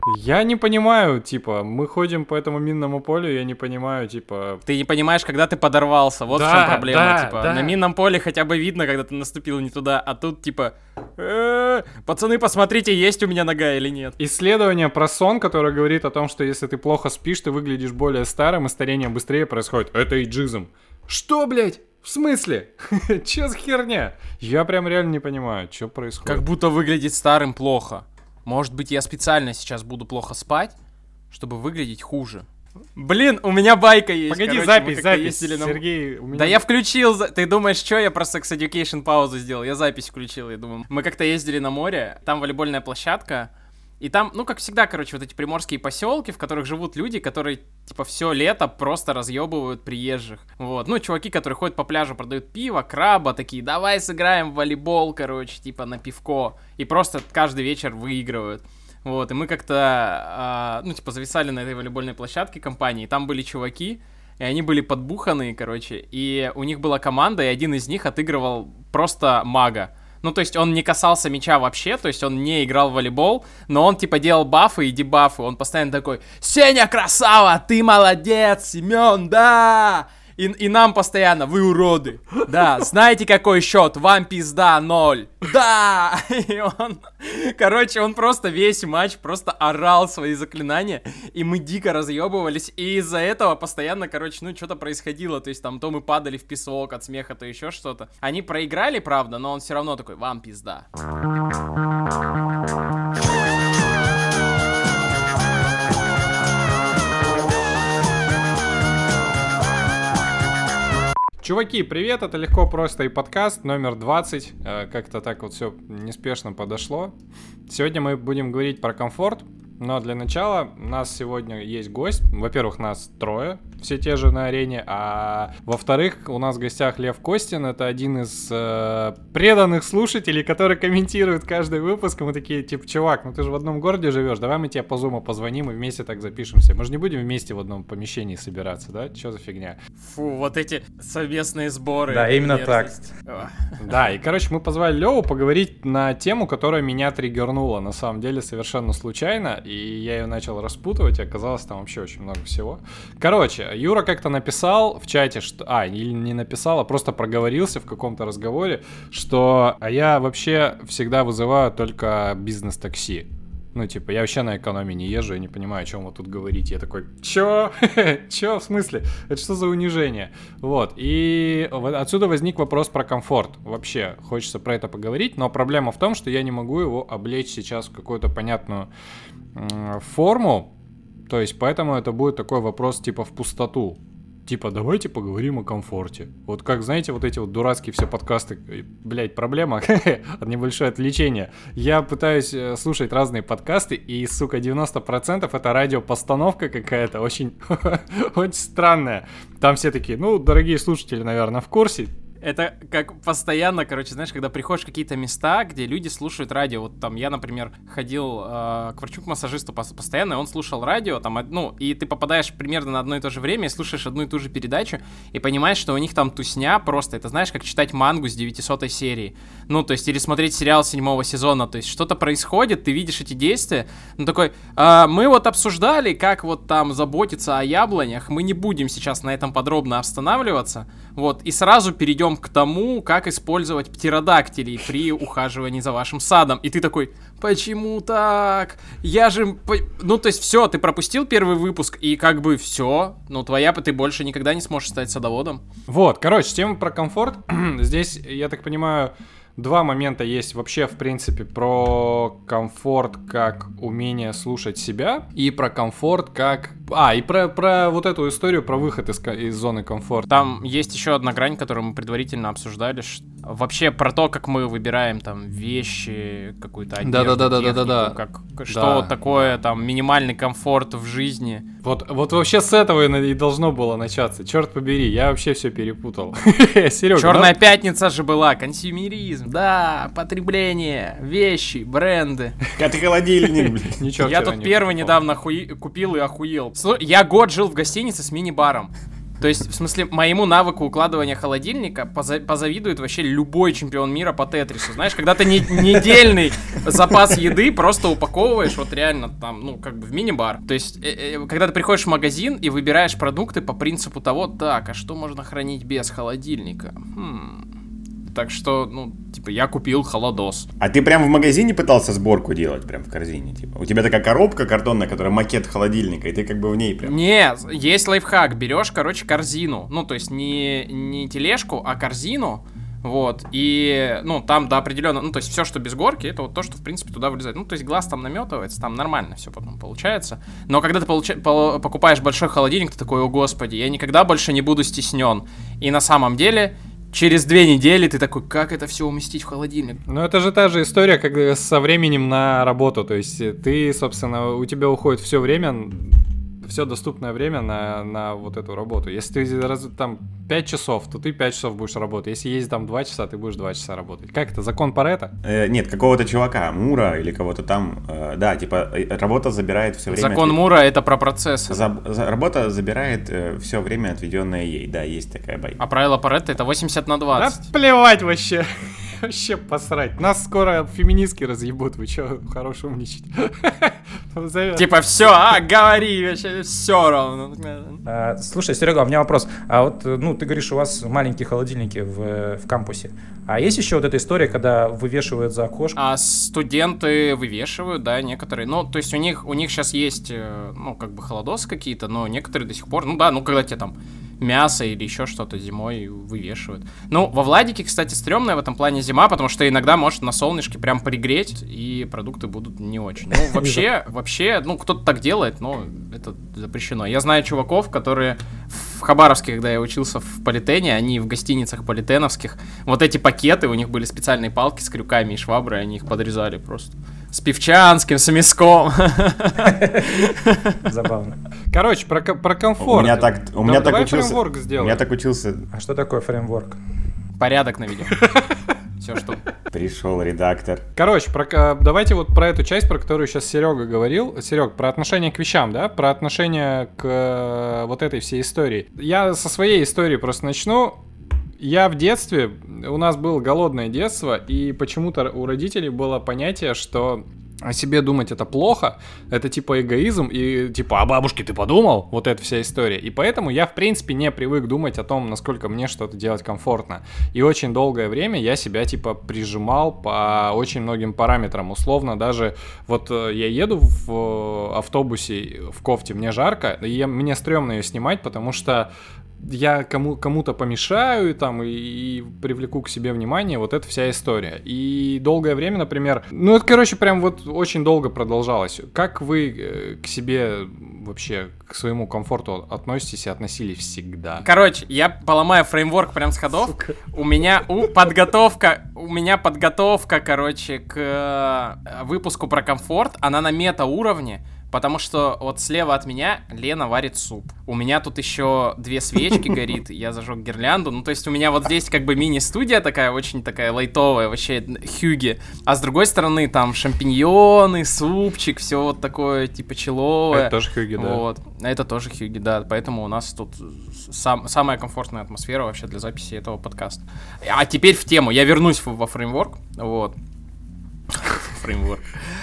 Я не понимаю, типа, мы ходим по этому минному полю, я не понимаю, типа... Ты не понимаешь, когда ты подорвался, вот в чем проблема, типа. Да. На минном поле хотя бы видно, когда ты наступил не туда, а тут, типа, пацаны, посмотрите, есть у меня нога или нет. Исследование про сон, которое говорит о том, что если ты плохо спишь, ты выглядишь более старым, и старение быстрее происходит. Это эйджизм. Что, блядь? В смысле? Чё за херня? Я прям реально не понимаю, что происходит. Как будто выглядеть старым плохо. Может быть, я специально сейчас буду плохо спать, чтобы выглядеть хуже. Блин, у меня байка есть. Погоди, короче, запись, Сергей. У меня... Да я включил. Ты думаешь, что я про Sex Education паузу сделал? Я запись включил, я думаю. Мы как-то ездили на море, там волейбольная площадка. И там, ну, как всегда, короче, вот эти приморские поселки, в которых живут люди, которые, типа, все лето просто разъебывают приезжих. Вот. Ну, чуваки, которые ходят по пляжу, продают пиво, краба, такие, давай сыграем в волейбол, короче, типа, на пивко. И просто каждый вечер выигрывают. Вот, и мы как-то, ну, типа, зависали на этой волейбольной площадке компании, и там были чуваки, и они были подбуханные, короче, и у них была команда, и один из них отыгрывал просто мага. Ну, то есть он не касался мяча вообще, то есть он не играл в волейбол, но он, типа, делал бафы и дебафы, он постоянно такой: «Сеня, красава, ты молодец, Семен, да!» И нам постоянно: «Вы уроды, да, знаете, какой счет? Вам пизда 0, да!» И он, короче, он просто весь матч просто орал свои заклинания, и мы дико разъебывались, и из-за этого постоянно, короче, ну, что-то происходило, то есть там то мы падали в песок от смеха, то еще что-то. Они проиграли, правда, но он все равно такой: «Вам пизда». Чуваки, привет, это «Легко, просто» и подкаст номер 20. Как-то так вот все неспешно подошло. Сегодня мы будем говорить про комфорт, но для начала у нас сегодня есть гость. Во-первых, нас трое, все те же на арене, а во-вторых, у нас в гостях Лев Костин. Это один из преданных слушателей, который комментирует каждый выпуск. И мы такие, типа: чувак, ну ты же в одном городе живешь, давай мы тебе по зуму позвоним и вместе так запишемся. Мы же не будем вместе в одном помещении собираться, да? Чё за фигня? Фу, вот эти совместные сборы. Да, именно так. Да, и, короче, мы позвали Леву поговорить на тему, которая меня триггернула, на самом деле, совершенно случайно, и я ее начал распутывать, и оказалось там вообще очень много всего. Короче, Юра как-то написал в чате, что... или не написал, а просто проговорился в каком-то разговоре, что я вообще всегда вызываю только бизнес-такси. Ну, типа, я вообще на экономии не езжу, я не понимаю, о чем вы тут говорите. Я такой: чё? Чё? В смысле? Это что за унижение? Вот, и отсюда возник вопрос про комфорт. Вообще, хочется про это поговорить, но проблема в том, что я не могу его облечь сейчас в какую-то понятную форму. То есть, поэтому это будет такой вопрос, типа, в пустоту. Типа, давайте поговорим о комфорте. Вот как, знаете, вот эти вот дурацкие все подкасты, блять, проблема, небольшое отвлечение. Я пытаюсь слушать разные подкасты, и, сука, 90% это радиопостановка какая-то, очень, очень странная. Там все такие: ну, дорогие слушатели, наверное, в курсе. Это как постоянно, короче, знаешь, когда приходишь в какие-то места, где люди слушают радио. Вот там я, например, ходил к врачу, к массажисту постоянно, и он слушал радио, там, ну, и ты попадаешь примерно на одно и то же время, и слушаешь одну и ту же передачу, и понимаешь, что у них там тусня просто. Это, знаешь, как читать мангу с 900-й серии. Ну, то есть, или смотреть сериал 7-го сезона. То есть, что-то происходит, ты видишь эти действия, ну, такой: мы вот обсуждали, как вот там заботиться о яблонях, мы не будем сейчас на этом подробно останавливаться, вот, и сразу перейдем к тому, как использовать птеродактилей при ухаживании за вашим садом. И ты такой: почему так? Я же... Ну, то есть, все, ты пропустил первый выпуск, и как бы все. Ну, ты больше никогда не сможешь стать садоводом. Вот, короче, тема про комфорт. Здесь, я так понимаю, два момента есть вообще, в принципе, про комфорт как умение слушать себя, и про комфорт как... и про вот эту историю, про выход из зоны комфорта. Там есть еще одна грань, которую мы предварительно обсуждали, вообще про то, как мы выбираем там вещи, какую-то одежду, технику, что такое там минимальный комфорт в жизни. Вот вообще с этого и должно было начаться. Черт побери, я вообще все перепутал. Серега, Черная пятница же была, консюмеризм, да, потребление, вещи, бренды. Как холодильник, блин. Я тут первый недавно купил и охуел. Я год жил в гостинице с мини-баром. То есть, в смысле, моему навыку укладывания холодильника позавидует вообще любой чемпион мира по Тетрису. Знаешь, когда ты недельный запас еды просто упаковываешь, вот реально там, ну, как бы в мини-бар. То есть, когда ты приходишь в магазин и выбираешь продукты по принципу того, так, а что можно хранить без холодильника? Так что, ну, типа, я купил холодос. А ты прям в магазине пытался сборку делать, прям в корзине, типа? У тебя такая коробка картонная, которая макет холодильника, и ты как бы в ней прям... Нет, есть лайфхак. Берешь, короче, корзину. Ну, то есть не тележку, а корзину. Вот, и, ну, там до определенного, ну, то есть все, что без горки, это вот то, что, в принципе, туда вылезает. Ну, то есть глаз там наметывается, там нормально все потом получается. Но когда ты покупаешь большой холодильник, ты такой, о господи, я никогда больше не буду стеснен. И на самом деле... Через 2 недели ты такой, как это все уместить в холодильник? Ну, это же та же история, как со временем на работу. То есть ты, собственно, у тебя уходит все время, все доступное время на вот эту работу. Если ты там 5 часов, то ты 5 часов будешь работать. Если есть там 2 часа, ты будешь 2 часа работать. Как это? Закон Парето? Нет, какого-то чувака, Мура или кого-то там. Да, типа, работа забирает все время... Закон Мура — это про процессы. Работа забирает все время, отведенное ей. Да, есть такая байка. А правило Парето — это 80/20. Да плевать вообще. Вообще посрать. Нас скоро феминистки разъебут. Вы что, хорошо умничать? Типа, все, говори, вообще все равно. Слушай, Серега, у меня вопрос. А вот, ну, ты говоришь, у вас маленькие холодильники в кампусе. А есть еще вот эта история, когда вывешивают за окошко? А студенты вывешивают, да, некоторые. Ну, то есть у них сейчас есть, ну, как бы холодосы какие-то, но некоторые до сих пор, ну да, ну, когда тебе там мясо или еще что-то зимой вывешивают. Ну, во Владике, кстати, стрёмная в этом плане зима, потому что иногда может на солнышке прям пригреть, и продукты будут не очень. Ну, вообще, ну, кто-то так делает, но это запрещено. Я знаю чуваков, которые в Хабаровске, когда я учился в Политене, они в гостиницах политеновских, вот эти пакеты, у них были специальные палки с крюками и шваброй, они их подрезали просто. С пивчанским, с мяском. Забавно. Короче, про комфорт. У меня так учился. Фреймворк сделаем. У меня так учился. А что такое фреймворк? Порядок наведем. Все, что... Пришел редактор. Короче, давайте вот про эту часть, про которую сейчас Серега говорил. Серег, про отношение к вещам, да? Про отношение к вот этой всей истории. Я со своей истории просто начну. Я в детстве, у нас было голодное детство, и почему-то у родителей было понятие, что о себе думать это плохо, это типа эгоизм, и типа, о бабушке ты подумал? Вот эта вся история. И поэтому я, в принципе, не привык думать о том, насколько мне что-то делать комфортно. И очень долгое время я себя типа прижимал по очень многим параметрам. Условно, даже вот я еду в автобусе в кофте, мне жарко, и мне стрёмно ее снимать, потому что я кому-то помешаю там и привлеку к себе внимание, вот эта вся история. И долгое время, например, ну это, короче, прям вот очень долго продолжалось. Как вы к себе вообще, к своему комфорту относитесь и относились всегда? Короче, я поломаю фреймворк прям с ходов. Сука. У меня подготовка, короче, к выпуску про комфорт, она на мета-уровне. Потому что вот слева от меня Лена варит суп. У меня тут еще 2 свечки горит, я зажег гирлянду. Ну, то есть у меня вот здесь как бы мини-студия такая, очень такая лайтовая, вообще хюги. А с другой стороны там шампиньоны, супчик, все вот такое типа человое. Это тоже хюги, да. Вот. Это тоже хюги, да. Поэтому у нас тут самая комфортная атмосфера вообще для записи этого подкаста. А теперь в тему. Я вернусь во фреймворк. Вот. Фреймворк.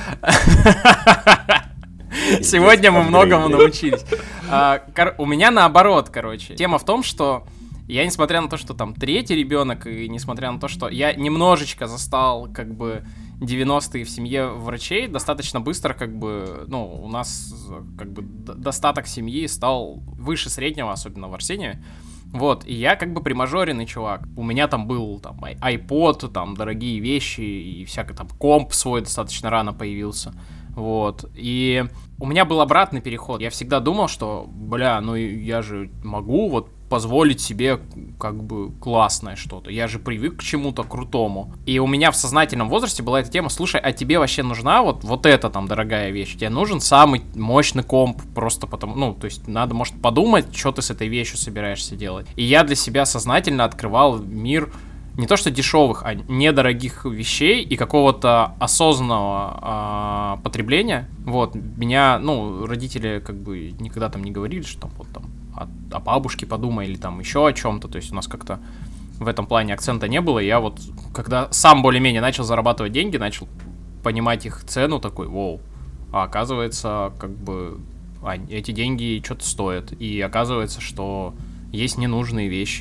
Сегодня мы многому научились. У меня наоборот, короче. Тема в том, что я, несмотря на то, что там 3-й ребенок, и несмотря на то, что я немножечко застал, как бы, 90-е в семье врачей, достаточно быстро, как бы, ну, у нас, как бы, достаток семьи стал выше среднего, особенно в Арсении. Вот, и я как бы примажоренный чувак. У меня там был там iPod, там дорогие вещи и всякий там комп свой достаточно рано появился. Вот, и у меня был обратный переход. Я всегда думал, что, бля, ну я же могу вот позволить себе как бы классное что-то. Я же привык к чему-то крутому. И у меня в сознательном возрасте была эта тема: слушай, а тебе вообще нужна вот эта там дорогая вещь? Тебе нужен самый мощный комп просто потому... Ну, то есть надо, может, подумать, что ты с этой вещью собираешься делать. И я для себя сознательно открывал мир не то что дешевых, а недорогих вещей и какого-то осознанного потребления. Вот, меня, ну, родители как бы никогда там не говорили, что там вот там о бабушке подумай или там еще о чем-то, то есть у нас как-то в этом плане акцента не было. Я вот, когда сам более-менее начал зарабатывать деньги, начал понимать их цену, такой, вау, а оказывается, как бы, эти деньги что-то стоят. И оказывается, что есть ненужные вещи,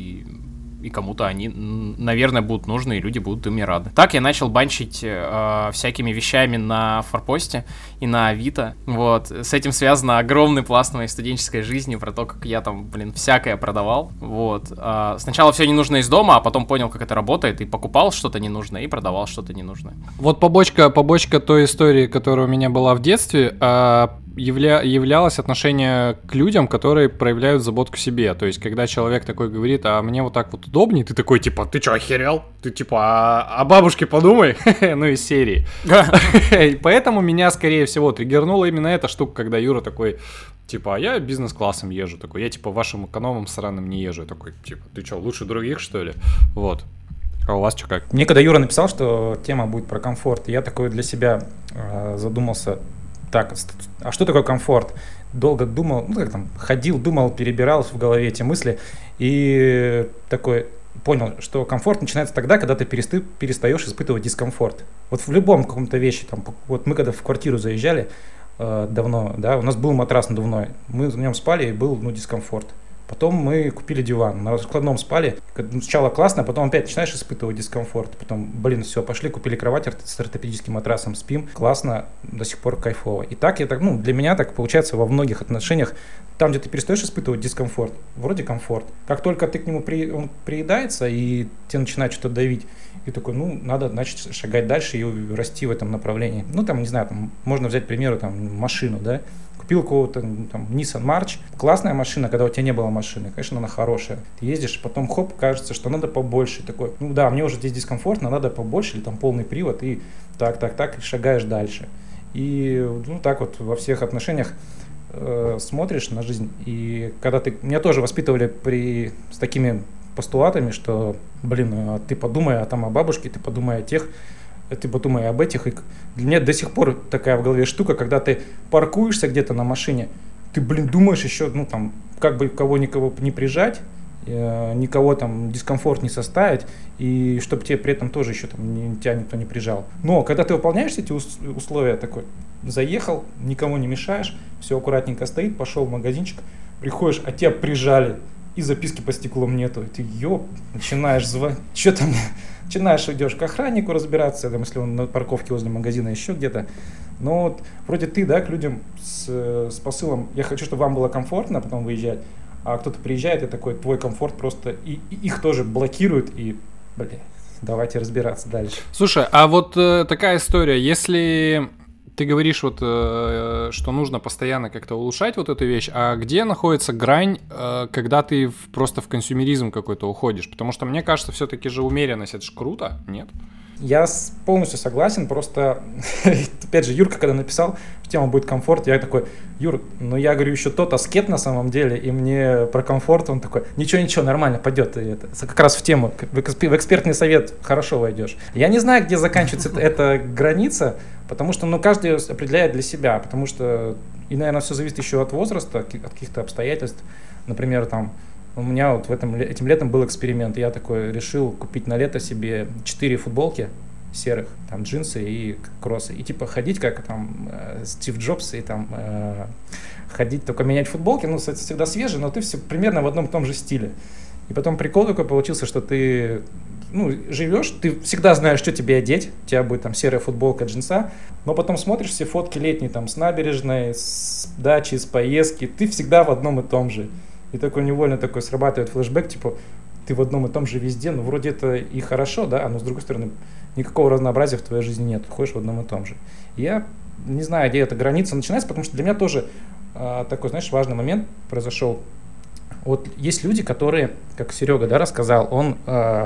и кому-то они, наверное, будут нужны, и люди будут ими рады. Так я начал банчить всякими вещами на Форпосте и на Авито. Вот. С этим связано огромный пласт моей студенческой жизни, про то, как я там, всякое продавал. Вот. Сначала все ненужное из дома, а потом понял, как это работает, и покупал что-то ненужное, и продавал что-то ненужное. Вот побочка той истории, которая у меня была в детстве, являлось отношение к людям, которые проявляют заботу к себе. То есть, когда человек такой говорит, а мне вот так вот удобнее, ты такой, типа, ты чё, охерел? Ты, типа, о бабушке подумай? Ну, из серии. Поэтому меня, скорее всего, триггернула именно эта штука, когда Юра такой, типа, а я бизнес-классом езжу. Такой, я, типа, вашим экономом сраным не езжу. Я такой, типа, ты чё, лучше других, что ли? Вот. А у вас что как? Мне когда Юра написал, что тема будет про комфорт, я такой для себя задумался, так, а что такое комфорт? Долго думал, ну как там, ходил, думал, перебирал в голове эти мысли и такой понял, что комфорт начинается тогда, когда ты перестаешь испытывать дискомфорт. Вот в любом каком-то вещи, там, вот мы когда в квартиру заезжали давно, да, у нас был матрас надувной, мы на нем спали и был, ну, дискомфорт. Потом мы купили диван, на раскладном спали. Сначала классно, потом опять начинаешь испытывать дискомфорт. Потом, все, пошли, купили кровать с ортопедическим матрасом, спим. Классно, до сих пор кайфово. И так, для меня так получается во многих отношениях. Там, где ты перестаешь испытывать дискомфорт, вроде комфорт. Как только ты к нему он приедается, и тебе начинает что-то давить, и такой, ну, надо, значит, шагать дальше и расти в этом направлении. Ну, там, не знаю, там, можно взять, к примеру, там, машину, да. Купил какого-то там Nissan March, классная машина, когда у тебя не было машины, конечно, она хорошая. Ты ездишь, потом хоп, кажется, что надо побольше. Такой, ну да, мне уже здесь дискомфортно, надо побольше, или там полный привод, и так, и шагаешь дальше. И ну так вот во всех отношениях смотришь на жизнь, и когда меня тоже воспитывали с такими постулатами, что, ты подумай там о бабушке, ты подумай о тех, ты подумай об этих. И для меня до сих пор такая в голове штука, когда ты паркуешься где-то на машине, ты, думаешь еще, ну, там, как бы никого не прижать, никого там дискомфорт не составить, и чтобы тебе при этом тоже еще там тебя никто не прижал. Но когда ты выполняешь эти условия, такой, заехал, никому не мешаешь, все аккуратненько стоит, пошел в магазинчик, приходишь, а тебя прижали, и записки по стеклам нету. И ты, начинаешь звонить, что там, начинаешь, идешь к охраннику разбираться, там, если он на парковке возле магазина, еще где-то. Но вот вроде ты, да, к людям с посылом, я хочу, чтобы вам было комфортно потом выезжать, а кто-то приезжает и такой, твой комфорт просто, и их тоже блокирует, и, давайте разбираться дальше. Слушай, а вот такая история, если ты говоришь вот, что нужно постоянно как-то улучшать вот эту вещь, а где находится грань, когда ты просто в консюмеризм какой-то уходишь? Потому что мне кажется, все-таки же умеренность, это же круто, нет? Я полностью согласен, просто, опять же, Юрка, когда написал, что тема будет комфорт, я такой, Юр, я говорю, еще тот аскет на самом деле, и мне про комфорт, он такой, ничего, нормально, пойдет, это как раз в тему, в экспертный совет хорошо войдешь. Я не знаю, где заканчивается эта граница, потому что, каждый определяет для себя, потому что, и, наверное, все зависит еще от возраста, от каких-то обстоятельств, например, там, у меня вот этим летом был эксперимент. Я такой решил купить на лето себе 4 футболки серых, там джинсы и кроссы. И типа ходить как там Стив Джобс и там ходить, только менять футболки. Всегда свежие, но ты все примерно в одном и том же стиле. И потом прикол такой получился, что ты живешь, ты всегда знаешь, что тебе одеть. У тебя будет там серая футболка, джинса. Но потом смотришь все фотки летние там с набережной, с дачи, с поездки. Ты всегда в одном и том же. И такой невольно срабатывает флешбэк, типа, ты в одном и том же везде, вроде это и хорошо, да, но с другой стороны, никакого разнообразия в твоей жизни нет, ты ходишь в одном и том же. И я не знаю, где эта граница начинается, потому что для меня тоже такой, знаешь, важный момент произошел. Вот есть люди, которые, как Серега, да, рассказал, он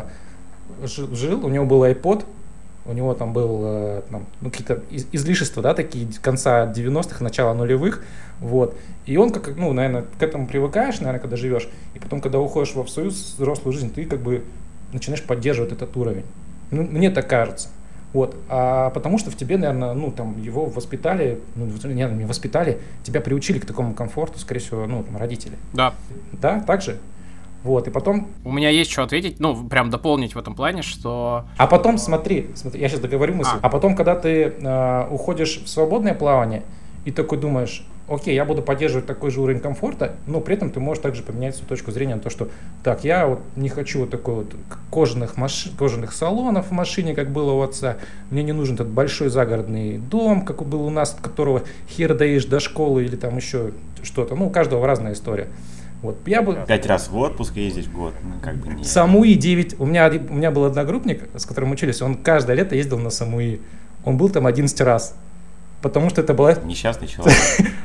жил, у него был iPod, у него там был какие-то излишества, да, такие конца 90-х, начала нулевых, вот. И он, наверное, к этому привыкаешь, наверное, когда живешь, и потом, когда уходишь в свою взрослую жизнь, ты начинаешь поддерживать этот уровень. Ну, мне так кажется. Вот. А потому что в тебе, наверное, ну, там, его воспитали, ну, не воспитали, тебя приучили к такому комфорту, скорее всего, ну, там, родители. Да. Да, так же? Вот, и потом... У меня есть что ответить, ну, прям дополнить в этом плане, что... А потом, смотри, я сейчас договорю мысль. А потом, когда ты уходишь в свободное плавание и такой думаешь, окей, я буду поддерживать такой же уровень комфорта, но при этом ты можешь также поменять свою точку зрения на то, что так, я вот не хочу вот такой вот кожаных салонов в машине, как было у отца, мне не нужен этот большой загородный дом, как был у нас, от которого хер доедешь до школы или там еще что-то. Ну, у каждого разная история. Вот, я бы... 5 раз в отпуск ездить в год, ну, как бы не... Самуи 9. У меня был одногруппник, с которым мы учились, он каждое лето ездил на Самуи. Он был там 11 раз. Потому что это была... Несчастный человек.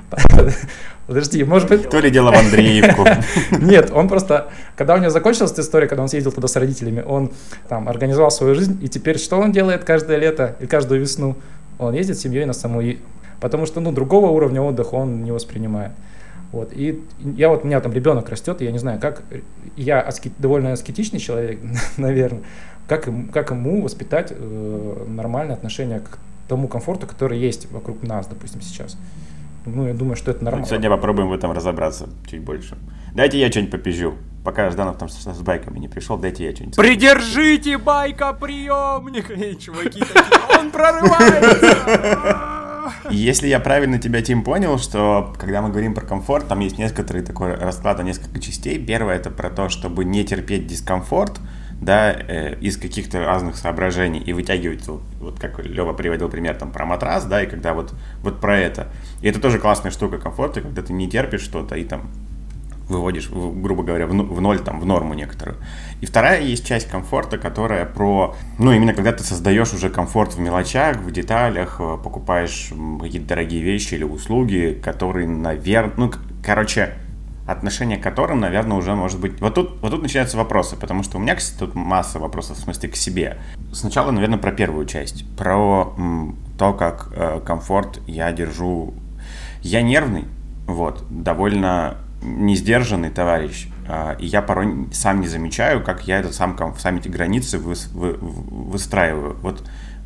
Подожди, может быть... То ли дело в Андреевку. Нет, он просто... Когда у него закончилась эта история, когда он съездил туда с родителями, он там организовал свою жизнь, и теперь что он делает каждое лето и каждую весну? Он ездит с семьей на Самуи. Потому что, ну, другого уровня отдыха он не воспринимает. Вот. И я вот, у меня там ребенок растет, и я не знаю, как... Я довольно аскетичный человек, наверное. Как ему воспитать нормальное отношение к тому комфорту, который есть вокруг нас, допустим, сейчас. Ну, я думаю, что это нормально. Сегодня попробуем в этом разобраться чуть больше. Дайте я что-нибудь попизжу. Пока Жданов там с байками не пришел, дайте я что-нибудь. Придержите байка-приемник! Эй, чуваки такие, он прорывается! Если я правильно тебя, Тим, понял, что когда мы говорим про комфорт, там есть некоторый такой расклад на несколько частей. Первое — это про то, чтобы не терпеть дискомфорт, да, из каких-то разных соображений и вытягивать, вот как Лева приводил пример там про матрас, да, и когда вот про это. И это тоже классная штука комфорта, когда ты не терпишь что-то и там выводишь, грубо говоря, в ноль, там, в норму некоторую. И вторая есть часть комфорта, которая про, ну, именно когда ты создаешь уже комфорт в мелочах, в деталях, покупаешь какие-то дорогие вещи или услуги, которые, наверное, ну, короче, отношение к которым, наверное, уже может быть... Вот тут начинаются вопросы, потому что у меня, кстати, тут масса вопросов, в смысле, к себе. Сначала, наверное, про первую часть, про то, как комфорт я держу. Я нервный, вот, довольно несдержанный товарищ, и я порой сам не замечаю, как я сами эти границы выстраиваю. Вот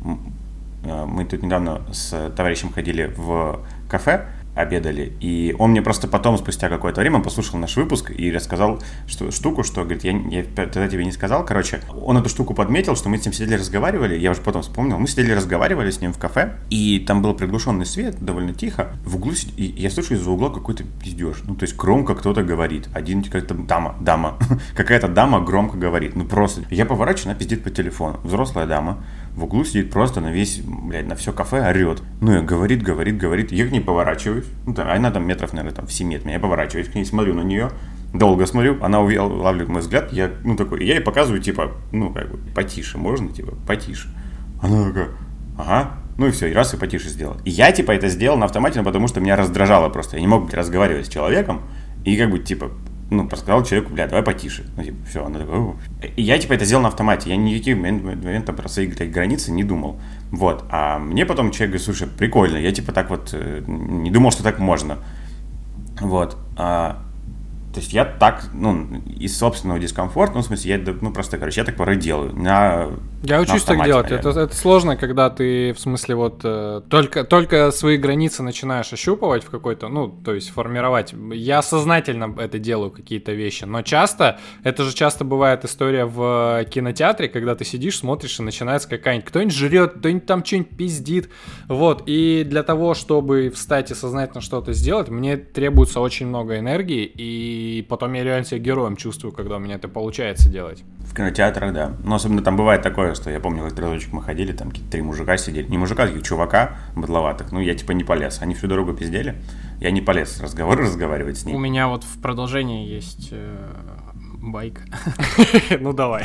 мы тут недавно с товарищем ходили в кафе, обедали, и он мне просто потом, спустя какое-то время, он послушал наш выпуск и рассказал штуку, что, говорит, я тогда тебе не сказал, короче, он эту штуку подметил, что мы с ним сидели, разговаривали, я уже потом вспомнил, мы сидели, разговаривали с ним в кафе, и там был приглушенный свет, довольно тихо, в углу, и я слышу из-за угла какой-то пиздеж, ну, то есть громко кто-то говорит, какая-то дама, какая-то дама громко говорит, ну, просто, я поворачиваю, она пиздит по телефону, взрослая дама, в углу сидит просто на на все кафе орет. Ну, и говорит. Я к ней поворачиваюсь. Ну, там, она там метров, наверное, там в 7 от меня. Я поворачиваюсь к ней, смотрю на нее. Долго смотрю. Она улавливает мой взгляд. Я ей показываю, типа, ну, как бы, потише можно, типа, потише. Она такая, ага. Ну, и все, и раз, и потише сделал. И я, типа, это сделал на автомате, потому что меня раздражало просто. Я не мог разговаривать с человеком. И, как бы, типа, сказал человеку, давай потише. Ну, типа, все, она такая, о. И я, типа, это сделал на автомате. Я никаких моментов про свои границы не думал. Вот. А мне потом человек говорит, слушай, прикольно. Я, типа, так вот не думал, что так можно. Вот. То есть я так, из собственного дискомфорта, в смысле, просто, я так порой делаю. Я учусь так делать. Это сложно, когда ты, в смысле, вот, только свои границы начинаешь ощупывать в какой-то, то есть формировать. Я сознательно это делаю, какие-то вещи, но часто бывает история в кинотеатре, когда ты сидишь, смотришь, и начинается какая-нибудь, кто-нибудь жрет, кто-нибудь там что-нибудь пиздит, вот, и для того, чтобы встать и сознательно что-то сделать, мне требуется очень много энергии, и потом я реально себя героем чувствую, когда у меня это получается делать. В кинотеатрах, да. Но особенно там бывает такое, что я помню, как разочек мы ходили, там какие-то 3 мужика сидели. Не мужика, таких чувака быдловатых. Я типа не полез. Они всю дорогу пиздели. Я не полез разговаривать с ними. У меня вот в продолжении есть байк. Ну давай.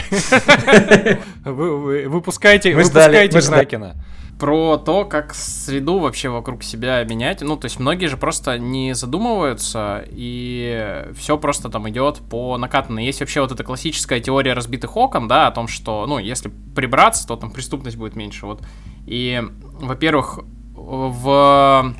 Выпускайте Кракена. Про то, как среду вообще вокруг себя менять. То есть многие же просто не задумываются, и все просто там идет по накатанной. Есть вообще вот эта классическая теория разбитых окон, да, о том, что, если прибраться, то там преступность будет меньше. Вот. И, во-первых, в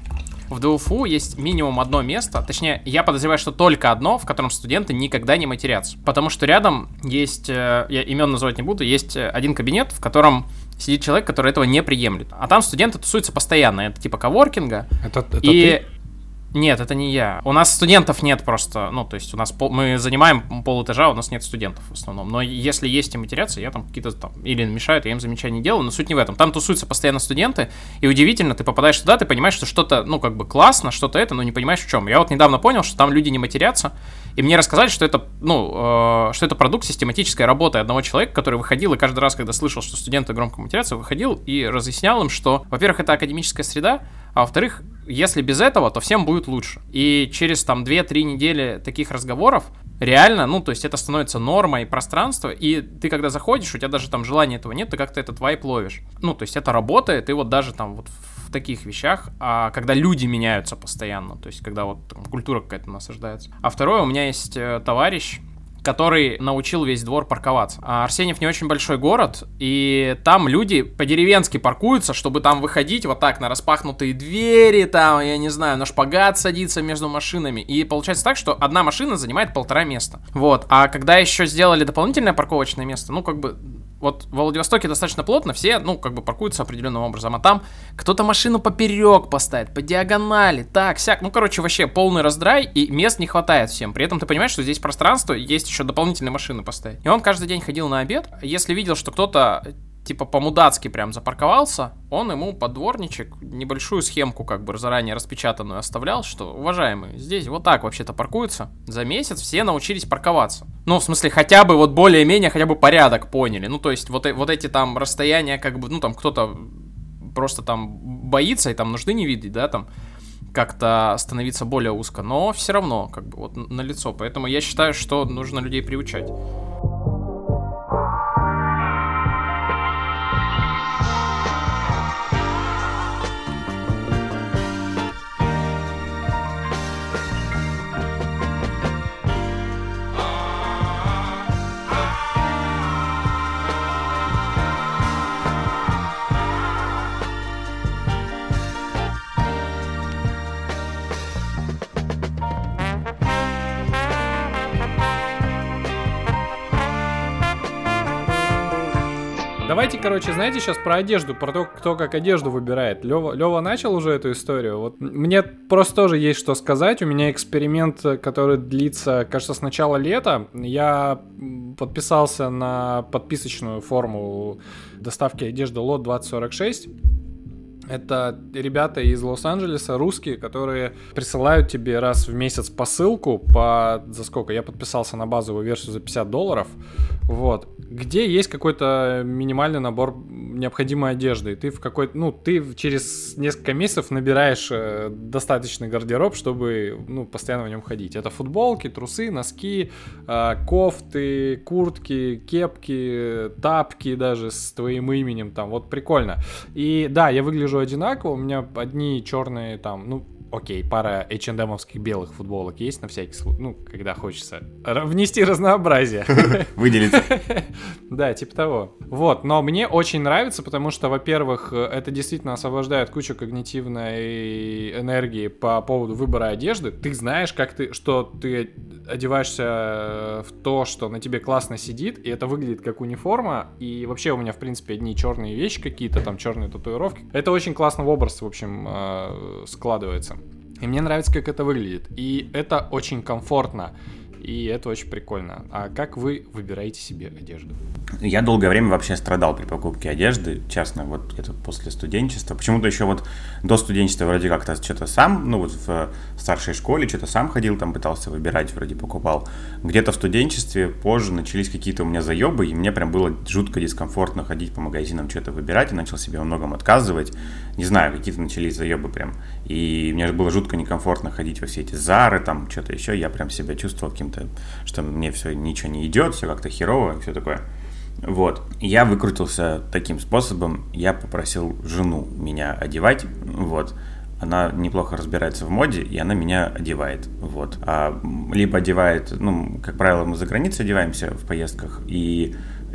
В ДУФУ есть минимум одно место, точнее, я подозреваю, что только одно, в котором студенты никогда не матерятся. Потому что рядом есть, я имен называть не буду, есть один кабинет, в котором сидит человек, который этого не приемлет. А там студенты тусуются постоянно, это типа коворкинга. Это ты? Нет, это не я. У нас студентов нет просто, ну, то есть у нас мы занимаем полэтажа, у нас нет студентов в основном. Но если есть и матерятся, я там какие-то там или мешают, я им замечаний не делаю, но суть не в этом. Там тусуются постоянно студенты, и удивительно, ты попадаешь туда, ты понимаешь, что что-то, ну, как бы классно, что-то это, но не понимаешь в чем. Я вот недавно понял, что там люди не матерятся, и мне рассказали, что это, ну, что это продукт систематической работы одного человека, который выходил, и каждый раз, когда слышал, что студенты громко матерятся, выходил и разъяснял им, что, во-первых, это академическая среда, а во-вторых, если без этого, то всем будет лучше. И через там 2-3 недели таких разговоров реально, ну, то есть это становится нормой пространства, и ты когда заходишь, у тебя даже там желания этого нет, ты как-то этот вайб ловишь. Ну, то есть это работает, и вот даже там вот в таких вещах, а когда люди меняются постоянно, то есть когда вот там, культура какая-то насаждается. А второе, у меня есть товарищ, который научил весь двор парковаться. А Арсеньев не очень большой город, и там люди по-деревенски паркуются, чтобы там выходить вот так на распахнутые двери, там, я не знаю, на шпагат садиться между машинами. И получается так, что одна машина занимает 1,5 места. Вот. А когда еще сделали дополнительное парковочное место, ну, как бы, вот в Владивостоке достаточно плотно, все, ну, как бы паркуются определенным образом, а там кто-то машину поперек поставит, по диагонали, так, сяк, ну, короче, вообще полный раздрай, и мест не хватает всем. При этом ты понимаешь, что здесь пространство, есть еще дополнительные машины поставить. И он каждый день ходил на обед, если видел, что кто-то типа по-мудацки прям запарковался, он ему под дворничек небольшую схемку как бы заранее распечатанную оставлял, что, уважаемые, здесь вот так вообще-то паркуются. За месяц все научились парковаться. Ну, в смысле, хотя бы вот более-менее, хотя бы порядок поняли. Ну, то есть вот эти там расстояния как бы, ну, там кто-то просто там боится и там нужды не видит, да, там как-то становиться более узко, но все равно как бы вот налицо. Поэтому я считаю, что нужно людей приучать. Давайте, короче, знаете, сейчас про одежду, про то, кто как одежду выбирает. Лёва начал уже эту историю. Вот мне просто тоже есть что сказать. У меня эксперимент, который длится, кажется, с начала лета. Я подписался на подписочную форму доставки одежды Lot 2046. Это ребята из Лос-Анджелеса, русские, которые присылают тебе раз в месяц посылку за сколько? Я подписался на базовую версию за $50. Вот. Где есть какой-то минимальный набор необходимой одежды. И ты ты через несколько месяцев набираешь достаточный гардероб, чтобы, постоянно в нем ходить. Это футболки, трусы, носки, кофты, куртки, кепки, тапки даже с твоим именем. Там, вот прикольно. И да, я выгляжу одинаково. У меня одни черные там, окей, пара H&M-овских белых футболок есть на всякий случай, когда хочется внести разнообразие. Выделиться. Да, типа того. Вот, но мне очень нравится, потому что, во-первых, это действительно освобождает кучу когнитивной энергии по поводу выбора одежды. Ты знаешь, что ты одеваешься в то, что на тебе классно сидит, и это выглядит как униформа, и вообще у меня, в принципе, одни черные вещи какие-то, там черные татуировки. Это очень классно в образ, в общем, складывается. И мне нравится, как это выглядит. И это очень комфортно. И это очень прикольно. А как вы выбираете себе одежду? Я долгое время вообще страдал при покупке одежды. Честно, вот это после студенчества. Почему-то еще вот до студенчества вроде как-то что-то сам, в старшей школе что-то сам ходил, там пытался выбирать, вроде покупал. Где-то в студенчестве позже начались какие-то у меня заебы, и мне прям было жутко дискомфортно ходить по магазинам, что-то выбирать, и начал себе во многом отказывать. Не знаю, какие-то начались заебы прям. И мне было жутко некомфортно ходить во все эти Зары, там что-то еще. Я прям себя чувствовал каким-то, что мне все ничего не идет, все как-то херово, все такое. Вот. Я выкрутился таким способом. Я попросил жену меня одевать. Вот. Она неплохо разбирается в моде, и она меня одевает. Вот. Либо одевает, как правило, мы за границей одеваемся в поездках, и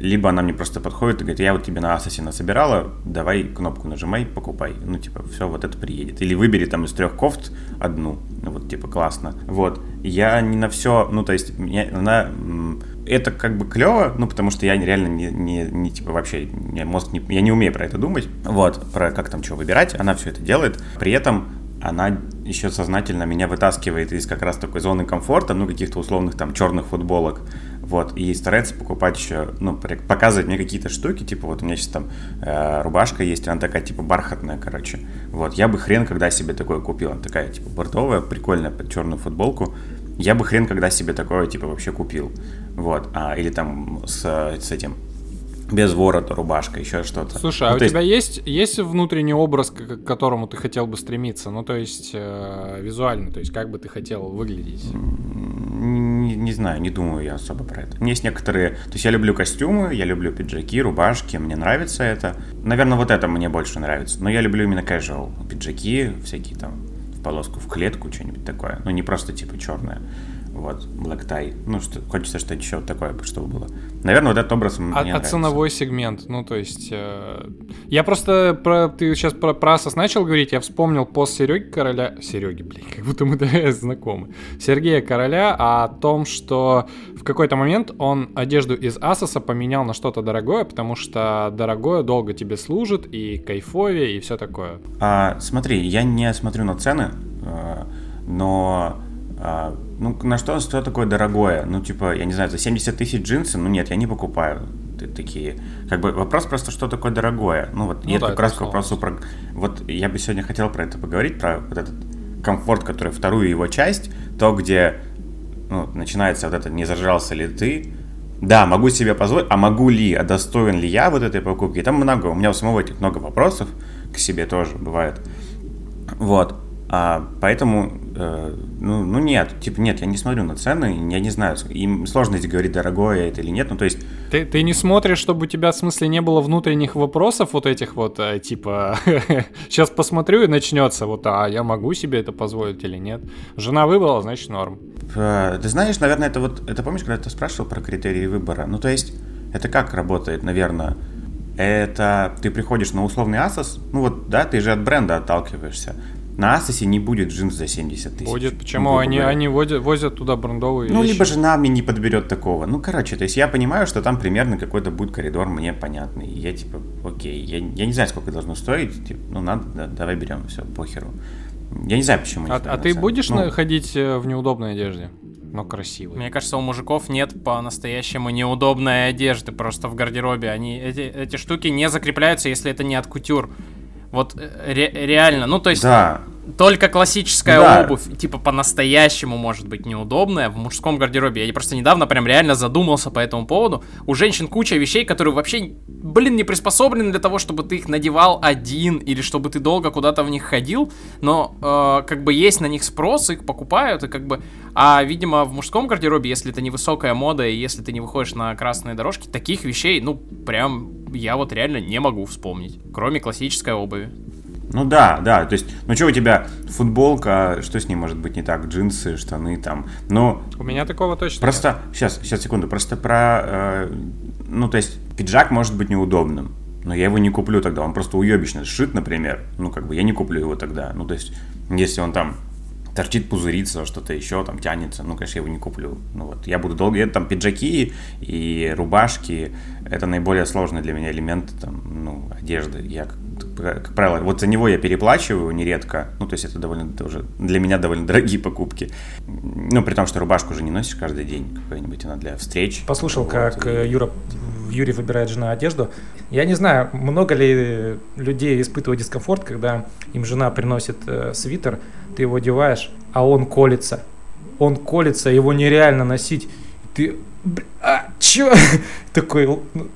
либо она мне просто подходит и говорит, я вот тебе на Асосе насобирала, давай кнопку нажимай, покупай. Ну, типа, все, вот это приедет. Или выбери там из 3 кофт одну. Ну, вот, типа, классно. Вот. Я не на все, ну, то есть, она... Это как бы клево, ну, потому что я реально не типа, вообще, я не умею про это думать. Вот, про как там что выбирать, она все это делает. При этом она еще сознательно меня вытаскивает из как раз такой зоны комфорта, ну, каких-то условных там черных футболок, вот, и старается покупать еще, ну, показывать мне какие-то штуки, типа, вот у меня сейчас там рубашка есть, она такая, типа, бархатная, короче, вот, я бы хрен когда себе такое купил, она такая, типа, бордовая, прикольная, под черную футболку, я бы хрен когда себе такое, типа, вообще купил, вот, или там с этим... без ворота рубашка, еще что-то. Слушай, ну, а у тебя есть внутренний образ, к которому ты хотел бы стремиться? Ну, то есть, визуально, то есть, как бы ты хотел выглядеть? Не знаю, не думаю я особо про это. Есть некоторые... То есть, я люблю костюмы, я люблю пиджаки, рубашки, мне нравится это. Наверное, вот это мне больше нравится. Но я люблю именно casual. Пиджаки, всякие там в полоску, в клетку, что-нибудь такое. Ну, не просто, типа, черное. Вот, black tie. Ну, что, хочется что-то еще такое, чтобы было. Наверное, вот этот образ мне нравится. Ценовой сегмент, ну, то есть... Я просто... Ты сейчас про Asos начал говорить, я вспомнил пост Сереги Короля... Сереги, блин, как будто мы знакомы. Сергея Короля о том, что в какой-то момент он одежду из Asos поменял на что-то дорогое, потому что дорогое долго тебе служит, и кайфовее, и все такое. Смотри, я не смотрю на цены, но... ну, на что такое дорогое? Ну, типа, я не знаю, за 70 тысяч джинсы? Ну, нет, я не покупаю такие. Как бы вопрос просто, что такое дорогое? Ну, вот, и это как раз к вопросу про... Вот, я бы сегодня хотел про это поговорить, про вот этот комфорт, который вторую его часть, то, где, ну, начинается вот это «не зажрался ли ты?», да, могу себе позволить, а могу ли, а достоин ли я вот этой покупки? И там много, у меня у самого этих много вопросов к себе тоже бывает. Вот. Поэтому, ну нет, типа нет, я не смотрю на цены, я не знаю, им сложно здесь говорить, дорогое это или нет, ну то есть... Ты не смотришь, чтобы у тебя в смысле не было внутренних вопросов вот этих вот, типа, сейчас посмотрю и начнется, вот, я могу себе это позволить или нет? Жена выбрала, значит норм. Ты знаешь, наверное, это помнишь, когда ты спрашивал про критерии выбора? Ну то есть, это как работает, наверное? Это ты приходишь на условный Asos, ну вот, да, ты же от бренда отталкиваешься. На Asos не будет джинс за 70 тысяч. Будет. Почему? Они возят туда брендовые вещи. Ну, либо жена мне не подберет такого. Ну, короче, то есть я понимаю, что там примерно какой-то будет коридор мне понятный. И я типа, окей, я не знаю, сколько должно стоить. Типа, ну, надо, да, давай берем, все, похеру. Я не знаю, почему. А ты будешь ходить в неудобной одежде? Но красивой. Мне кажется, у мужиков нет по-настоящему неудобной одежды просто в гардеробе. Эти штуки не закрепляются, если это не от кутюр. Вот реально, ну то есть только классическая обувь, типа по-настоящему может быть неудобная в мужском гардеробе. Я просто недавно прям реально задумался по этому поводу. У женщин куча вещей, которые вообще, не приспособлены для того, чтобы ты их надевал один или чтобы ты долго куда-то в них ходил, но как бы есть на них спрос, их покупают, и как бы... А, видимо, в мужском гардеробе, если это не высокая мода, и если ты не выходишь на красные дорожки, таких вещей, ну, прям я вот реально не могу вспомнить, кроме классической обуви. Ну да, то есть, ну что у тебя, футболка, что с ней может быть не так, джинсы, штаны там, ну... У меня такого точно просто, нет. Сейчас, секунду, просто про, ну то есть, пиджак может быть неудобным, но я его не куплю тогда, он просто уебищно сшит, например, ну как бы я не куплю его тогда, ну то есть, если он там торчит, пузырится, что-то еще там тянется, ну, конечно, я его не куплю. Ну вот, я буду долго... Это там пиджаки и рубашки, это наиболее сложные для меня элементы там, ну, одежды. Я, как правило, вот за него я переплачиваю нередко, ну, то есть это уже для меня довольно дорогие покупки. Ну, при том, что рубашку уже не носишь каждый день, какой-нибудь она для встреч. Послушал, вот, как Юрий выбирает жена одежду. Я не знаю, много ли людей испытывают дискомфорт, когда им жена приносит свитер, ты его одеваешь, а он колется. Он колется, его нереально носить. Ты, чё? Такой,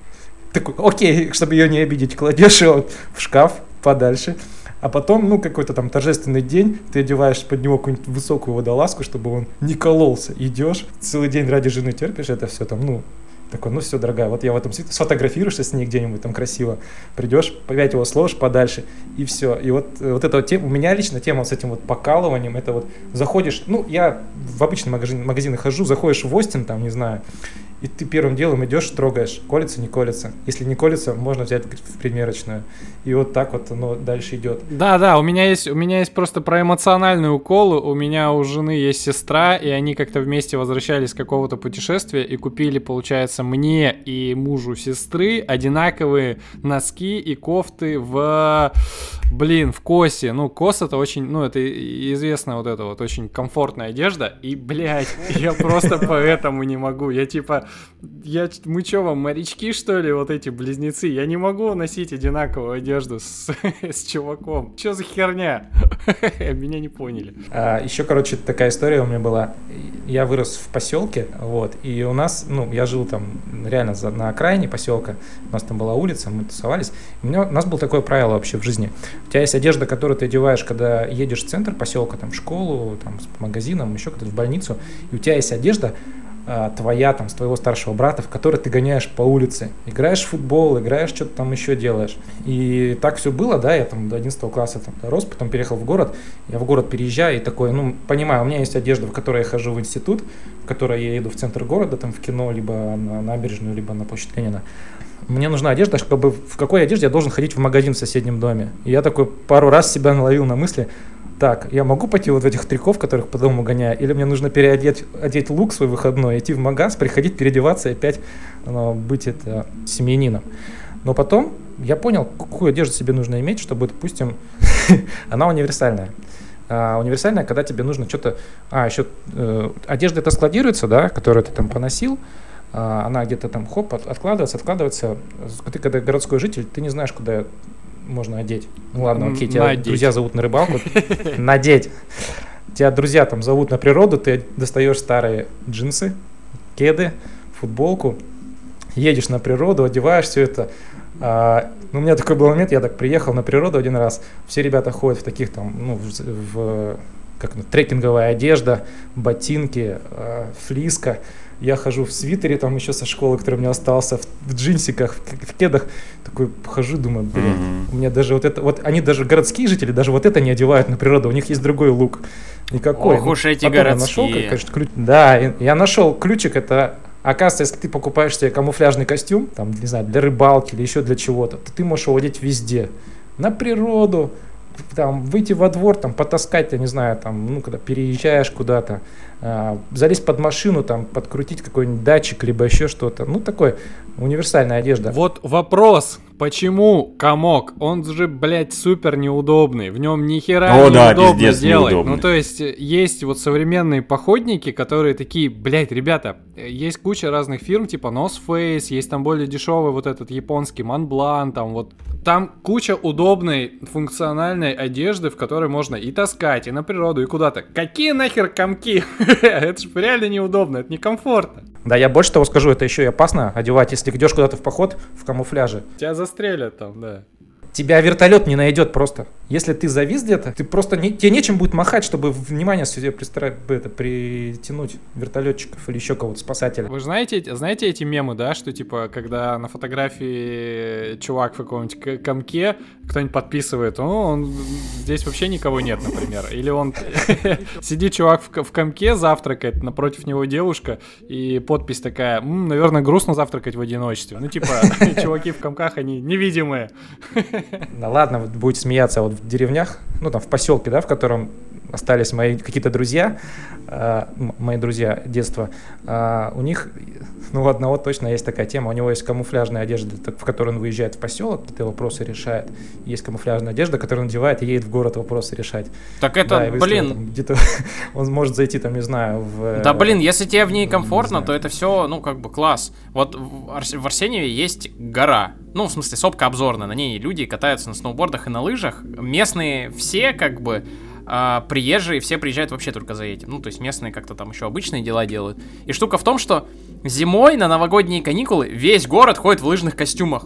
окей, чтобы ее не обидеть, кладешь его в шкаф подальше. А потом, ну, какой-то там торжественный день, ты одеваешь под него какую-нибудь высокую водолазку, чтобы он не кололся. Идешь, целый день ради жены терпишь это все там, ну, такой, ну все, дорогая, вот я в этом свете, сфотографируешься с ней где-нибудь там красиво, придешь, опять его сложишь подальше, и все. И вот эта вот тема, у меня лично тема с этим вот покалыванием, это вот заходишь, ну, я в обычный магазин хожу, заходишь в Остин, там, не знаю, И ты первым делом идешь, трогаешь, колется, не колется. Если не колется, можно взять в примерочную. И вот так вот оно дальше идет. Да, у меня есть просто про эмоциональный укол. У меня у жены есть сестра, и они как-то вместе возвращались с какого-то путешествия и купили, получается, мне и мужу сестры одинаковые носки и кофты в Косе. Ну, Кос это очень, это известная вот эта вот очень комфортная одежда. И, блядь, я просто поэтому не могу. Мы чё вам, морячки, что ли, вот эти близнецы? Я не могу носить одинаковую одежду с чуваком. Чё за херня? Меня не поняли. Еще, такая история у меня была. Я вырос в поселке, вот, и у нас, я жил там реально на окраине поселка. У нас там была улица, мы тусовались. У нас было такое правило вообще в жизни. У тебя есть одежда, которую ты одеваешь, когда едешь в центр поселка, там, в школу, там, с магазином, еще куда-то в больницу. И у тебя есть одежда твоя, там, с твоего старшего брата, в которой ты гоняешь по улице. Играешь в футбол, играешь, что-то там еще делаешь. И так все было, да, я там до 11 класса там дорос, потом переехал в город. Я в город переезжаю и такой, понимаю, у меня есть одежда, в которой я хожу в институт, в которой я иду в центр города, там, в кино, либо на набережную, либо на площадь Ленина. Мне нужна одежда, чтобы в какой одежде я должен ходить в магазин в соседнем доме. И я такой пару раз себя наловил на мысли, так, я могу пойти вот в этих триков, которых по дому гоняю, или мне нужно одеть лук свой выходной, идти в магаз, приходить, переодеваться и опять быть семьянином. Но потом я понял, какую одежду себе нужно иметь, чтобы, допустим, она универсальная. Универсальная, когда тебе нужно что-то... одежда это складируется, да, которую ты там поносил, она где-то там откладывается. Ты когда городской житель, ты не знаешь, куда можно одеть. Ну ладно, окей, тебя друзья зовут на рыбалку. Надеть. Тебя друзья там зовут на природу, ты достаешь старые джинсы, кеды, футболку, едешь на природу, одеваешь все это. У меня такой был момент, я так приехал на природу один раз, все ребята ходят в таких там, трекинговая одежда, ботинки, флиска. Я хожу в свитере, там еще со школы, который у меня остался, в джинсиках, в кедах. Такой хожу, думаю, у меня даже они даже городские жители, даже вот это не одевают на природу, у них есть другой лук. Никакой. Ох уж эти городские. Нашел, конечно, ключ. Да, я нашел ключик, это, оказывается, если ты покупаешь себе камуфляжный костюм, там, не знаю, для рыбалки или еще для чего-то, то ты можешь его одеть везде. На природу, там, выйти во двор, там, потаскать, я не знаю, там, когда переезжаешь куда-то, залезть под машину, там, подкрутить какой-нибудь датчик, либо еще что-то. Такой универсальная одежда. Вот вопрос, почему комок? Он же, блядь, супер неудобный. В нем ни хера неудобно делать. Неудобный. То есть вот современные походники, которые такие, блядь, ребята, есть куча разных фирм, типа North Face, есть там более дешевый вот этот японский Montblanc, там куча удобной, функциональной одежды, в которой можно и таскать, и на природу, и куда-то. Какие нахер комки? Это же реально неудобно, это некомфортно. Да, я больше того скажу, это еще и опасно одевать, если идешь куда-то в поход в камуфляже. Тебя застрелят там, да. Тебя вертолет не найдет просто. Если ты завис где-то, ты просто тебе нечем будет махать, чтобы внимание себе притянуть вертолетчиков или еще кого-то, спасателя. Вы знаете эти мемы, да, что типа, когда на фотографии чувак в каком-нибудь комке, кто-нибудь подписывает, здесь вообще никого нет, например. Или он сидит чувак в комке, завтракает, напротив него девушка, и подпись такая, наверное, грустно завтракать в одиночестве. Чуваки в комках, они невидимые. Да ладно, вы будете смеяться, вот в деревнях, там в поселке, да, в котором остались мои какие-то друзья, мои друзья детства, у них, у одного точно есть такая тема, у него есть камуфляжная одежда, в которой он выезжает в поселок, это вопросы решает, есть камуфляжная одежда, которую он надевает и едет в город вопросы решать. Так это, блин... Где-то он может зайти там, не знаю, в... Да, блин, если тебе в ней комфортно, то это все, класс. Вот в Арсеньеве есть гора, в смысле, сопка обзорная, на ней люди катаются на сноубордах и на лыжах, местные все, приезжие, все приезжают вообще только за этим. То есть местные как-то там еще обычные дела делают. И штука в том, что зимой на новогодние каникулы весь город ходит в лыжных костюмах.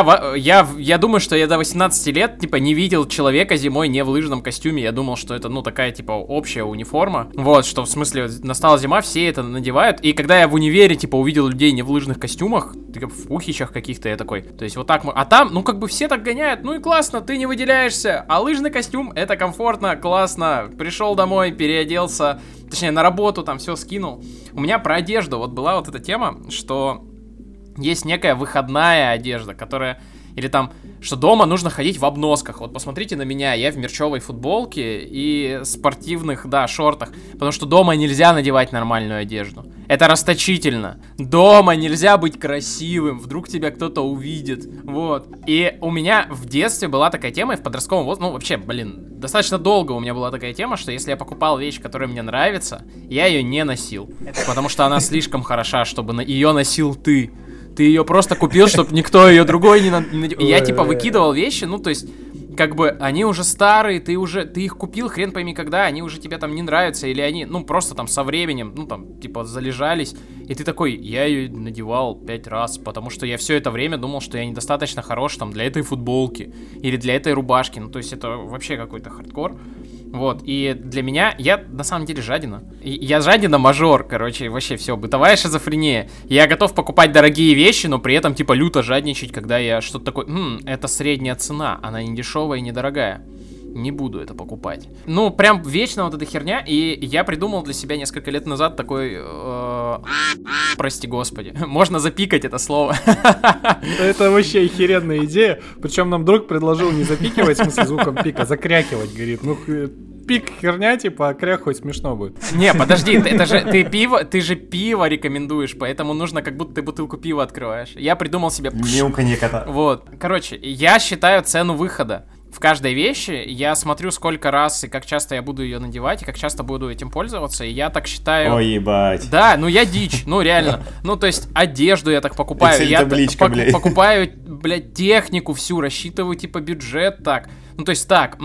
Я думаю, что я до 18 лет, не видел человека зимой не в лыжном костюме. Я думал, что это, такая, общая униформа. Вот, что в смысле, настала зима, все это надевают. И когда я в универе, увидел людей не в лыжных костюмах, в пухичах каких-то, я такой, то есть вот так, а там, все так гоняют, и классно, ты не выделяешься. А лыжный костюм, это комфортно, классно. Пришел домой, переоделся, точнее, на работу там все скинул. У меня про одежду вот была вот эта тема, что есть некая выходная одежда, которая... Или там, что дома нужно ходить в обносках. Вот посмотрите на меня, я в мерчевой футболке и спортивных, да, шортах. Потому что дома нельзя надевать нормальную одежду. Это расточительно. Дома нельзя быть красивым, вдруг тебя кто-то увидит. Вот. И у меня в детстве была такая тема, и в подростковом возрасте, ну вообще, достаточно долго у меня была такая тема, что если я покупал вещь, которая мне нравится, я ее не носил. Потому что она слишком хороша, чтобы ее носил ты. Ты ее просто купил, чтобы никто ее другой не надел. Я типа выкидывал вещи, ну то есть, как бы, они уже старые, ты их купил, хрен пойми когда, они уже тебе там не нравятся, или они, ну просто там со временем, ну там, типа, залежались. И ты такой, я ее надевал 5 раз, потому что я все это время думал, что я недостаточно хорош там для этой футболки или для этой рубашки. Ну то есть это вообще какой-то хардкор. Вот, и для меня, я на самом деле жадина. Я жадина-мажор, короче, вообще все, бытовая шизофрения. Я готов покупать дорогие вещи, но при этом, типа, люто жадничать, когда я что-то такое, это средняя цена, она не дешевая и не дорогая. Не буду это покупать. Ну, прям вечно вот эта херня, и я придумал для себя несколько лет назад такой... Прости господи. Можно запикать это слово. Это вообще охеренная идея. Причем нам друг предложил не запикивать, в смысле звуком пика, а закрякивать. Говорит, ну пик херня, типа, а кряк хоть смешно будет. Не, подожди, это же ты же пиво рекомендуешь, поэтому нужно, как будто ты бутылку пива открываешь. Я придумал себе... Не коньяка. Вот, короче, я считаю цену выхода. В каждой вещи я смотрю, сколько раз и как часто я буду ее надевать, и как часто буду этим пользоваться, и я так считаю... Ой, ебать. Да, ну я дичь, ну реально. Ну, то есть, одежду я так покупаю. Excel-табличка, блядь. Покупаю, блядь, технику всю, рассчитываю, типа, бюджет так. Ну, то есть, так,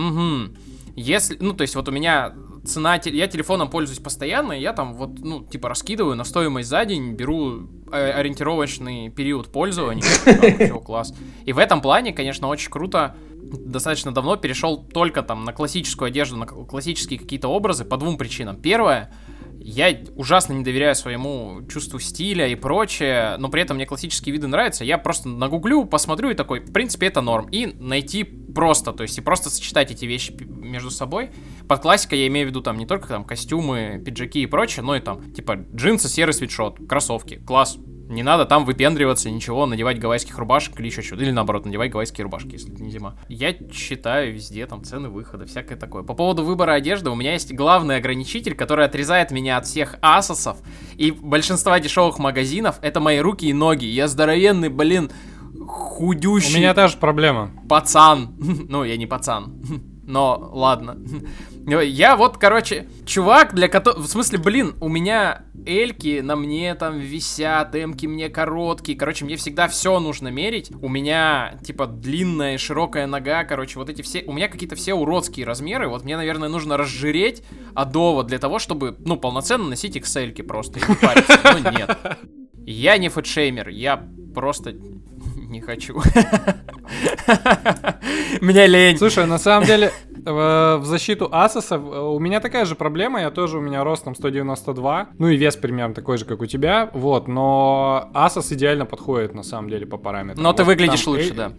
Если, ну, то есть, вот у меня цена... Я телефоном пользуюсь постоянно, и я там вот, ну, типа, раскидываю на стоимость за день, беру ориентировочный период пользования. Все, класс. И в этом плане, конечно, очень круто. Достаточно давно перешел только там на классическую одежду, на классические какие-то образы по двум причинам. Первое, я ужасно не доверяю своему чувству стиля и прочее, но при этом мне классические виды нравятся. Я просто нагуглю, посмотрю и такой, в принципе, это норм. И найти просто, то есть и просто сочетать эти вещи между собой. Под классикой я имею в виду там не только там костюмы, пиджаки и прочее, но и там типа джинсы, серый свитшот, кроссовки. Класс. Не надо там выпендриваться, ничего, надевать гавайских рубашек или еще что-то. Или наоборот, надевать гавайские рубашки, если это не зима. Я считаю везде там цены выхода, всякое такое. По поводу выбора одежды, у меня есть главный ограничитель, который отрезает меня от всех асосов и большинства дешевых магазинов. Это мои руки и ноги. Я здоровенный, худющий. У меня та же проблема. Пацан. Ну, я не пацан. Но ладно. Я вот, короче, чувак, для которого... В смысле, у меня эльки на мне там висят, эмки мне короткие. Короче, мне всегда все нужно мерить. У меня, типа, длинная, широкая нога. Короче, вот эти все... У меня какие-то все уродские размеры. Вот мне, наверное, нужно разжиреть адово для того, чтобы, ну, полноценно носить XL-ки просто. И не париться. Ну, нет. Я не фэтшеймер. Я просто... не хочу. Мне лень. Слушай, на самом деле, в защиту асосов у меня такая же проблема. У меня ростом 192. Ну и вес примерно такой же, как у тебя. Вот, но асос идеально подходит, на самом деле, по параметрам. Но ты выглядишь лучше, да.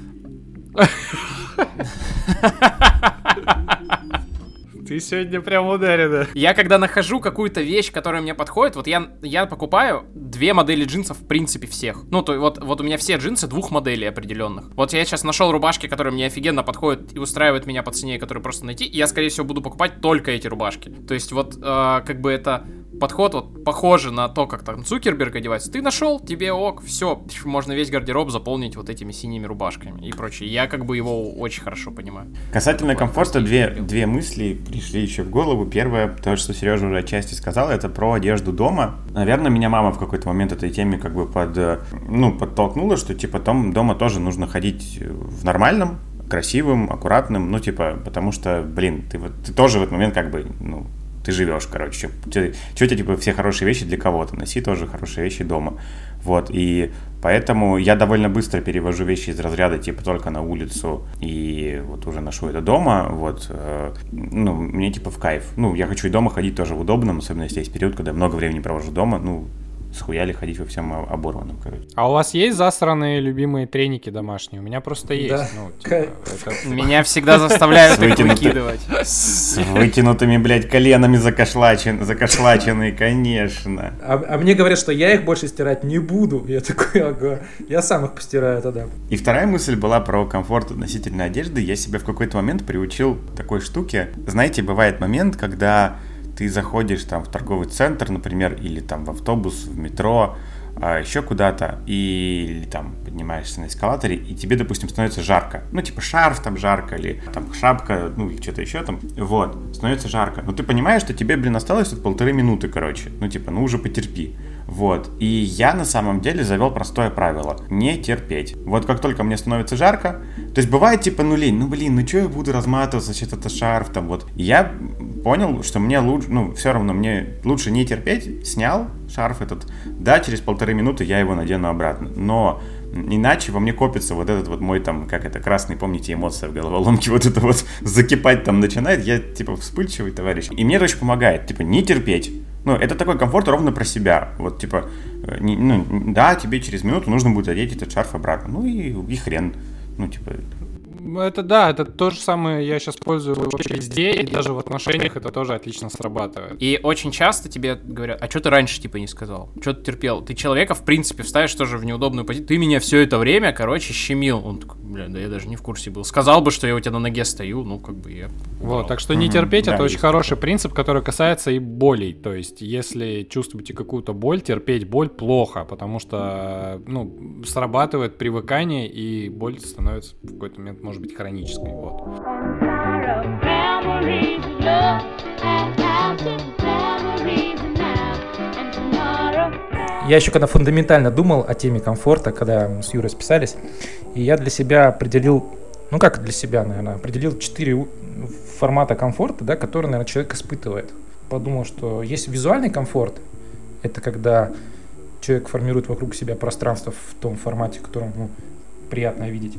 Ты сегодня прям ударена. Я когда нахожу какую-то вещь, которая мне подходит, вот я покупаю 2 модели джинсов в принципе всех. Ну, то вот у меня все джинсы 2 моделей определенных. Вот я сейчас нашел рубашки, которые мне офигенно подходят и устраивают меня по цене, которые просто найти, и я, скорее всего, буду покупать только эти рубашки. То есть вот как бы это подход вот похоже на то, как там Цукерберг одевается. Ты нашел, тебе ок, все, можно весь гардероб заполнить вот этими синими рубашками и прочее. Я как бы его очень хорошо понимаю. Касательно комфорта, две мысли пришли еще в голову. Первое, то, что Сережа уже отчасти сказал, это про одежду дома. Наверное, меня мама в какой-то момент этой теме как бы подтолкнула, что типа дома тоже нужно ходить в нормальном, красивым, аккуратным, ну типа, потому что, ты тоже в этот момент как бы, ты живешь, короче. Чё тебе, типа, все хорошие вещи для кого-то? Носи тоже хорошие вещи дома. Вот, и поэтому я довольно быстро перевожу вещи из разряда, типа, только на улицу, и вот уже ношу это дома, вот. Мне, типа, в кайф. Я хочу и дома ходить тоже в удобном, особенно если есть период, когда я много времени провожу дома, схуяли ходить во всем оборванном, короче. А у вас есть засранные любимые треники домашние? У меня просто есть. Да. Ну, типа, это... Меня всегда заставляют их выкидывать. С вытянутыми, блядь, коленами закошлаченные, конечно. А мне говорят, что я их больше стирать не буду. Я такой, ага, я сам их постираю тогда. И вторая мысль была про комфорт относительно одежды. Я себя в какой-то момент приучил к такой штуке. Знаете, бывает момент, когда ты заходишь там в торговый центр, например, или там в автобус, в метро, еще куда-то, или там поднимаешься на эскалаторе, и тебе, допустим, становится жарко. Ну, типа шарф там жарко, или там шапка, ну, или что-то еще там. Вот, становится жарко. Но ты понимаешь, что тебе, осталось тут 1,5 минуты, короче. Ну, типа, ну, уже потерпи. Вот. И я на самом деле завел простое правило. Не терпеть. Вот как только мне становится жарко, то есть бывает типа, ну лень, ну блин, ну что я буду разматываться, что-то шарф там вот. И я понял, что мне лучше, ну все равно мне лучше не терпеть, снял шарф этот, да, через 1,5 минуты я его надену обратно. Но иначе во мне копится вот этот вот мой там, как это, красный, помните, эмоция в головоломке, вот это вот закипать там начинает. Я типа вспыльчивый товарищ. И мне это очень помогает, типа не терпеть. Ну, это такой комфорт ровно про себя. Вот, типа, да, тебе через минуту нужно будет одеть этот шарф обратно. Ну и хрен. Ну, типа... Это да, это то же самое я сейчас пользую вообще везде, и даже в отношениях это тоже отлично срабатывает. И очень часто тебе говорят, а что ты раньше типа не сказал? Что ты терпел? Ты человека, в принципе, вставишь тоже в неудобную позицию. Ты меня все это время, короче, щемил. Он такой, бля, да я даже не в курсе был. Сказал бы, что я у тебя на ноге стою, ну, как бы я... Вот, так что не терпеть, да, это очень есть хороший принцип, который касается и болей. То есть, если чувствуете какую-то боль, терпеть боль плохо, потому что, ну, срабатывает привыкание, и боль становится в какой-то момент, может быть, хронической. Вот. Я еще когда фундаментально думал о теме комфорта, когда мы с Юрой списались, и я для себя определил, ну как для себя, наверное, определил 4 формата комфорта, да, которые, наверное, человек испытывает. Подумал, что есть визуальный комфорт, это когда человек формирует вокруг себя пространство в том формате, в котором ему приятно видеть.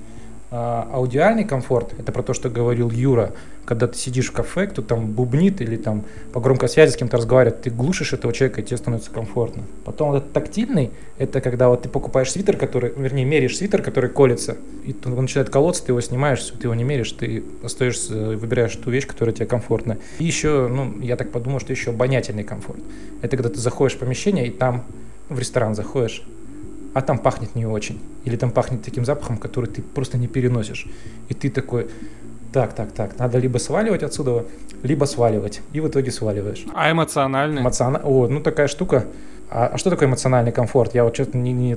А аудиальный комфорт, это про то, что говорил Юра, когда ты сидишь в кафе, кто там бубнит или там по громкой связи с кем-то разговаривает, ты глушишь этого человека, и тебе становится комфортно. Потом вот этот тактильный, это когда вот ты покупаешь свитер, который, вернее, меряешь свитер, который колется, и он начинает колоться, ты его снимаешь, все, ты его не меряешь, ты остаешься, выбираешь ту вещь, которая тебе комфортна. И еще, ну, я так подумал, что еще обонятельный комфорт. Это когда ты заходишь в помещение, и там в ресторан заходишь, а там пахнет не очень. Или там пахнет таким запахом, который ты просто не переносишь. И ты такой, так, надо либо сваливать отсюда, либо сваливать. И в итоге сваливаешь. А эмоциональный? О, ну такая штука. А что такое эмоциональный комфорт? Я вот что-то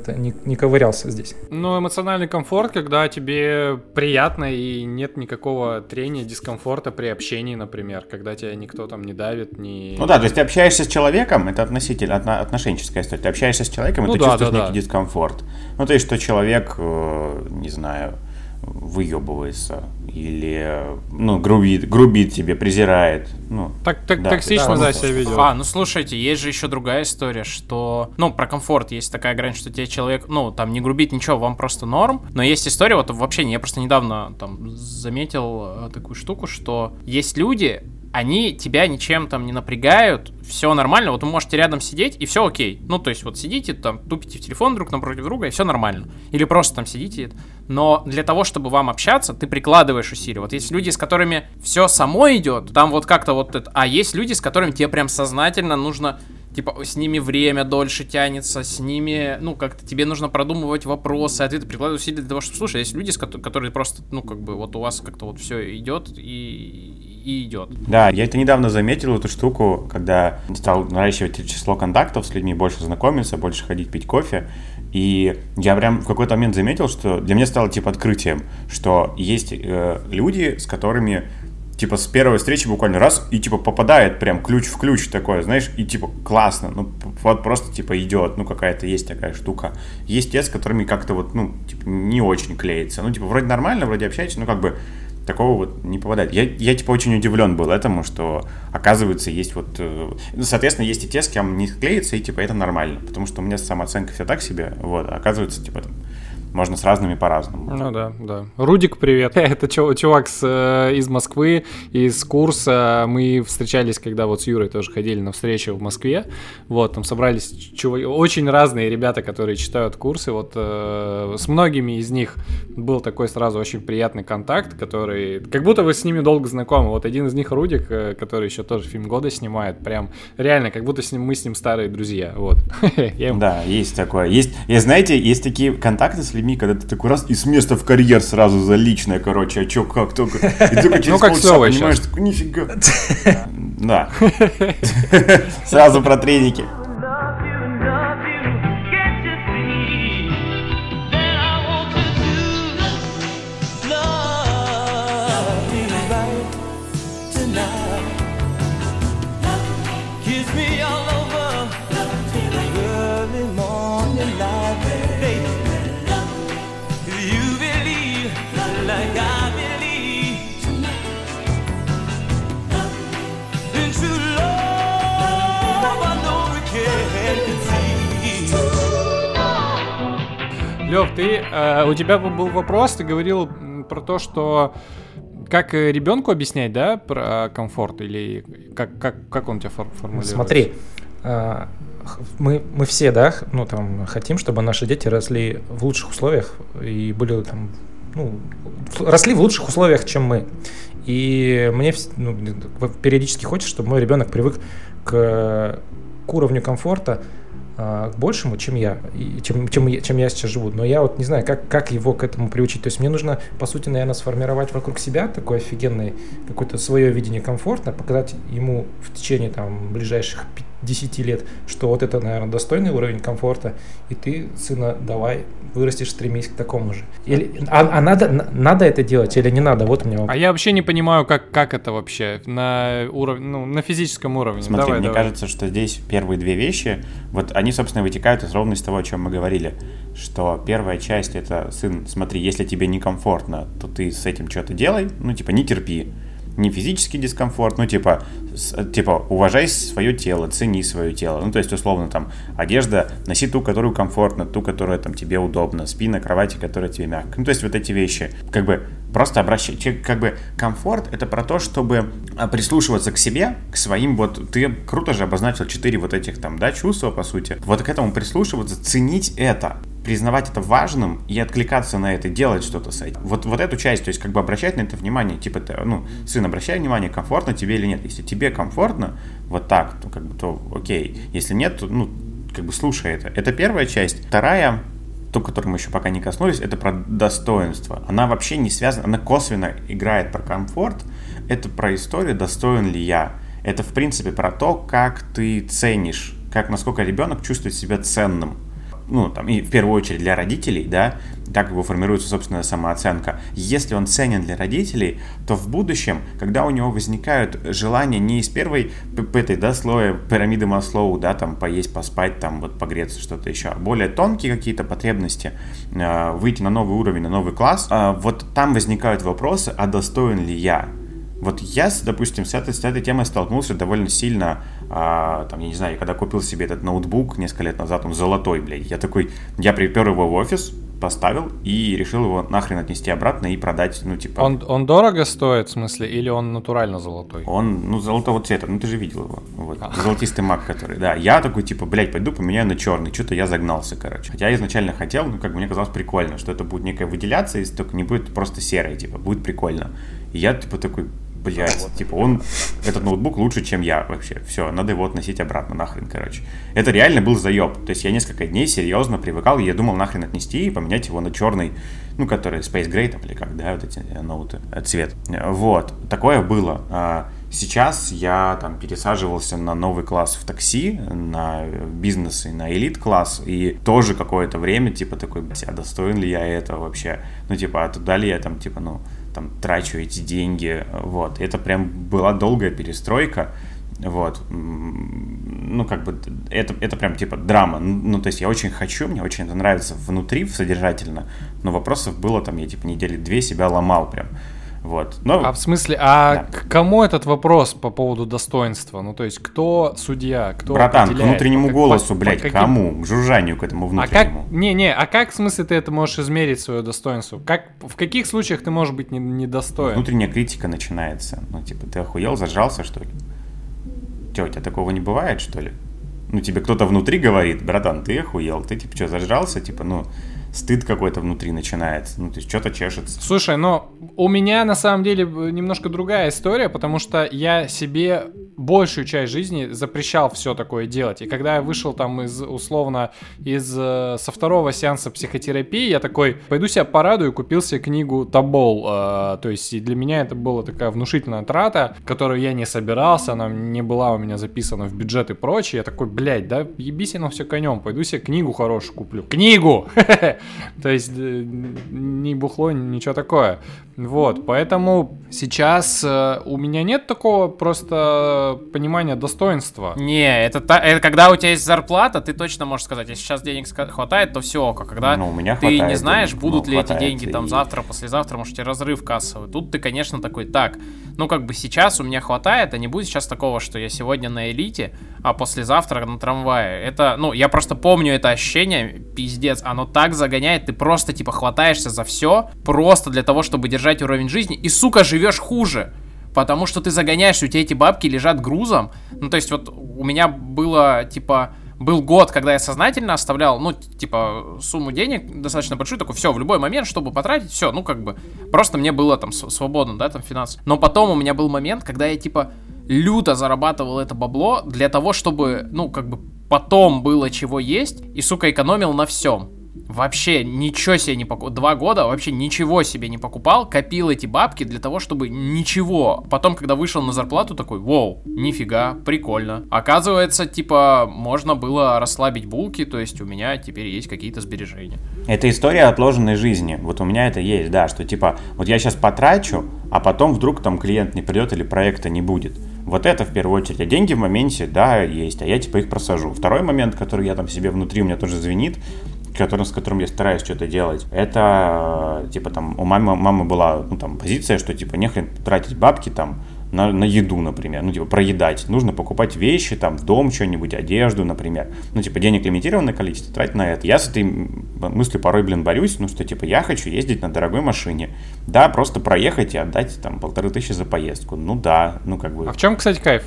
не ковырялся здесь. Ну, эмоциональный комфорт, когда тебе приятно и нет никакого трения, дискомфорта при общении, например, когда тебя никто там не давит, не... Ну да, то есть ты общаешься с человеком, это отношенческая история. Ты общаешься с человеком, и ты чувствуешь некий дискомфорт. Ну, то есть, что человек, не знаю, выебывается или, ну, грубит тебе, презирает. Ну, токсично, да, себя ведет. Ну слушайте, есть же еще другая история, что, ну, про комфорт есть такая грань, что тебе человек, ну, там, не грубит ничего, вам просто норм, но есть история, вот вообще, я просто недавно там заметил такую штуку, что есть люди, они тебя ничем там не напрягают, все нормально, вот вы можете рядом сидеть, и все окей. Ну, то есть, вот сидите там, тупите в телефон друг напротив друга, и все нормально. Или просто там сидите. Но для того, чтобы вам общаться, ты прикладываешь усилия. Вот есть люди, с которыми все само идет, там вот как-то вот это. А есть люди, с которыми тебе прям сознательно нужно, типа, с ними время дольше тянется, с ними, ну, как-то тебе нужно продумывать вопросы, ответы, прикладывать усилия для того, чтобы слушать. Есть люди, которые просто, ну, как бы, вот у вас как-то вот все идет и идет. Да, я это недавно заметил, эту штуку, когда стал наращивать число контактов с людьми, больше знакомиться, больше ходить пить кофе. И я прям в какой-то момент заметил, что для меня стало типа открытием, что есть люди, с которыми типа с первой встречи буквально раз и типа попадает прям ключ в ключ такое, знаешь, и типа классно, ну вот просто типа идет, ну какая-то есть такая штука. Есть те, с которыми как-то вот, ну, типа не очень клеится, ну типа вроде нормально, вроде общаетесь, но как бы такого вот не попадает. Я типа очень удивлен был этому, что оказывается есть вот... соответственно, есть и те, с кем не клеится, и типа это нормально. Потому что у меня самооценка вся так себе, вот, а оказывается, типа там можно с разными по-разному. Ну да. Рудик, привет. Это чувак из Москвы, из курса. Мы встречались, когда вот с Юрой тоже ходили на встречу в Москве. Вот, там собрались очень разные ребята, которые читают курсы. Вот с многими из них был такой сразу очень приятный контакт, который... Как будто вы с ними долго знакомы. Вот один из них Рудик, который еще тоже фильм года снимает. Прям реально, как будто мы с ним старые друзья. Вот. Да, есть такое. Знаете, есть такие контакты с людьми, когда ты такой раз и с места в карьер сразу за личное, короче, а чё, как, только. И только через полчаса понимаешь, такой, нифига. Да. Сразу про треники. Лёв, у тебя был вопрос, ты говорил про то, что как ребенку объяснять, да, про комфорт, или как он тебя формулирует? Смотри, мы все, да, ну там хотим, чтобы наши дети росли в лучших условиях и были там, ну, росли в лучших условиях, чем мы. И мне периодически хочется, чтобы мой ребенок привык к уровню комфорта, к большему, чем я, чем я сейчас живу. Но я вот не знаю, как его к этому приучить. То есть мне нужно, по сути, наверное, сформировать вокруг себя такое офигенное какое-то свое видение комфорта, показать ему в течение там ближайших 10 лет, что вот это, наверное, достойный уровень комфорта, и ты, сына, давай, вырастешь, стремись к такому же. Надо это делать или не надо? Вот у меня вопрос. А я вообще не понимаю, как это вообще на физическом уровне. Смотри, мне кажется, что здесь первые две вещи, вот они, собственно, вытекают ровно из того, о чем мы говорили, что первая часть — это, сын, смотри, если тебе некомфортно, то ты с этим что-то делай, ну, типа, не терпи. Не физический дискомфорт, ну, типа, уважай свое тело, цени свое тело. Ну, то есть, условно, там, одежда, носи ту, которую комфортно, ту, которая там тебе удобно, спи на кровати, которая тебе мягко. Ну, то есть, вот эти вещи, как бы, просто обращай. Как бы, комфорт — это про то, чтобы прислушиваться к себе, к своим, вот, ты круто же обозначил 4 вот этих там, да, чувства, по сути. Вот к этому прислушиваться, ценить это, признавать это важным и откликаться на это, делать что-то с этим. Вот эту часть, то есть как бы обращать на это внимание, типа, ну, сын, обращай внимание, комфортно тебе или нет. Если тебе комфортно, вот так, то как бы, то окей. Если нет, то, ну, как бы слушай это. Это первая часть. Вторая, ту, которую мы еще пока не коснулись, это про достоинство. Она вообще не связана, она косвенно играет про комфорт. Это про историю, достоин ли я. Это, в принципе, про то, как ты ценишь, насколько ребенок чувствует себя ценным. Ну, там, и в первую очередь для родителей, да, так его формируется собственная самооценка. Если он ценен для родителей, то в будущем, когда у него возникают желания не из первой этой, да, слоя пирамиды Маслоу, да, там, поесть, поспать, там, вот, погреться, что-то еще, а более тонкие какие-то потребности, выйти на новый уровень, на новый класс, вот там возникают вопросы, а достоин ли я? Вот я, допустим, с этой темой столкнулся довольно сильно, там, я не знаю, когда купил себе этот ноутбук несколько лет назад, он золотой, блядь, я припер его в офис, поставил и решил его нахрен отнести обратно и продать, ну, типа... Он дорого стоит, в смысле, или он натурально золотой? Он, ну, золотого цвета, ну, ты же видел его, вот, золотистый маг, который, да, я такой, типа, блядь, пойду поменяю на черный, что-то я загнался, короче. Хотя я изначально хотел, ну, как бы мне казалось прикольно, что это будет некая выделяться, если только не будет просто серое, типа, будет прикольно. И я, типа, такой... Блять, типа этот ноутбук лучше, чем я вообще. Все, надо его относить обратно нахрен, короче. Это реально был заеб. То есть я несколько дней серьезно привыкал, и я думал нахрен отнести и поменять его на черный, ну, который Space Gray, там, или как, да, вот эти ноуты, цвет. Вот, такое было. Сейчас я там пересаживался на новый класс в такси, на бизнес и на элит-класс, и тоже какое-то время, типа, такой, блядь, а достоин ли я этого вообще? Ну, типа, а туда ли я там, типа, ну, там, трачу эти деньги, вот. Это прям была долгая перестройка, вот. Ну, как бы, это прям, типа, драма. Ну, то есть я очень хочу, мне очень это нравится внутри, содержательно, но вопросов было там, я, типа, недели 2 себя ломал прям. Вот. Но... А в смысле, Да. к кому этот вопрос по поводу достоинства? Ну, то есть, кто судья, кто Братан, к определяет? внутреннему голосу, по блядь, каким- кому? К жужжанию, к этому А как, внутреннему. а как, в смысле, ты это можешь измерить, свое достоинство? В каких случаях ты можешь быть недостоин? Внутренняя критика начинается. Ну, типа, ты охуел, зажрался, что ли? Чё, у тебя такого не бывает, что ли? Ну, тебе кто-то внутри говорит, братан, ты охуел, ты, типа, что, зажрался? Типа, ну, стыд какой-то внутри начинается, ну, то есть что-то чешется. Слушай, но у меня на самом деле немножко другая история, потому что я себе большую часть жизни запрещал все такое делать. И когда я вышел там со второго сеанса психотерапии, я такой, пойду себя порадую, купил себе книгу Тобол. То есть и для меня это была такая внушительная трата, которую я не собирался, она не была у меня записана в бюджет и прочее. Я такой, блядь, да ебись оно все конем, пойду себе книгу хорошую куплю. Книгу! То есть ни бухло, ничего такое. Вот, поэтому сейчас у меня нет такого просто понимания достоинства. Не, это когда у тебя есть зарплата, ты точно можешь сказать, если сейчас денег хватает, то все ок. А когда Ну, у меня ты хватает не знаешь, денег, будут ну, ли эти хватает, деньги там и- завтра, послезавтра, может, у тебя разрыв кассовый. Тут ты, конечно, такой, так, ну как бы сейчас у меня хватает, а не будет сейчас такого, что я сегодня на элите, а послезавтра на трамвае. Это, ну, я просто помню это ощущение, пиздец, оно так загоняет, ты просто, типа, хватаешься за все, просто для того, чтобы держать уровень жизни, и, сука, живешь хуже. Потому что ты загоняешься, у тебя эти бабки лежат грузом. Ну, то есть, вот у меня было, типа, был год, когда я сознательно оставлял, ну, типа, сумму денег достаточно большую, такой, все, в любой момент, чтобы потратить, все, ну, как бы, просто мне было там свободно, да, там, финансово. Но потом у меня был момент, когда я, типа, люто зарабатывал это бабло для того, чтобы, ну, как бы, потом было чего есть, и, сука, экономил на всем. Вообще ничего себе не покупал. 2 года вообще ничего себе не покупал. Копил эти бабки для того, чтобы ничего. Потом, когда вышел на зарплату, такой, вау, нифига, прикольно. Оказывается, типа, можно было расслабить булки, то есть у меня теперь есть какие-то сбережения. Это история отложенной жизни. Вот у меня это есть, да, что типа, вот я сейчас потрачу, а потом вдруг там клиент не придет или проекта не будет. Вот это в первую очередь. А деньги в моменте, да, есть, а я типа их просажу. Второй момент, который я там себе внутри, у меня тоже звенит, с которым я стараюсь что-то делать, это, типа, там, у мамы была, ну, там, позиция, что, типа, нехрен тратить бабки, там, на еду, например, ну, типа, проедать. Нужно покупать вещи, там, в дом что-нибудь, одежду, например. Ну, типа, денег лимитированное количество, тратить на это. Я с этой мыслью порой, борюсь, ну, что, типа, я хочу ездить на дорогой машине. Да, просто проехать и отдать, там, 1500 за поездку. Ну, да, ну, как бы... А в чем, кстати, кайф?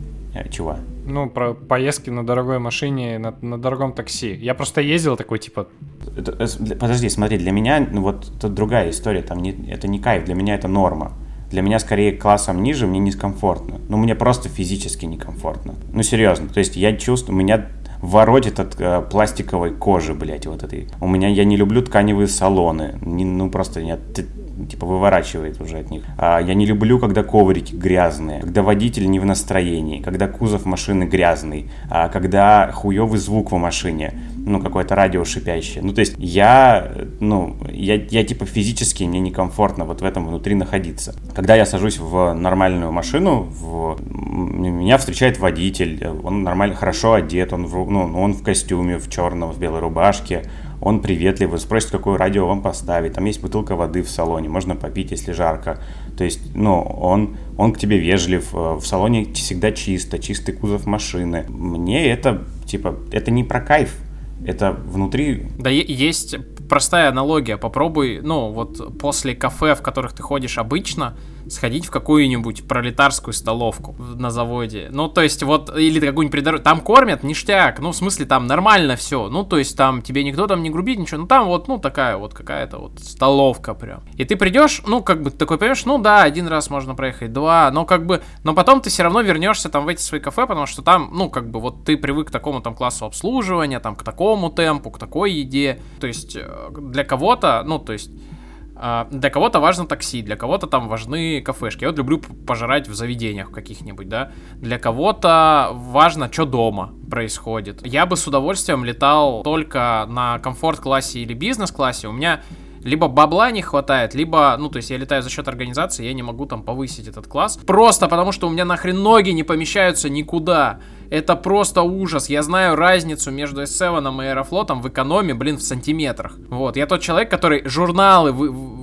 Чего? Ну, про поездки на дорогой машине, на дорогом такси. Я просто ездил такой, типа... Подожди, смотри, для меня, ну, вот это другая история, там это не кайф, для меня это норма. Для меня скорее классом ниже, мне дискомфортно. Ну, мне просто физически некомфортно. Ну, серьезно, то есть я чувствую, меня воротит от пластиковой кожи, блядь, вот этой. Я не люблю тканевые салоны, ну, просто меня типа выворачивает уже от них. Я не люблю, когда коврики грязные, когда водитель не в настроении, когда кузов машины грязный, когда хуёвый звук в машине, ну, какое-то радио шипящее. Ну, то есть я типа физически, мне некомфортно вот в этом внутри находиться. Когда я сажусь в нормальную машину, меня встречает водитель, он нормально, хорошо одет, он в костюме, в черном, в белой рубашке, он приветливый, спросит, какое радио вам поставить, там есть бутылка воды в салоне, можно попить, если жарко. То есть, ну, он к тебе вежлив, в салоне всегда чистый кузов машины. Мне это, типа, это не про кайф, это внутри... Да, есть простая аналогия. Попробуй, ну, вот после кафе, в которых ты ходишь обычно, сходить в какую-нибудь пролетарскую столовку на заводе. Ну, то есть, вот, или какую-нибудь придорожную. Там кормят ништяк, ну, в смысле, там нормально все. Ну, то есть, там тебе никто там не грубит, ничего. Ну, там вот, ну, такая вот какая-то вот столовка прям. И ты придешь, ну, как бы, ты такой понимаешь, ну, да, 1 раз можно проехать, 2, но как бы, но потом ты все равно вернешься там в эти свои кафе, потому что там, ну, как бы, вот ты привык к такому там классу обслуживания, там, к такому темпу, к такой еде. То есть, для кого-то, ну, то есть, для кого-то важно такси, для кого-то там важны кафешки. Я вот люблю пожрать в заведениях каких-нибудь, да. Для кого-то важно, что дома происходит. Я бы с удовольствием летал только на комфорт-классе или бизнес-классе. У меня либо бабла не хватает, либо, ну, то есть я летаю за счет организации, я не могу там повысить этот класс. Просто потому, что у меня нахрен ноги не помещаются никуда. Это просто ужас. Я знаю разницу между S7 и Аэрофлотом в экономе, блин, в сантиметрах. Вот, я тот человек, который журналы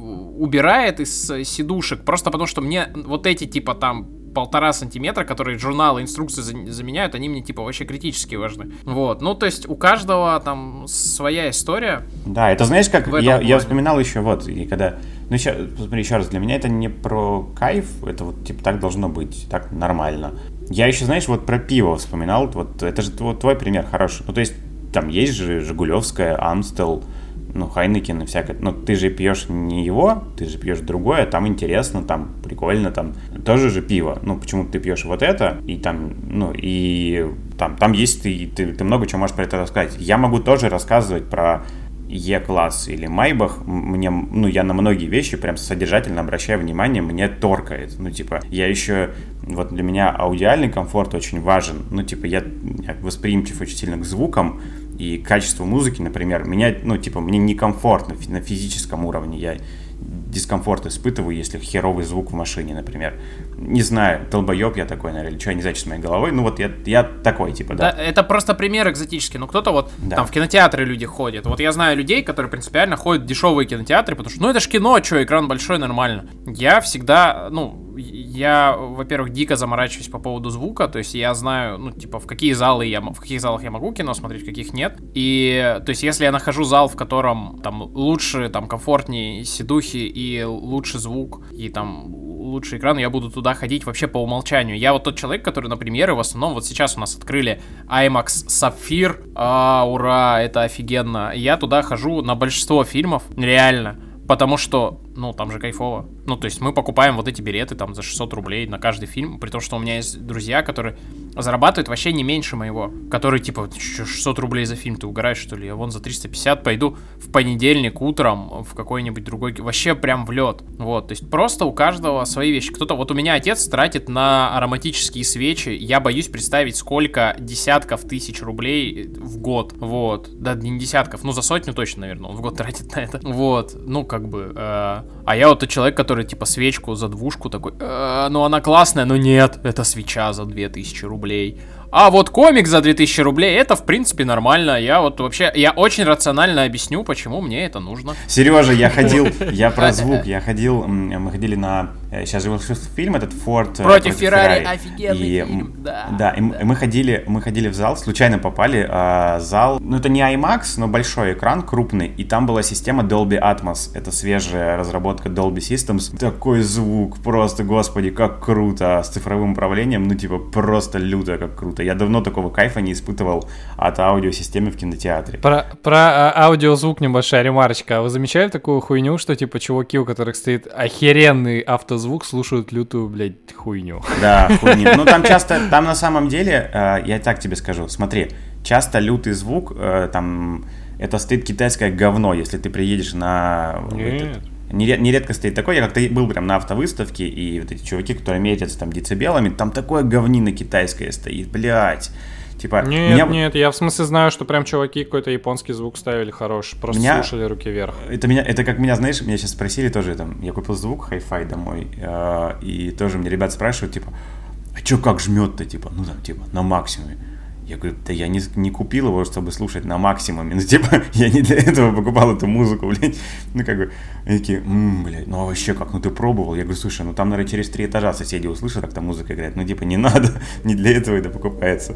убирает из сидушек, просто потому что мне вот эти, типа, там, 1,5 сантиметра, которые журналы, инструкции заменяют, они мне, типа, вообще критически важны. Вот, ну, то есть у каждого там своя история. Да, это знаешь, как я вспоминал еще, вот, и когда... Ну, сейчас, посмотри, еще раз, для меня это не про кайф, это вот, типа, так должно быть, так нормально. Я еще, знаешь, вот про пиво вспоминал, вот, это же вот твой пример хороший. Ну, то есть, там есть же Жигулевская, Амстел, ну, Хайнекен и всякое. Но ты же пьешь не его, ты же пьешь другое, там интересно, там прикольно, там тоже же пиво. Ну, почему ты пьешь вот это, и там, ну, и там есть, ты много чего можешь про это рассказать. Я могу тоже рассказывать про Е-класс или Майбах. Мне, ну, я на многие вещи прям содержательно обращаю внимание, мне торкает. Ну, типа, я еще, вот для меня аудиальный комфорт очень важен. Ну, типа, я восприимчив очень сильно к звукам, и качество музыки, например, меня, ну, типа, мне некомфортно на физическом уровне, я дискомфорт испытываю, если херовый звук в машине, например. Не знаю, долбоеб я такой, наверное, или что, я не знаю, что с моей головой, ну, вот я такой, типа, да. Да, это просто пример экзотический, ну, кто-то вот, там, в кинотеатры люди ходят, вот я знаю людей, которые принципиально ходят в дешевые кинотеатры, потому что, ну, это ж кино, что, экран большой, нормально. Я всегда, ну, я, во-первых, дико заморачиваюсь по поводу звука, то есть я знаю, ну, типа, в каких залах я могу кино смотреть, в каких нет, и, то есть, если я нахожу зал, в котором, там, лучше, там, комфортнее сидухи и лучше звук, и, там, лучший экран, я буду туда ходить вообще по умолчанию. Я вот тот человек, который на премьеры в основном, вот сейчас у нас открыли IMAX Sapphire, ура, это офигенно, я туда хожу на большинство фильмов, реально, потому что, ну, там же кайфово. Ну, то есть мы покупаем вот эти билеты там за 600 рублей на каждый фильм, при том, что у меня есть друзья, которые зарабатывают вообще не меньше моего, которые, типа, 600 рублей за фильм, ты угораешь, что ли? Я вон за 350 пойду в понедельник утром в какой-нибудь другой, вообще прям в лед. Вот, то есть просто у каждого свои вещи. Кто-то, вот у меня отец тратит на ароматические свечи, я боюсь представить, сколько десятков тысяч рублей в год, вот, да, не десятков, ну, за 100 точно, наверное, он в год тратит на это, вот, ну, как бы, а я вот тот человек, который, типа, свечку за 2 такой, ну, она классная, но нет, это свеча за 2000 рублей. А вот комик за 2000 рублей, это, в принципе, нормально. Я вот вообще, я очень рационально объясню, почему мне это нужно. Сережа, я про звук, мы ходили на, сейчас же вышел фильм этот «Форд против Феррари», офигенный фильм, да. Да, и мы ходили в зал, случайно попали, зал, ну это не IMAX, но большой экран, крупный, и там была система Dolby Atmos, это свежая разработка Dolby Systems. Такой звук, просто, господи, как круто, с цифровым управлением, ну типа просто люто как круто. Я давно такого кайфа не испытывал от аудиосистемы в кинотеатре. Про аудиозвук небольшая ремарочка. А вы замечали такую хуйню, что типа чуваки, у которых стоит охеренный автозвук, слушают лютую, блядь, хуйню? Да, хуйню. Ну там часто, там на самом деле, я так тебе скажу, смотри, часто лютый звук, там, это стоит китайское говно, если ты приедешь на... Нередко стоит такое, я как-то был прям на автовыставке, и вот эти чуваки, которые мерятся там децибелами, там такое говнино китайское стоит, блядь. Типа, нет, я в смысле знаю, что прям чуваки какой-то японский звук ставили хороший, просто слушали руки вверх. Это как меня, знаешь, меня сейчас спросили тоже, там, я купил звук хай-фай домой, и тоже мне ребята спрашивают, типа, а чё как жмет-то, типа, ну там, типа, на максимуме. Я говорю, да я не купил его, чтобы слушать на максимуме. Ну, типа, я не для этого покупал эту музыку, блядь. Ну, как бы, они такие, блядь, ну, а вообще как, ну, ты пробовал? Я говорю, слушай, ну, там, наверное, через 3 этажа соседи услышат, как там музыка играет. Ну, типа, не надо, не для этого это покупается.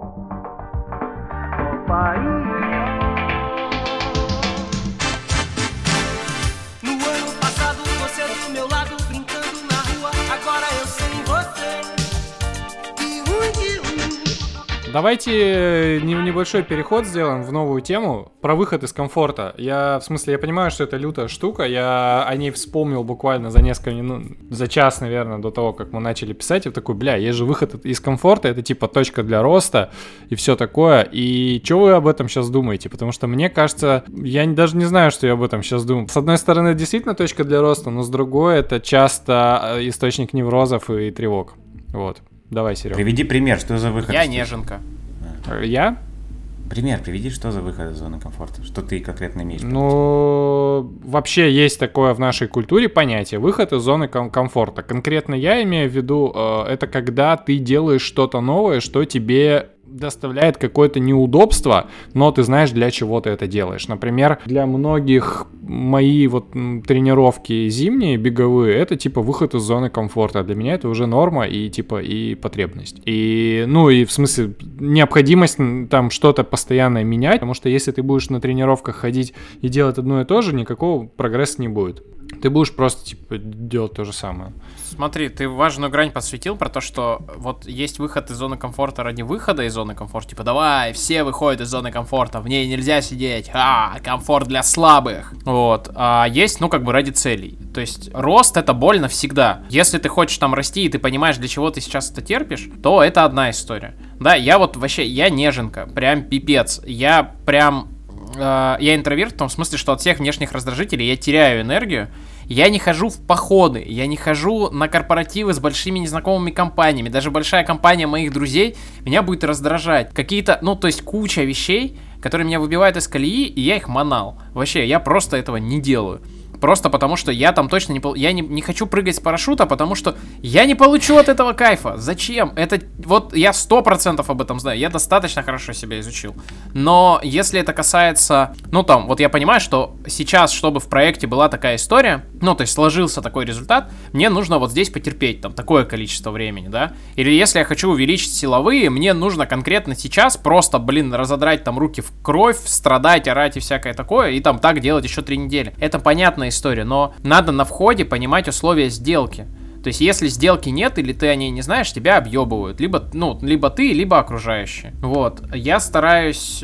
Давайте небольшой переход сделаем в новую тему про выход из комфорта. Я понимаю, что это лютая штука. Я о ней вспомнил буквально за несколько минут, за час, наверное, до того, как мы начали писать. Я такой, есть же выход из комфорта, это типа точка для роста и все такое. И что вы об этом сейчас думаете? Потому что мне кажется, я даже не знаю, что я об этом сейчас думаю. С одной стороны, это действительно точка для роста, но с другой, это часто источник неврозов и тревог. Вот. Давай, Серега. Приведи пример, что за выход? Я неженка. Я? Пример приведи, что за выход из зоны комфорта? Что ты конкретно имеешь? Ну, вообще есть такое в нашей культуре понятие выход из зоны комфорта. Конкретно я имею в виду, это когда ты делаешь что-то новое, что тебе доставляет какое-то неудобство, но ты знаешь, для чего ты это делаешь. Например, для многих мои вот тренировки зимние, беговые, это типа выход из зоны комфорта. Для меня это уже норма и типа и потребность. И, ну и в смысле необходимость там что-то постоянно менять, потому что если ты будешь на тренировках ходить и делать одно и то же, никакого прогресса не будет. Ты будешь просто типа делать то же самое. Смотри, ты важную грань подсветил про то, что вот есть выход из зоны комфорта ради выхода из зоны комфорта. Типа, давай, все выходят из зоны комфорта, в ней нельзя сидеть. Комфорт для слабых. Вот. А есть, ну, как бы ради целей. То есть рост — это больно всегда. Если ты хочешь там расти, и ты понимаешь, для чего ты сейчас это терпишь, то это одна история. Да, я вот вообще, я неженка, прям пипец. Я интроверт в том смысле, что от всех внешних раздражителей я теряю энергию. Я не хожу в походы, я не хожу на корпоративы с большими незнакомыми компаниями. Даже большая компания моих друзей меня будет раздражать. Какие-то, ну, то есть куча вещей, которые меня выбивают из колеи, и я их манал. Вообще, я просто этого не делаю. Просто потому, что я там точно не хочу прыгать с парашюта, потому что я не получу от этого кайфа. Зачем? Это вот я 100% об этом знаю. Я достаточно хорошо себя изучил. Но если это касается, ну там, вот я понимаю, что сейчас, чтобы в проекте была такая история, ну то есть сложился такой результат, мне нужно вот здесь потерпеть там такое количество времени, да? Или если я хочу увеличить силовые, мне нужно конкретно сейчас просто, разодрать там руки в кровь, страдать, орать и всякое такое, и там так делать еще 3 недели. Это понятная история, но надо на входе понимать условия сделки. То есть, если сделки нет, или ты о ней не знаешь, тебя объебывают. Либо ты, либо окружающие. Вот. Я стараюсь,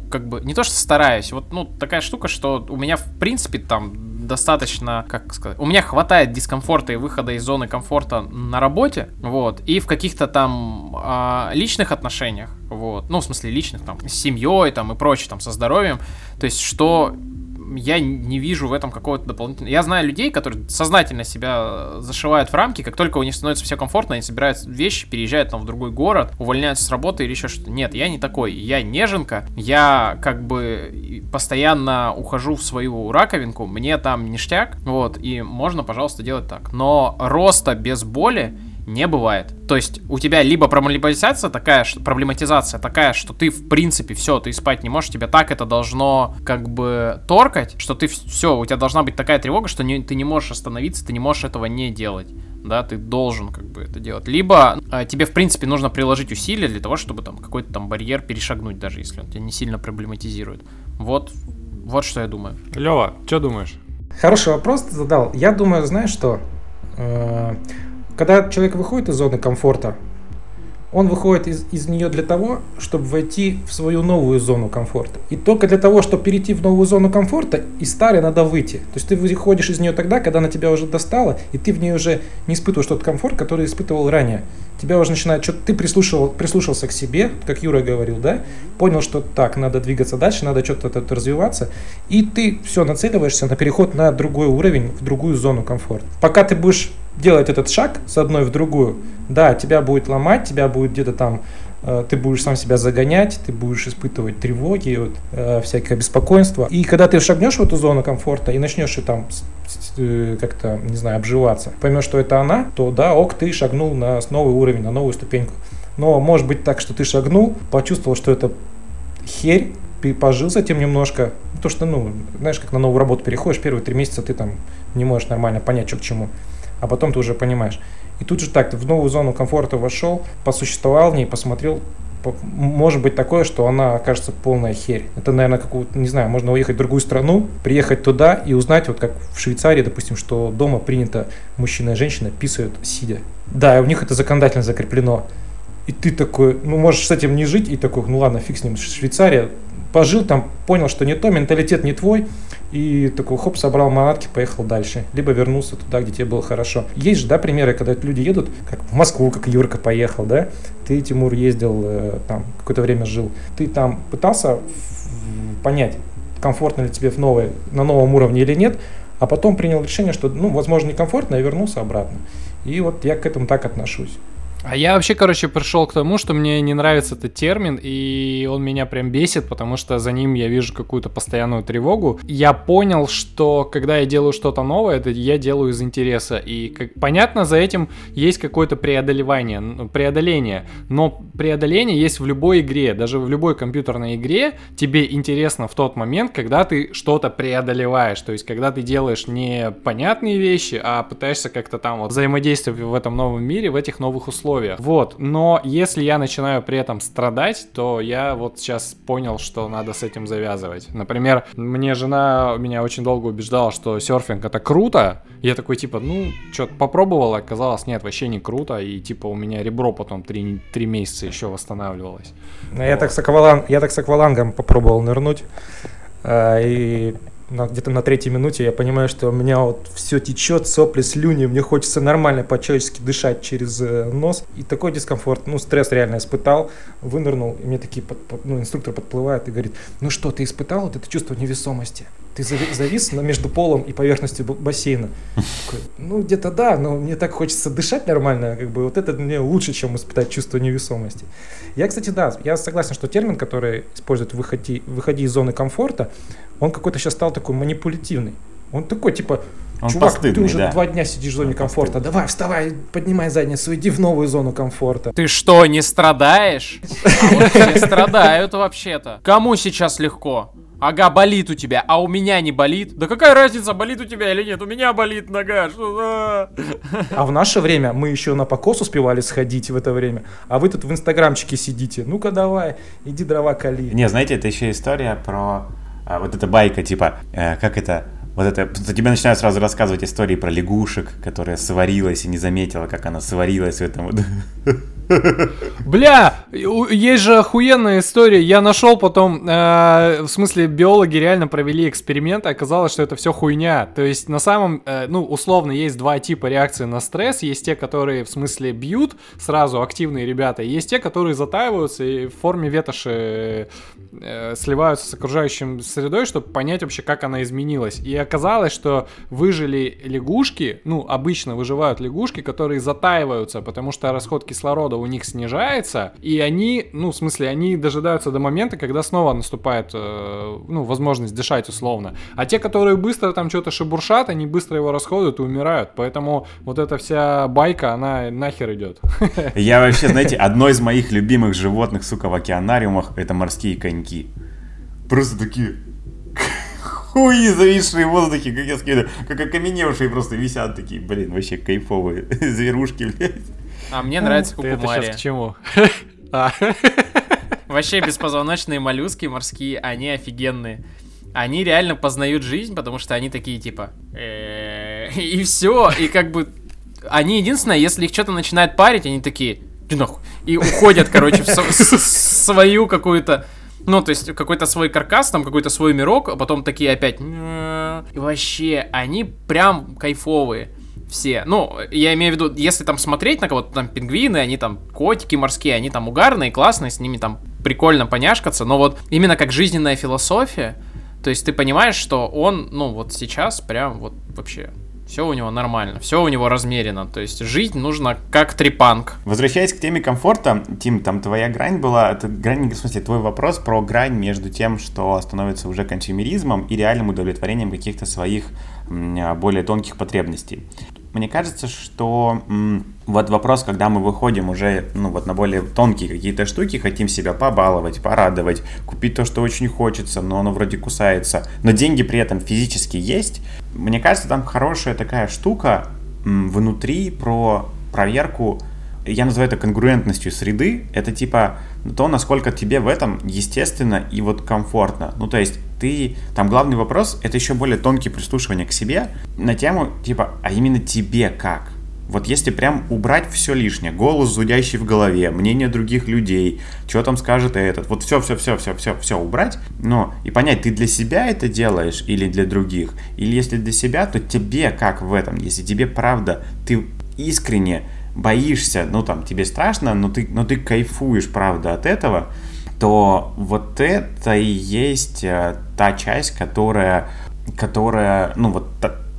не то что стараюсь, такая штука, что у меня, в принципе, там достаточно, у меня хватает дискомфорта и выхода из зоны комфорта на работе, вот, и в каких-то там личных отношениях, вот, в смысле личных, там, с семьей, там, и прочее, там, со здоровьем, то есть, что я не вижу в этом какого-то дополнительного... Я знаю людей, которые сознательно себя зашивают в рамки, как только у них становится все комфортно, они собирают вещи, переезжают там в другой город, увольняются с работы или еще что-то. Нет, я не такой. Я неженка, я постоянно ухожу в свою раковинку, мне там ништяк, вот, и можно, пожалуйста, делать так. Но роста без боли не бывает. То есть у тебя либо проблематизация такая, что ты в принципе все, ты спать не можешь, тебя так это должно торкать, что ты все, у тебя должна быть такая тревога, что ты не можешь остановиться, ты не можешь этого не делать. Да, ты должен это делать. Либо тебе в принципе нужно приложить усилия для того, чтобы там какой-то там барьер перешагнуть, даже если он тебя не сильно проблематизирует. Вот что я думаю. Лёва, что думаешь? Хороший вопрос ты задал. Я думаю, знаешь что? Когда человек выходит из зоны комфорта, он выходит из нее для того, чтобы войти в свою новую зону комфорта. И только для того, чтобы перейти в новую зону комфорта, из старой надо выйти. То есть ты выходишь из нее тогда, когда она тебя уже достала, и ты в ней уже не испытываешь тот комфорт, который испытывал ранее. Тебя уже начинает, ты прислушался к себе, как Юра говорил, да? Понял, что так, надо двигаться дальше, надо что-то развиваться, и ты все нацеливаешься на переход на другой уровень, в другую зону комфорта. Пока ты будешь делать этот шаг с одной в другую, да, тебя будет ломать, тебя будет где-то там, ты будешь сам себя загонять, ты будешь испытывать тревоги, всякое беспокойство. И когда ты шагнешь в эту зону комфорта и начнешь там как-то, не знаю, обживаться, поймешь, что это она, то да, ты шагнул на новый уровень, на новую ступеньку. Но может быть так, что ты шагнул, почувствовал, что это херь, пожил с этим немножко. То, что, знаешь, как на новую работу переходишь, первые 3 месяца ты там не можешь нормально понять, что к чему. А потом ты уже понимаешь. И тут же так, ты в новую зону комфорта вошел, посуществовал в ней, посмотрел. Может быть такое, что она окажется полная херь. Это, наверное, не знаю, можно уехать в другую страну, приехать туда и узнать, вот как в Швейцарии, допустим, что дома принято мужчина и женщина писают сидя. Да, и у них это законодательно закреплено. И ты такой, можешь с этим не жить, и такой, ладно, фиг с ним, Швейцария. Пожил там, понял, что не то, менталитет не твой, и такой, хоп, собрал манатки, поехал дальше. Либо вернулся туда, где тебе было хорошо. Есть же, да, примеры, когда люди едут, как в Москву, как Юрка поехал, да? Ты, Тимур, ездил, там, какое-то время жил. Ты там пытался понять, комфортно ли тебе на новом уровне или нет, а потом принял решение, что, возможно, некомфортно, и вернулся обратно. И вот я к этому так отношусь. А я вообще, короче, пришел к тому, что мне не нравится этот термин, и он меня прям бесит, потому что за ним я вижу какую-то постоянную тревогу. Я понял, что когда я делаю что-то новое, это я делаю из интереса. И понятно, за этим есть какое-то преодоление, но преодоление есть в любой игре, даже в любой компьютерной игре тебе интересно в тот момент, когда ты что-то преодолеваешь, то есть когда ты делаешь не понятные вещи, а пытаешься как-то там вот взаимодействовать в этом новом мире, в этих новых условиях. Вот, но если я начинаю при этом страдать, то я вот сейчас понял, что надо с этим завязывать. Например, мне жена меня очень долго убеждала, что серфинг это круто. Я такой типа, ну, что-то попробовал, оказалось, нет, вообще не круто. И типа у меня ребро потом 3 месяца еще восстанавливалось. Я так с аквалангом попробовал нырнуть. И где-то на 3-й минуте я понимаю, что у меня вот все течет, сопли, слюни, мне хочется нормально по-человечески дышать через нос. И такой дискомфорт, стресс реально испытал, вынырнул, и мне такие, инструктор подплывает и говорит, ну что, ты испытал вот это чувство невесомости? Ты завис между полом и поверхностью бассейна? Такой, где-то да, но мне так хочется дышать нормально, вот это мне лучше, чем испытать чувство невесомости. Я, кстати, да, я согласен, что термин, который используют выходи из зоны комфорта, он какой-то сейчас стал такой манипулятивный. Он такой, типа, чувак, ты уже 2 дня сидишь в зоне комфорта, давай, вставай, поднимай задницу, иди в новую зону комфорта. Ты что, не страдаешь? А вот все страдают вообще-то. Кому сейчас легко? Ага, болит у тебя, а у меня не болит. Да какая разница, болит у тебя или нет? У меня болит нога. Что? А в наше время мы еще на покос успевали сходить в это время. А вы тут в инстаграмчике сидите. Ну-ка давай, иди дрова кали. Не, знаете, это еще история про вот эта байка, типа, как это... Вот это, тебе начинают сразу рассказывать истории про лягушек, которая сварилась и не заметила, как она сварилась в этом. Бля, есть же охуенная история. Я нашел потом, в смысле, биологи реально провели эксперименты, оказалось, что это все хуйня. То есть на самом, условно, есть 2 типа реакции на стресс. Есть те, которые, в смысле, бьют сразу, активные ребята. Есть те, которые затаиваются и в форме ветоши сливаются с окружающей средой, чтобы понять вообще, как она изменилась. И оказалось, что выжили лягушки, обычно выживают лягушки, которые затаиваются, потому что расход кислорода у них снижается, и они, они дожидаются до момента, когда снова наступает, возможность дышать условно. А те, которые быстро там что-то шебуршат, они быстро его расходуют и умирают. Поэтому вот эта вся байка, она нахер идет. Я вообще, знаете, одно из моих любимых животных, сука, в океанариумах, это морские коньки. Просто такие... Хуи, зависшие в воздухе, как я скажу, как окаменевшие просто висят такие, блин, вообще кайфовые зверушки, блядь. А мне нравится кукумария. Ты это сейчас к чему? Вообще беспозвоночные моллюски морские, они офигенные. Они реально познают жизнь, потому что они такие типа... И все, и как бы... Они единственное, если их что-то начинает парить, они такие... Иди нахуй. И уходят, короче, в свою какую-то... то есть какой-то свой каркас, там какой-то свой мирок, а потом такие опять... И вообще, они прям кайфовые все. Я имею в виду, если там смотреть на кого-то, там пингвины, они там котики морские, они там угарные, классные, с ними там прикольно поняшкаться, но вот именно как жизненная философия, то есть ты понимаешь, что он, вот сейчас прям вот вообще... Все у него нормально, все у него размерено. То есть жить нужно как трепанг. Возвращаясь к теме комфорта, Тим, там твоя грань была, в смысле, твой вопрос про грань между тем, что становится уже консюмеризмом и реальным удовлетворением каких-то своих более тонких потребностей. Мне кажется, что вот вопрос, когда мы выходим уже на более тонкие какие-то штуки, хотим себя побаловать, порадовать, купить то, что очень хочется, но оно вроде кусается, но деньги при этом физически есть. Мне кажется, там хорошая такая штука внутри про проверку, я называю это конгруентностью среды, это типа то, насколько тебе в этом естественно и вот комфортно. То есть там главный вопрос, это еще более тонкие прислушивания к себе на тему типа, а именно тебе как? Вот если прям убрать все лишнее, голос зудящий в голове, мнение других людей, что там скажет этот, вот все убрать, и понять, ты для себя это делаешь или для других, или если для себя, то тебе как в этом, если тебе правда, ты искренне боишься, тебе страшно, но ты кайфуешь, правда, от этого, то вот это и есть та часть, которая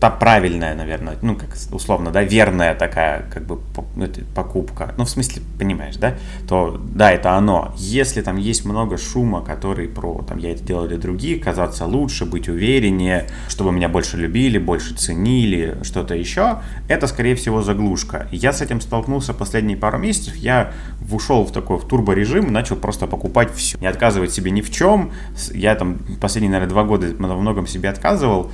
та правильная, наверное, ну, как условно, да, верная такая, как бы, покупка, ну, в смысле, понимаешь, да, то, да, это оно. Если там есть много шума, который про, там, я это делал для других, казаться лучше, быть увереннее, чтобы меня больше любили, больше ценили, что-то еще, это, скорее всего, заглушка. Я с этим столкнулся последние пару месяцев, я ушел в такой, в турборежим и начал просто покупать все. Не отказывать себе ни в чем. Я там последние, наверное, 2 года во многом себе отказывал,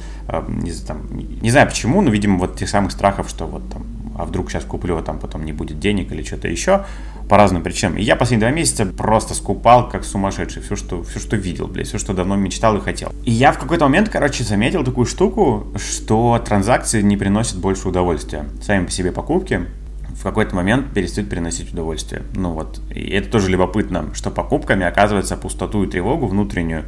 не знаю почему, но, видимо, вот тех самых страхов, что вот там, а вдруг сейчас куплю, а там потом не будет денег или что-то еще, по разным причинам. И я последние 2 месяца просто скупал как сумасшедший все, что видел, блядь, все, что давно мечтал и хотел. И я в какой-то момент, короче, заметил такую штуку, что транзакции не приносят больше удовольствия. Сами по себе покупки в какой-то момент перестают приносить удовольствие. Ну вот, и это тоже любопытно, что покупками, оказывается, пустоту и тревогу внутреннюю,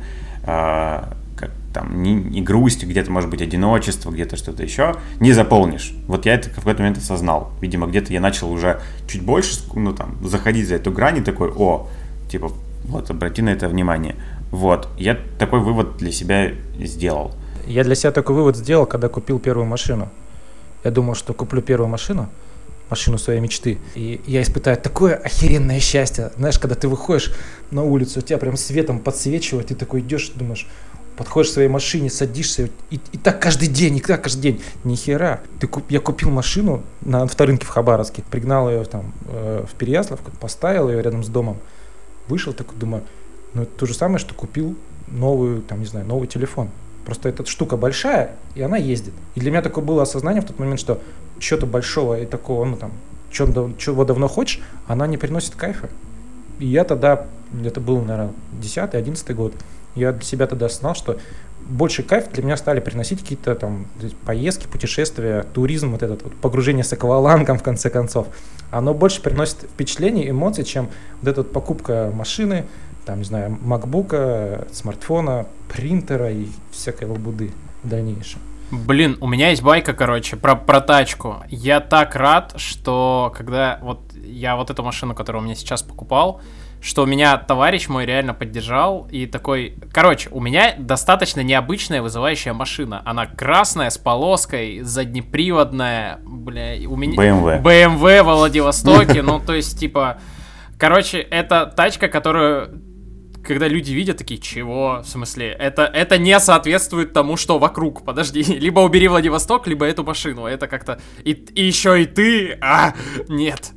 как там, не грусть, где-то, может быть, одиночество, где-то что-то еще, не заполнишь. Вот я это в какой-то момент осознал. Видимо, где-то я начал уже чуть больше, ну, там, заходить за эту грань и такой, типа, вот, обрати на это внимание. Вот, я такой вывод для себя сделал. Я для себя такой вывод сделал, когда купил первую машину. Я думал, что куплю первую машину своей мечты, и я испытаю такое охеренное счастье. Знаешь, когда ты выходишь на улицу, тебя прям светом подсвечивает, ты такой идешь, думаешь, подходишь к своей машине, садишься, и так каждый день, и так каждый день. Ни хера. Я купил машину на авторынке в Хабаровске, пригнал ее там в Переяславку, поставил ее рядом с домом, вышел, такой думаю, ну это то же самое, что купил новый телефон. Просто эта штука большая, и она ездит. И для меня такое было осознание в тот момент, что чего-то большого и такого, ну там, чего давно хочешь, она не приносит кайфа. И я тогда, это был, наверное, 10-11 год, я для себя тогда осознал, что больше кайф для меня стали приносить какие-то там поездки, путешествия, туризм, вот этот вот погружение с аквалангом, в конце концов. Оно больше приносит впечатлений, эмоций, чем вот эта вот покупка машины, там, не знаю, макбука, смартфона, принтера и всякой лабуды в дальнейшем. Блин, у меня есть байка, короче, про тачку. Я так рад, что когда вот я вот эту машину, которую у меня сейчас покупал, что меня товарищ мой реально поддержал и такой... Короче, у меня достаточно необычная вызывающая машина. Она красная, с полоской, заднеприводная, бля, у меня... BMW во Владивостоке, ну, то есть, типа... Короче, это тачка, которую... Когда люди видят, такие, чего? В смысле, это не соответствует тому, что вокруг. Подожди, либо убери Владивосток, либо эту машину. Это как-то... И еще и ты? Нет.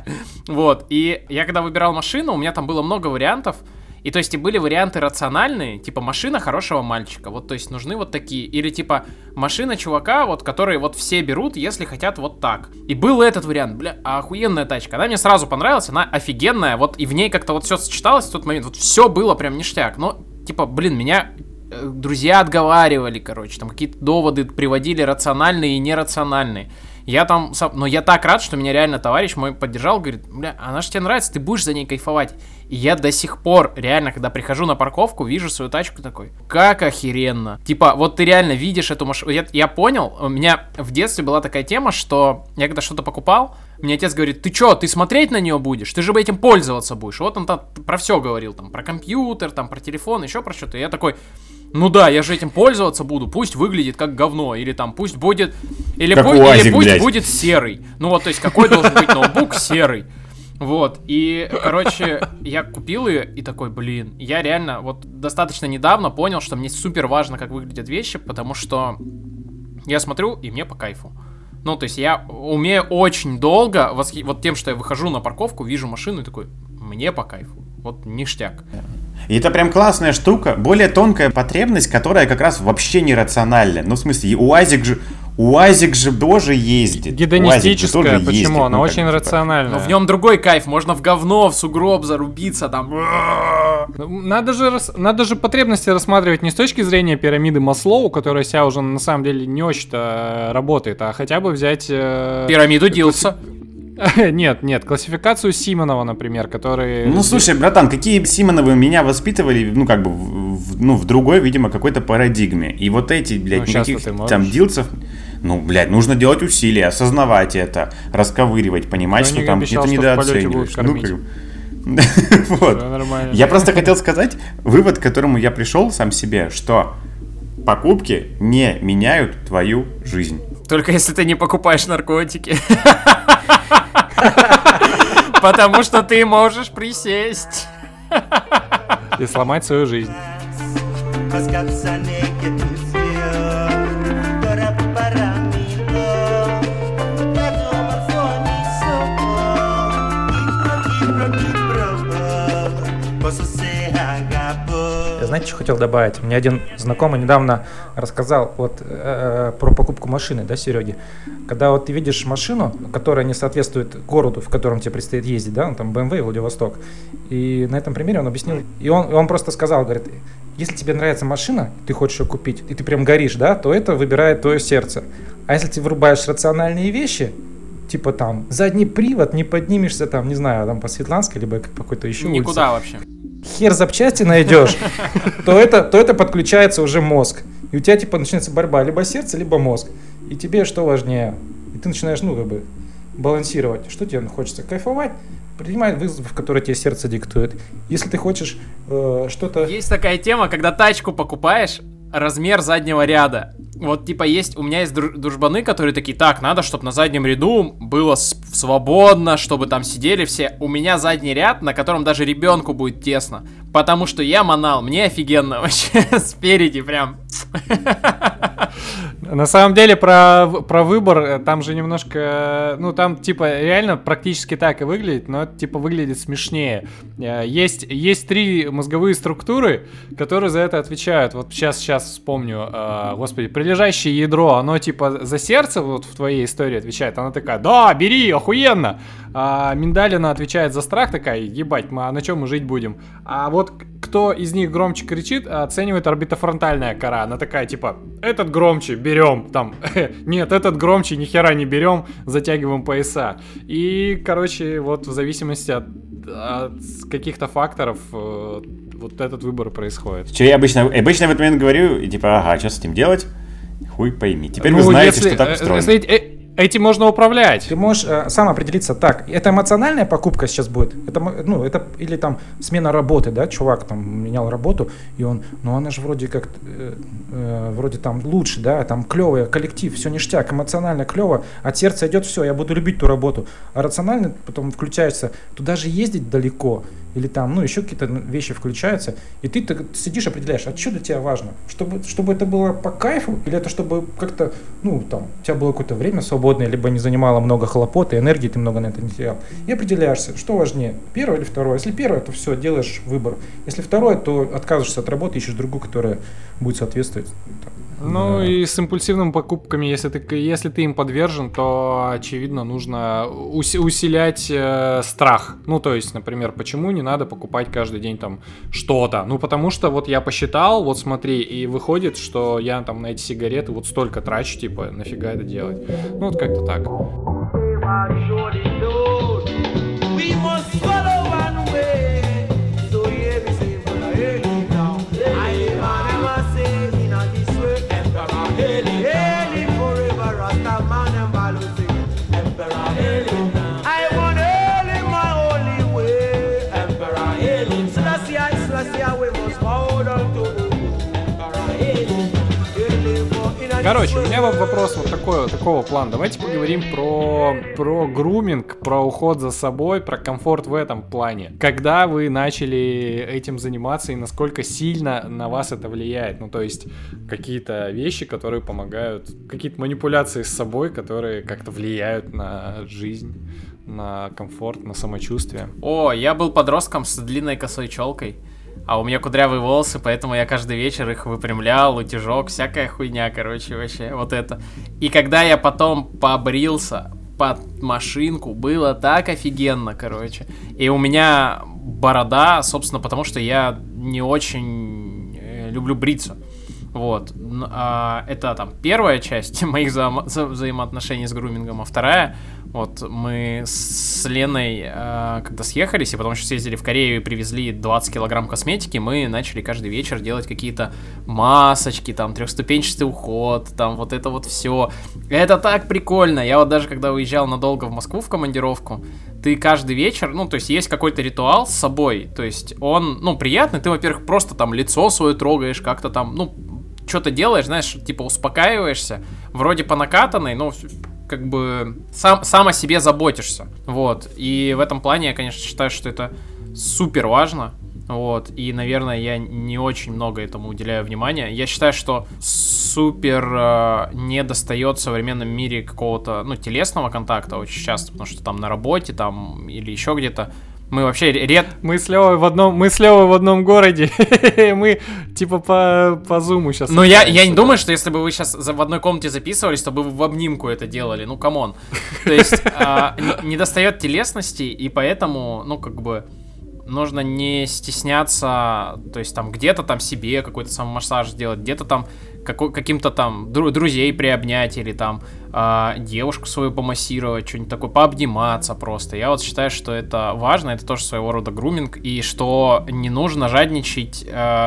Вот, и я когда выбирал машину, у меня там было много вариантов. И то есть и были варианты рациональные, типа машина хорошего мальчика, вот, то есть нужны вот такие, или типа машина чувака, вот, которые вот все берут, если хотят вот так. И был этот вариант, бля, охуенная тачка, она мне сразу понравилась, она офигенная, вот, и в ней как-то вот все сочеталось в тот момент, вот все было прям ништяк, но, типа, блин, меня друзья отговаривали, короче, там какие-то доводы приводили рациональные и нерациональные. Я там, но я так рад, что меня реально товарищ мой поддержал, говорит, бля, она же тебе нравится, ты будешь за ней кайфовать. И я до сих пор, реально, когда прихожу на парковку, вижу свою тачку такой, как охеренно. Типа, вот ты реально видишь эту машину. Я понял, у меня в детстве была такая тема, что я когда что-то покупал, мне отец говорит, ты чё, ты смотреть на нее будешь? Ты же этим пользоваться будешь. Вот он там про все говорил, там, про компьютер, там, про телефон, еще про что-то. И я такой... Ну да, я же этим пользоваться буду, пусть выглядит как говно, или там пусть будет... Или пусть будет серый. Ну вот, то есть какой должен быть ноутбук серый. Вот, и, короче, я купил ее и такой, блин, я реально вот достаточно недавно понял, что мне супер важно, как выглядят вещи, потому что я смотрю, и мне по кайфу. Ну, то есть я умею очень долго, вот тем, что я выхожу на парковку, вижу машину и такой, мне по кайфу. Вот ништяк. И это прям классная штука, более тонкая потребность, которая как раз вообще нерациональна. Ну, в смысле, УАЗик же тоже ездит. Гедонистическая, почему? Ездит, она очень рациональная. Но в нем другой кайф, можно в говно, в сугроб зарубиться там. Надо же потребности рассматривать не с точки зрения пирамиды Маслоу, которая себя уже на самом деле не очень-то работает, а хотя бы взять... Пирамиду Дилса. Нет, классификацию Симонова, например, который... Ну, слушай, братан, какие Симоновы меня воспитывали, ну, как бы, в другой, видимо, какой-то парадигме. И вот эти, блядь, никаких там дилсов... Ну, блядь, нужно делать усилия, осознавать это, расковыривать, понимать, что там это недооцениваешь. Вот. Я просто хотел сказать, вывод, к которому я пришел сам себе, что покупки не меняют твою жизнь. Только если ты не покупаешь наркотики. Потому что ты можешь присесть. И сломать свою жизнь. Я, знаете, что хотел добавить? Мне один знакомый недавно рассказал вот про покупку машины, да, Сереги? Когда вот ты видишь машину, которая не соответствует городу, в котором тебе предстоит ездить, да, там BMW, Владивосток, и на этом примере он объяснил, и он просто сказал, говорит, если тебе нравится машина, ты хочешь ее купить, и ты прям горишь, да, то это выбирает твое сердце. А если ты врубаешь рациональные вещи, типа там задний привод, не поднимешься там, не знаю, там по Светланской, либо по какой-то еще улице. Никуда вообще. Хер запчасти найдешь, то это подключается уже мозг. И у тебя типа начинается борьба либо сердце, либо мозг. И тебе что важнее? И ты начинаешь, ну, как бы балансировать. Что тебе хочется? Кайфовать? Принимай вызов, который тебе сердце диктует. Если ты хочешь что-то... Есть такая тема, когда тачку покупаешь, размер заднего ряда. Вот, типа, у меня есть дружбаны, которые такие, так, надо, чтобы на заднем ряду было свободно, чтобы там сидели все. У меня задний ряд, на котором даже ребенку будет тесно. Потому что я манал, мне офигенно вообще, спереди прям. На самом деле, про выбор, там же немножко, ну, там, типа, реально практически так и выглядит, но это, типа, выглядит смешнее. Есть 3 мозговые структуры, которые за это отвечают. Вот сейчас вспомню, господи, прилежащее ядро, оно, типа, за сердце вот в твоей истории отвечает. Она такая, да, бери, охуенно. А миндалина отвечает за страх, такая, ебать, а на чем мы жить будем? А вот кто из них громче кричит, оценивает орбитофронтальная кора. Она такая, типа, этот громче, берем, там, нет, этот громче, нихера не берем, затягиваем пояса. И, короче, вот в зависимости от каких-то факторов вот этот выбор происходит. Что я обычно в этот момент говорю, и типа, ага, что с этим делать? Хуй пойми. Теперь вы знаете, что так устроено. Этим можно управлять. Ты можешь сам определиться так. Это эмоциональная покупка сейчас будет? Это или там смена работы, да? Чувак там менял работу, и он, ну она же вроде как, вроде там лучше, да? Там клевый коллектив, все ништяк, эмоционально клево, от сердца идет все, я буду любить ту работу. А рационально потом включается, туда же ездить далеко, или там, ну еще какие-то вещи включаются, и ты сидишь, определяешь, а что для тебя важно? Чтобы это было по кайфу, или это чтобы как-то, ну там, у тебя было какое-то время свободное, либо не занимало много хлопот и энергии, ты много на это не терял. И определяешься, что важнее, первое или второе. Если первое, то все, делаешь выбор. Если второе, то отказываешься от работы, ищешь другую, которая будет соответствовать. Ну и с импульсивными покупками, если ты им подвержен, то, очевидно, нужно усилять страх. Ну, то есть, например, почему не надо покупать каждый день там что-то? Ну, потому что вот я посчитал, вот смотри, и выходит, что я там на эти сигареты вот столько трачу, типа, нафига это делать? Ну, вот как-то так. Короче, у меня вопрос вот такого плана. Давайте поговорим про груминг, про уход за собой, про комфорт в этом плане. Когда вы начали этим заниматься и насколько сильно на вас это влияет? Ну, то есть, какие-то вещи, которые помогают, какие-то манипуляции с собой, которые как-то влияют на жизнь, на комфорт, на самочувствие. О, я был подростком с длинной косой челкой. А у меня кудрявые волосы, поэтому я каждый вечер их выпрямлял, утюжок, всякая хуйня, короче, вообще, вот это. И когда я потом побрился под машинку, было так офигенно, короче. И у меня борода, собственно, потому что я не очень люблю бриться. Вот. Это там первая часть моих взаимоотношений с грумингом, а вторая, вот мы с Леной когда съехались, и потом еще съездили в Корею и привезли 20 килограмм косметики, мы начали каждый вечер делать какие-то масочки, там, трехступенчатый уход, там, вот это вот все. Это так прикольно. Я вот даже когда уезжал надолго в Москву в командировку, ты каждый вечер, ну, то есть какой-то ритуал с собой, то есть он, ну, приятный, ты, во-первых, просто там лицо свое трогаешь, как-то там, ну, что-то делаешь, знаешь, типа успокаиваешься, вроде по накатанной, но как бы сам о себе заботишься, вот, и в этом плане я, конечно, считаю, что это супер важно, вот, и, наверное, я не очень много этому уделяю внимания. Я считаю, что супер не достает в современном мире какого-то, ну, телесного контакта очень часто, потому что там на работе, там, или еще где-то мы вообще Мы с Левой в одном городе. Мы типа по зуму сейчас. Ну, я не думаю, что если бы вы сейчас в одной комнате записывались, то бы вы в обнимку это делали. Ну, камон. То есть не достает телесности, и поэтому, ну, как бы нужно не стесняться, то есть там где-то там себе какой-то самомассаж сделать, где-то там каким-то там друзей приобнять или там девушку свою помассировать, что-нибудь такое, пообниматься просто. Я вот считаю, что это важно, это тоже своего рода груминг, и что не нужно жадничать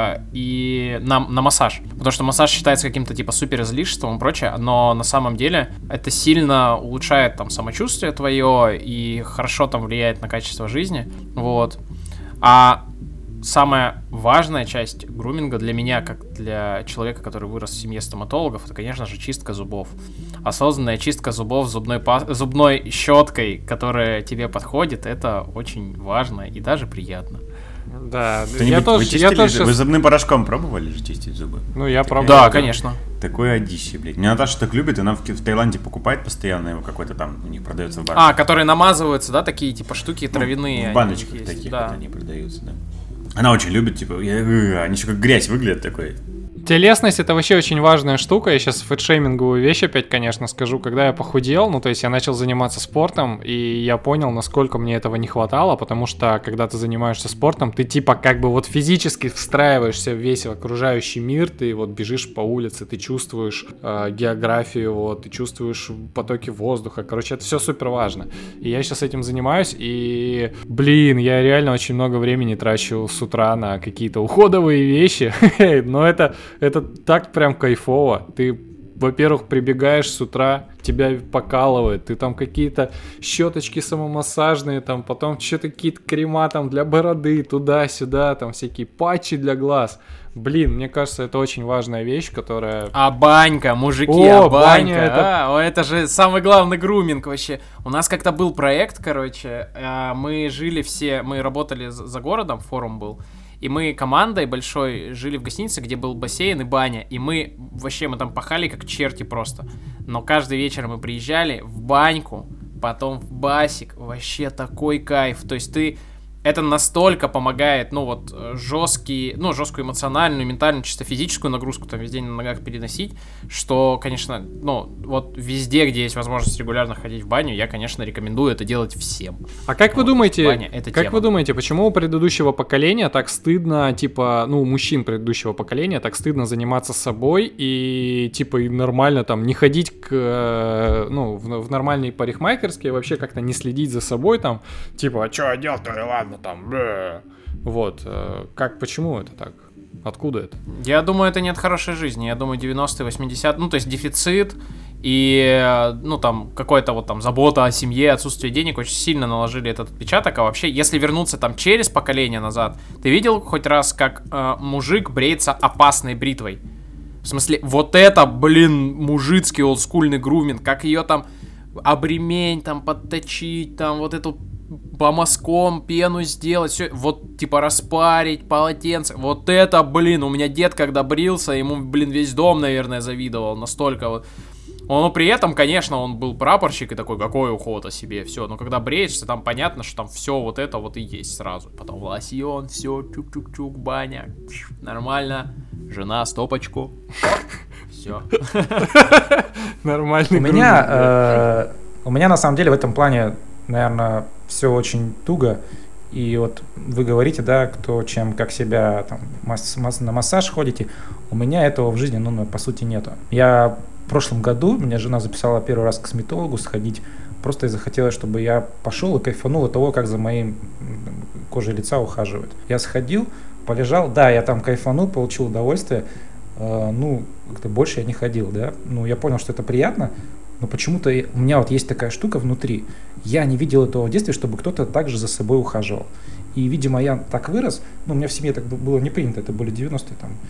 и на массаж, потому что массаж считается каким-то типа супер излишеством и прочее, но на самом деле это сильно улучшает там самочувствие твое и хорошо там влияет на качество жизни, вот. А самая важная часть груминга для меня, как для человека, который вырос в семье стоматологов, это, конечно же, чистка зубов. Осознанная чистка зубов зубной щеткой, которая тебе подходит, это очень важно и даже приятно. Да, Вы зубным порошком пробовали же чистить зубы? Ну, я пробовал. Да, конечно. Такое одище, блядь. Меня Наташа так любит, она в Таиланде покупает постоянно его какой-то там, у них продается в баночках. Которые намазываются, да, такие типа штуки травяные. В баночках таких да. Вот они продаются, да. Она очень любит, типа, они еще как грязь выглядят такой. Телесность — это вообще очень важная штука. Я сейчас фэтшейминговую вещь опять, конечно, скажу. Когда я похудел, ну, то есть я начал заниматься спортом, и я понял, насколько мне этого не хватало, потому что, когда ты занимаешься спортом, ты типа как бы вот физически встраиваешься в весь окружающий мир, ты вот бежишь по улице, ты чувствуешь географию, вот, ты чувствуешь потоки воздуха. Короче, это все супер важно. И я сейчас этим занимаюсь, и, блин, я реально очень много времени трачу с утра на какие-то уходовые вещи, но это так прям кайфово. Ты, во-первых, прибегаешь с утра, тебя покалывает, ты там какие-то щеточки самомассажные, там потом что-то какие-то крема там для бороды, туда-сюда, там всякие патчи для глаз. Блин, мне кажется, это очень важная вещь, которая... А банька, мужики, банька. Это же самый главный груминг вообще. У нас как-то был проект, короче, мы работали за городом, форум был, и мы командой большой жили в гостинице, где был бассейн и баня. И мы там пахали как черти просто. Но каждый вечер мы приезжали в баньку, потом в басик. Вообще такой кайф. То есть это настолько помогает, жесткую эмоциональную, ментальную, чисто физическую нагрузку там весь день на ногах переносить, что, конечно, везде, где есть возможность регулярно ходить в баню, я, конечно, рекомендую это делать всем. А как вы думаете, почему у предыдущего поколения так стыдно, мужчин предыдущего поколения так стыдно заниматься собой и, и нормально там не ходить в нормальные парикмахерские, вообще как-то не следить за собой там, а что одел-то, ладно, там, вот, почему это так? Откуда это? Я думаю, это не от хорошей жизни, я думаю, 90-е, 80-е, то есть дефицит и, какая-то забота о семье, отсутствие денег очень сильно наложили этот отпечаток, а вообще, если вернуться там через поколение назад, ты видел хоть раз, как мужик бреется опасной бритвой? В смысле, вот это, мужицкий олдскульный груминг, как ее там обремень, там, подточить, там, вот эту по мазкам пену сделать, все, распарить полотенце, вот это, у меня дед, когда брился, ему, весь дом, наверное, завидовал, настолько вот. Он при этом, конечно, он был прапорщик и такой, какой уход о себе, все, но когда бреешься, там понятно, что там все вот это вот и есть сразу. Потом лосьон, все, чук-чук-чук, баня, нормально, жена, стопочку, все. Нормальный. У меня на самом деле в этом плане, наверное, все очень туго. И вот вы говорите, да, кто чем, как себя там, на массаж ходите. У меня этого в жизни, по сути, нету. Я в прошлом году, меня жена записала первый раз к косметологу сходить. Просто захотелось, чтобы я пошел и кайфанул от того, как за моей кожей лица ухаживают. Я сходил, полежал, да, я там кайфанул, получил удовольствие. Как-то больше я не ходил, да. Я понял, что это приятно. Но почему-то у меня вот есть такая штука внутри. Я не видел этого в детстве, чтобы кто-то так же за собой ухаживал. И, видимо, я так вырос. У меня в семье так было не принято. Это были 90-е, там,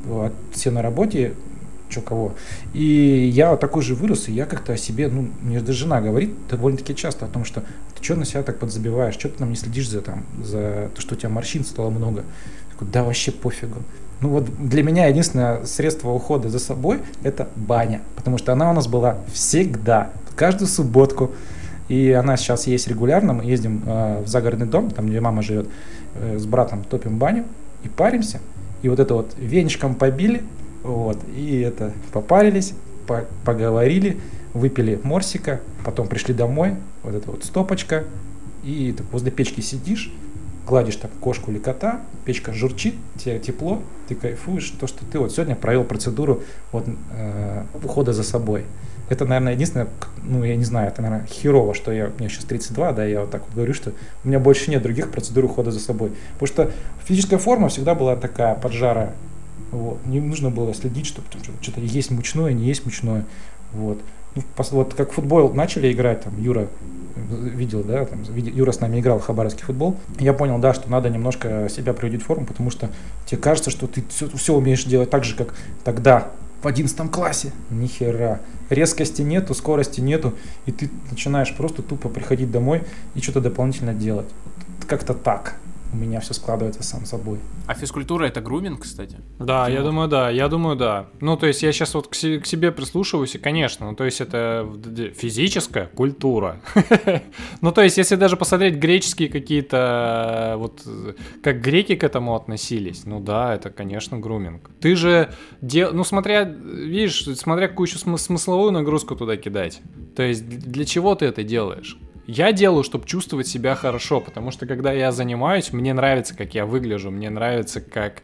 все на работе, что кого. И я вот такой же вырос, и я как-то о себе, мне даже жена говорит довольно-таки часто о том, что ты что на себя так подзабиваешь, что ты там не следишь за то, что у тебя морщин стало много. Я такой, да вообще пофигу. Вот для меня единственное средство ухода за собой – это баня, потому что она у нас была всегда, каждую субботку. И она сейчас есть регулярно, мы ездим в загородный дом, там где мама живет, с братом топим баню и паримся. И вот это вот веничком побили, и попарились, поговорили, выпили морсика, потом пришли домой, вот эта вот стопочка, и ты возле печки сидишь, гладишь там кошку или кота, печка журчит, тебе тепло, ты кайфуешь, то, что ты вот сегодня провел процедуру ухода за собой. Это, наверное, единственное, я не знаю, это, наверное, херово, что мне сейчас 32, да, я вот так вот говорю, что у меня больше нет других процедур ухода за собой. Потому что физическая форма всегда была такая поджара, не нужно было следить, чтобы что-то есть мучное, не есть мучное, вот как в футбол начали играть, там, Юра видел, да, Юра с нами играл в хабаровский футбол, я понял, да, что надо немножко себя приводить в форму, потому что тебе кажется, что ты все умеешь делать так же, как тогда, в 11 классе. Ни хера. Резкости нету, скорости нету, и ты начинаешь просто тупо приходить домой и что-то дополнительно делать. Как-то так у меня все складывается сам собой. А физкультура — это груминг, кстати? Да, я думаю, да. То есть я сейчас вот к себе прислушиваюсь, и, конечно, то есть это физическая культура. То есть если даже посмотреть греческие какие-то, как греки к этому относились, да, это, конечно, груминг. Ты же, смотря какую еще смысловую нагрузку туда кидать. То есть для чего ты это делаешь? Я делаю, чтобы чувствовать себя хорошо, потому что когда я занимаюсь, мне нравится, как я выгляжу, мне нравится, как,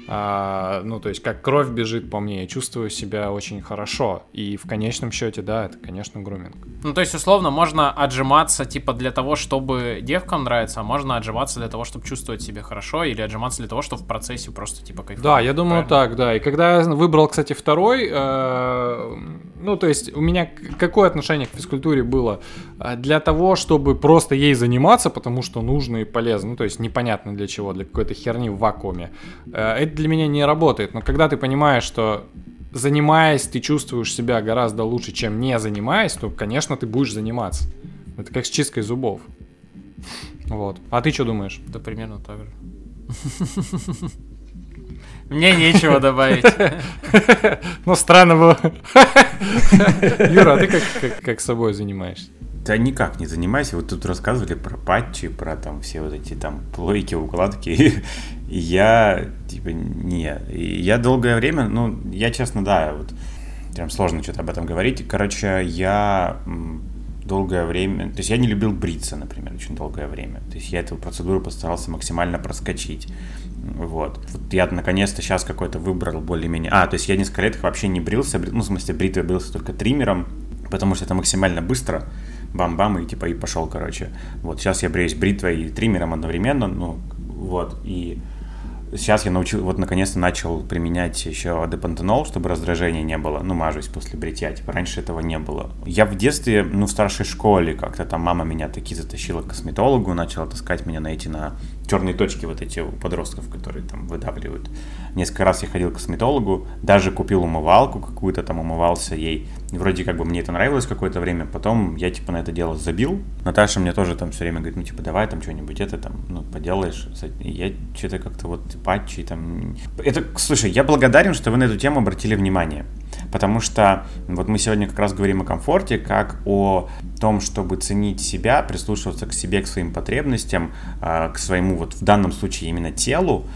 как кровь бежит по мне, я чувствую себя очень хорошо, и в конечном счете, да, это, конечно, груминг. То есть, условно, можно отжиматься, для того, чтобы девкам нравиться, а можно отжиматься для того, чтобы чувствовать себя хорошо, или отжиматься для того, чтобы в процессе просто, кайфовать. Да, я думаю, так, да, и когда я выбрал, кстати, второй, то есть у меня какое отношение к физкультуре было? Для того, чтобы просто ей заниматься, потому что нужно и полезно, то есть непонятно для чего, для какой-то херни в вакууме. Это для меня не работает, но когда ты понимаешь, что занимаясь, ты чувствуешь себя гораздо лучше, чем не занимаясь, то, конечно, ты будешь заниматься. Это как с чисткой зубов. А ты что думаешь? Да примерно так же. Мне нечего добавить. Странно было. Юра, а ты как собой занимаешься? Да никак не занимаюсь. Вот тут рассказывали про патчи, про там все вот эти там плойки, укладки. И я, не. И я долгое время, я честно, да, прям сложно что-то об этом говорить. Короче, я долгое время, то есть я не любил бриться, например, очень долгое время. То есть я эту процедуру постарался максимально проскочить. Вот я наконец-то сейчас какой-то выбрал более-менее. То есть я несколько лет вообще не брился, в смысле бритвой брился только триммером, потому что это максимально быстро. Бам-бам, и пошел, короче. Сейчас я бреюсь бритвой и триммером одновременно, и сейчас я наконец-то начал применять еще депантенол, чтобы раздражения не было, мажусь после бритья, раньше этого не было. Я в детстве, в старшей школе как-то там мама меня таки затащила к косметологу, начала таскать меня на черные точки эти у подростков, которые там выдавливают. Несколько раз я ходил к косметологу, даже купил умывалку какую-то, там умывался ей. И вроде как бы мне это нравилось какое-то время, потом я на это дело забил. Наташа мне тоже там все время говорит, давай там что-нибудь поделаешь. И я что-то как-то патчи там... Слушай, я благодарен, что вы на эту тему обратили внимание. Потому что мы сегодня как раз говорим о комфорте, как о том, чтобы ценить себя, прислушиваться к себе, к своим потребностям, к своему, в данном случае именно телу,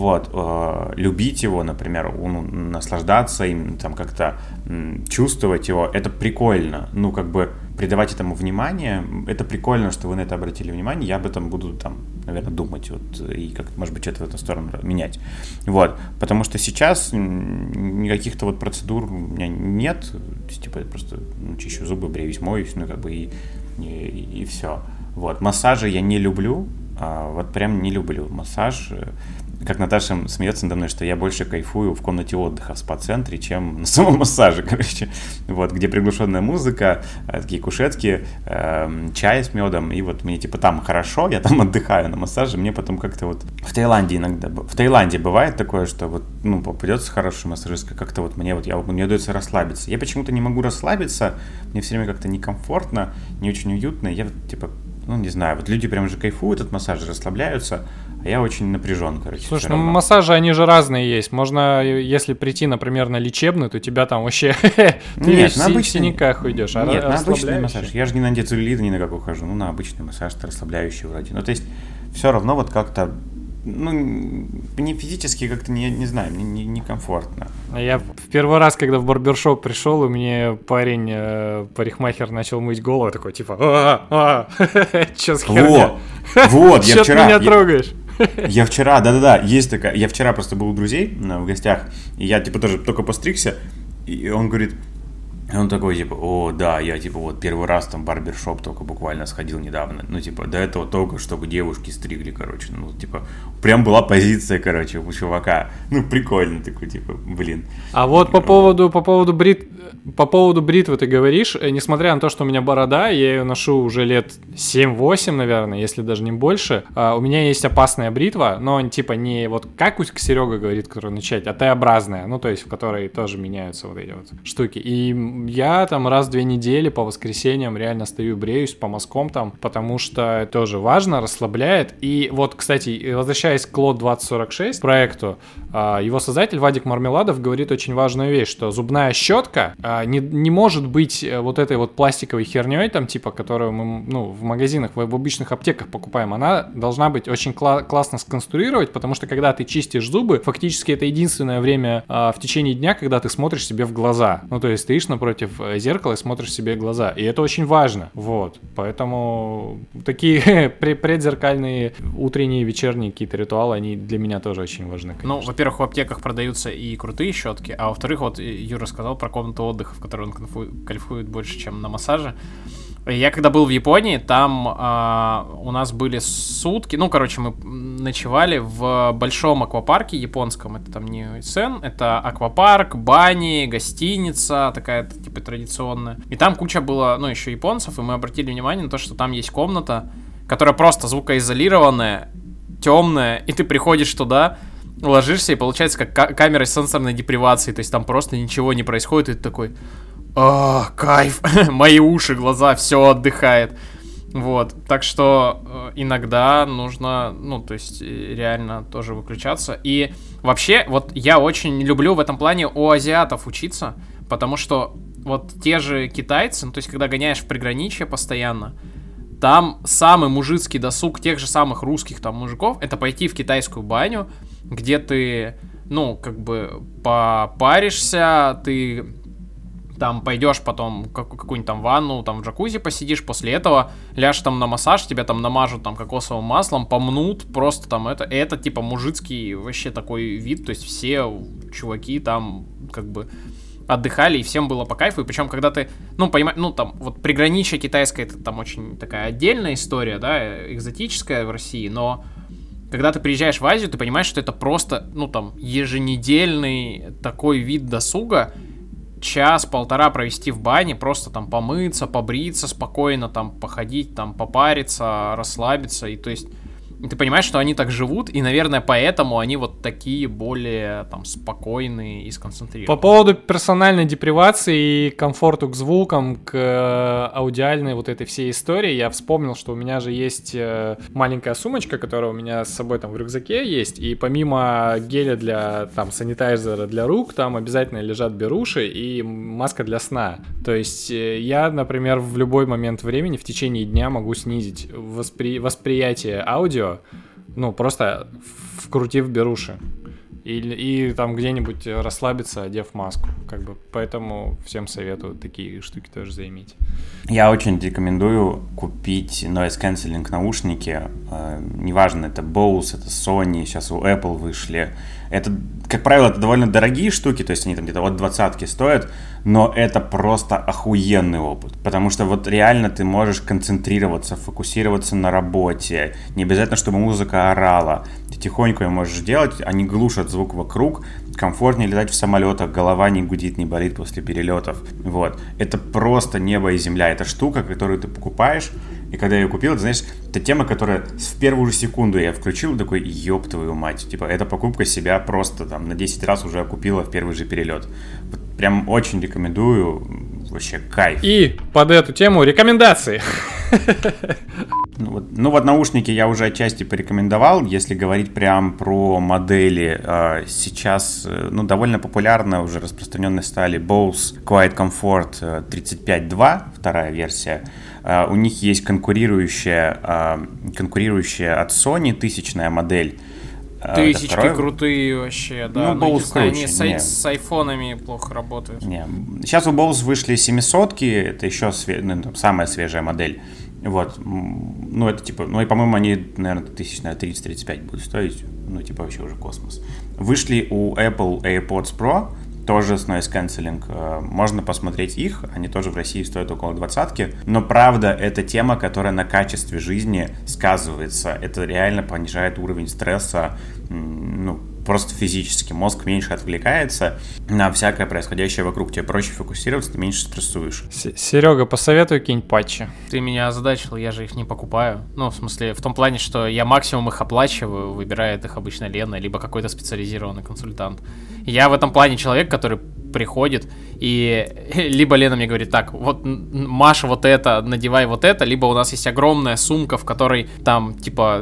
любить его, например, наслаждаться им, там как-то чувствовать его, это прикольно, придавать этому внимание, это прикольно, что вы на это обратили внимание, я об этом буду наверное, думать, и как может быть, что-то в эту сторону менять, потому что сейчас никаких-то процедур у меня нет, я просто чищу зубы, бреюсь, моюсь, и все. Массажи я не люблю, прям не люблю массаж. как Наташа смеется надо мной, что я больше кайфую в комнате отдыха в спа-центре, чем на самом массаже, короче. Вот, где приглушенная музыка, такие кушетки, чай с медом, и вот мне типа там хорошо, я там отдыхаю на массаже, мне потом как-то вот... В Таиланде бывает такое, что вот, ну, попадется хорошая массажистка, как-то вот мне удается расслабиться. Я почему-то не могу расслабиться, мне все время как-то некомфортно, не очень уютно, я вот типа... Ну, не знаю, вот люди прям же кайфуют от массажа, расслабляются, а я очень напряжен, короче. Слушай, ну массажи, они же разные есть. Можно, если прийти, например, на лечебный, то тебя там вообще ты в синяках уйдешь. Нет, на обычный массаж. Я же не на диацеллюлит ни на какой хожу, ну, на обычный массаж, расслабляющий вроде. Ну, то есть, все равно вот как-то, ну, мне физически как-то, не знаю, мне некомфортно. Я в первый раз, когда в барбершоп пришел, и мне парикмахер начал мыть голову, такой, типа, чё с херня? Вот, я вчера... Чё ты меня трогаешь? Я вчера, да-да-да, есть такая... Я вчера просто был у друзей в гостях, и я, типа, тоже только постригся, и он говорит... Он такой, типа, о, да, я, типа, вот первый раз там в барбершоп только буквально сходил недавно. Ну, типа, до этого только, чтобы девушки стригли, короче. Ну, типа, прям была позиция, короче, у чувака. Ну, прикольно такой, типа, блин. А вот по поводу бритвы ты говоришь, несмотря на то, что у меня борода, я ее ношу уже лет 7-8, наверное, если даже не больше, у меня есть опасная бритва, но, типа, не вот как Серега говорит, которую начать, а Т-образная, ну, то есть, в которой тоже меняются вот эти вот штуки. И я там раз в 2 недели по воскресеньям реально стою, бреюсь по мазкам там, потому что это тоже важно, расслабляет. И вот, кстати, возвращаясь к Claude 2046 проекту, его создатель Вадик Мармеладов говорит очень важную вещь, что зубная щетка не может быть вот этой вот пластиковой херней, там, типа, которую мы, ну, в магазинах, в обычных аптеках покупаем. Она должна быть очень классно сконструировать, потому что когда ты чистишь зубы, фактически это единственное время в течение дня, когда ты смотришь себе в глаза. Ну, то есть стоишь напротив зеркала и смотришь себе в глаза. И это очень важно. Вот. Поэтому такие предзеркальные утренние, вечерние какие-то ритуалы, они для меня тоже очень важны, конечно. Ну, во-первых, в аптеках продаются и крутые щетки, а во-вторых, вот Юра сказал про комнату отдыха, в которой он кайфует больше, чем на массаже. Я когда был в Японии, там у нас были сутки, ну, короче, мы ночевали в большом аквапарке японском, это там не Уэйсен, это аквапарк, бани, гостиница такая, типа, традиционная. И там куча было, ну, еще японцев, и мы обратили внимание на то, что там есть комната, которая просто звукоизолированная, темная, и ты приходишь туда, ложишься, и получается как камера сенсорной депривации, то есть там просто ничего не происходит, и ты такой... кайф, мои уши, глаза, все отдыхает. Вот, так что иногда нужно, ну, то есть реально тоже выключаться. И вообще, вот я очень люблю в этом плане у азиатов учиться, потому что вот те же китайцы, ну, то есть когда гоняешь в приграничье постоянно, там самый мужицкий досуг тех же самых русских там мужиков, это пойти в китайскую баню, где ты, ну, как бы попаришься, ты... там пойдешь потом какую-нибудь там ванну, там в джакузи посидишь, после этого ляжешь там на массаж, тебя там намажут там кокосовым маслом, помнут, просто там это типа мужицкий вообще такой вид, то есть все чуваки там как бы отдыхали, и всем было по кайфу, и причем когда ты, ну, понимаешь, ну, там, вот приграничье китайское, это там очень такая отдельная история, да, экзотическая в России, но когда ты приезжаешь в Азию, ты понимаешь, что это просто, ну, там, еженедельный такой вид досуга, час-полтора провести в бане, просто там помыться, побриться спокойно, там походить, там попариться, расслабиться, и то есть ты понимаешь, что они так живут, и, наверное, поэтому они вот такие более там спокойные и сконцентрированные. По поводу персональной депривации и комфорту к звукам, к аудиальной вот этой всей истории, я вспомнил, что у меня же есть маленькая сумочка, которая у меня с собой там в рюкзаке есть, и помимо геля для там санитайзера для рук, там обязательно лежат беруши и маска для сна. То есть я, например, в любой момент времени в течение дня могу снизить восприятие аудио, ну, просто вкрутив беруши. И там где-нибудь расслабиться, одев маску. Как бы, поэтому всем советую такие штуки тоже заиметь. Я очень рекомендую купить noise cancelling наушники. Неважно, это Bose, это Sony, сейчас у Apple вышли. Это, как правило, это довольно дорогие штуки, то есть они там где-то от 20-ки стоят, но это просто охуенный опыт, потому что вот реально ты можешь концентрироваться, фокусироваться на работе, не обязательно, чтобы музыка орала, ты тихонько ее можешь делать, они глушат звук вокруг, комфортнее летать в самолетах, голова не гудит, не болит после перелетов. Вот. Это просто небо и земля. Это штука, которую ты покупаешь, и когда я ее купил, ты знаешь, это тема, которая в первую же секунду я включил, такой, ёб твою мать. Типа, эта покупка себя просто там на 10 раз уже окупила в первый же перелет. Вот, прям очень рекомендую, вообще кайф. И под эту тему рекомендации. Ну вот наушники я уже отчасти порекомендовал. Если говорить прям про модели, сейчас довольно популярно уже распространенные стали Bose Quiet Comfort 35.2, вторая версия. У них есть конкурирующая от Sony тысячная модель. Тысячки крутые вообще, да. Ну, Bose круче. Они с айфонами плохо работают. Не. Сейчас у Bose вышли 700-ки, это еще самая свежая модель. Вот. Это типа, и по-моему, они, наверное, 30-35 будут стоить. Вообще уже космос. Вышли у Apple AirPods Pro, тоже с noise cancelling. Можно посмотреть их, они тоже в России стоят около 20-ки. Но правда, это тема, которая на качестве жизни сказывается. Это реально понижает уровень стресса, просто физически. Мозг меньше отвлекается на всякое происходящее вокруг. Тебе проще фокусироваться, ты меньше стрессуешь. Серега, посоветуй какие-нибудь патчи. Ты меня озадачил, я же их не покупаю. В смысле, в том плане, что я максимум их оплачиваю, выбирает их обычно Лена, либо какой-то специализированный консультант. Я в этом плане человек, который приходит, и либо Лена мне говорит, так, вот, Маша, вот это, надевай вот это, либо у нас есть огромная сумка, в которой там,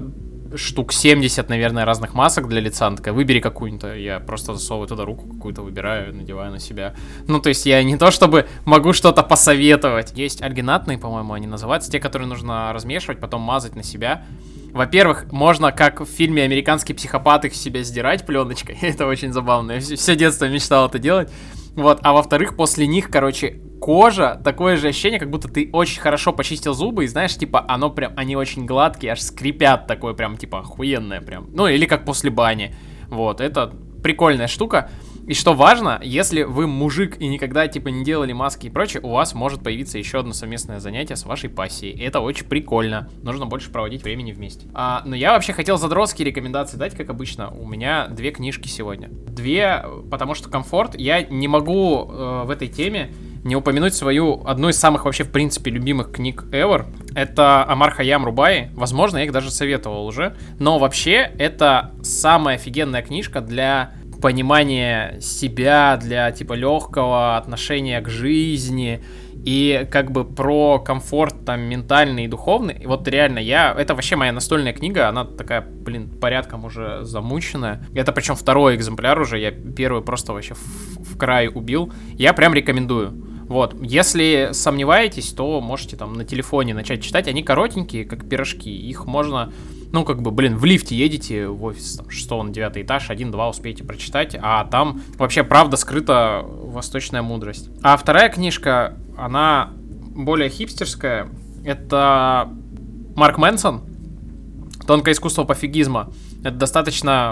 штук 70, наверное, разных масок для лица. Она такая, выбери какую-нибудь. Я просто засовываю туда руку какую-то, выбираю, надеваю на себя. То есть я не то чтобы могу что-то посоветовать. Есть альгинатные, по-моему, они называются. Те, которые нужно размешивать, потом мазать на себя. Во-первых, можно, как в фильме «Американский психопат», их с себя сдирать пленочкой. Это очень забавно. Я все детство мечтал это делать. Вот. А во-вторых, после них, кожа, такое же ощущение, как будто ты очень хорошо почистил зубы, и знаешь, оно прям, они очень гладкие, аж скрипят, такое прям, охуенное прям. Или как после бани. Вот, это прикольная штука. И что важно, если вы мужик и никогда, не делали маски и прочее, у вас может появиться еще одно совместное занятие с вашей пассией. Это очень прикольно. Нужно больше проводить времени вместе. Но я вообще хотел задротские рекомендации дать, как обычно. У меня 2 книжки сегодня. 2, потому что комфорт. Я не могу в этой теме не упомянуть одну из самых вообще, в принципе, любимых книг ever. Это Омар Хайям Рубаи. Возможно, я их даже советовал уже. Но вообще, это самая офигенная книжка для понимания себя, для легкого отношения к жизни и про комфорт там ментальный и духовный. И вот реально это вообще моя настольная книга, она такая, порядком уже замученная. Это причем 2-й экземпляр уже, я 1-й просто вообще в край убил. Я прям рекомендую. Вот, если сомневаетесь, то можете на телефоне начать читать. Они коротенькие, как пирожки. Их можно, в лифте едете в офис, 6-9 этаж, 1-2 успеете прочитать. А там вообще правда скрыта восточная мудрость. А 2-я книжка, она более хипстерская. Это Марк Мэнсон «Тонкое искусство пофигизма». Это достаточно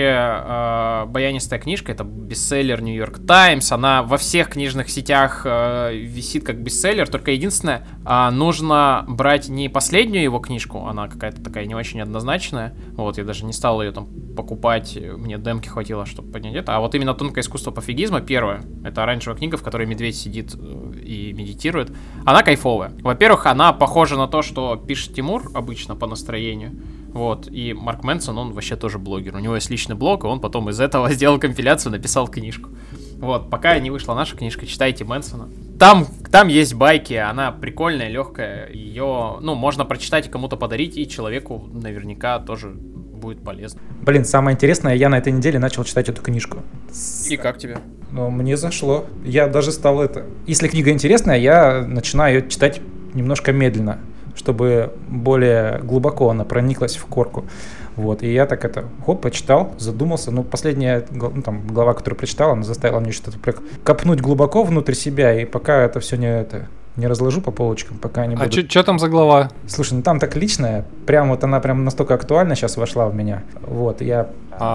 вообще баянистая книжка, это бестселлер New York Times, она во всех книжных сетях висит как бестселлер, только единственное, нужно брать не последнюю его книжку, она какая-то такая не очень однозначная, вот, я даже не стал ее покупать, мне демки хватило, чтобы поднять это, а вот именно «Тонкое искусство пофигизма», первая, это оранжевая книга, в которой медведь сидит и медитирует, она кайфовая. Во-первых, она похожа на то, что пишет Тимур обычно по настроению. Вот, и Марк Мэнсон, он вообще тоже блогер. У него есть личный блог, и он потом из этого сделал компиляцию, написал книжку. Вот, пока не вышла наша книжка, читайте Мэнсона. Там есть байки, она прикольная, легкая. Ее, можно прочитать и кому-то подарить, и человеку наверняка тоже будет полезно. Самое интересное, я на этой неделе начал читать эту книжку. И как тебе? Мне зашло. Я даже стал Если книга интересная, я начинаю ее читать немножко медленно, чтобы более глубоко она прониклась в корку. Вот, и я почитал, задумался. Последняя глава, которую прочитал, она заставила мне что-то копнуть глубоко внутрь себя, и пока это все не разложу по полочкам, пока не буду... А что там за глава? Слушай, там так личная, она прям настолько актуальна сейчас вошла в меня. Вот, я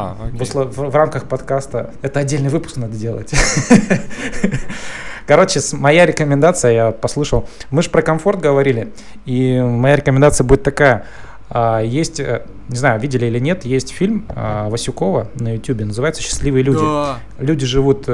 в рамках подкаста, это отдельный выпуск надо делать. Короче, моя рекомендация, я послушал, мы же про комфорт говорили, и моя рекомендация будет такая: Есть, не знаю, видели или нет, есть фильм Васюкова на Ютубе, называется «Счастливые люди». Да. Люди живут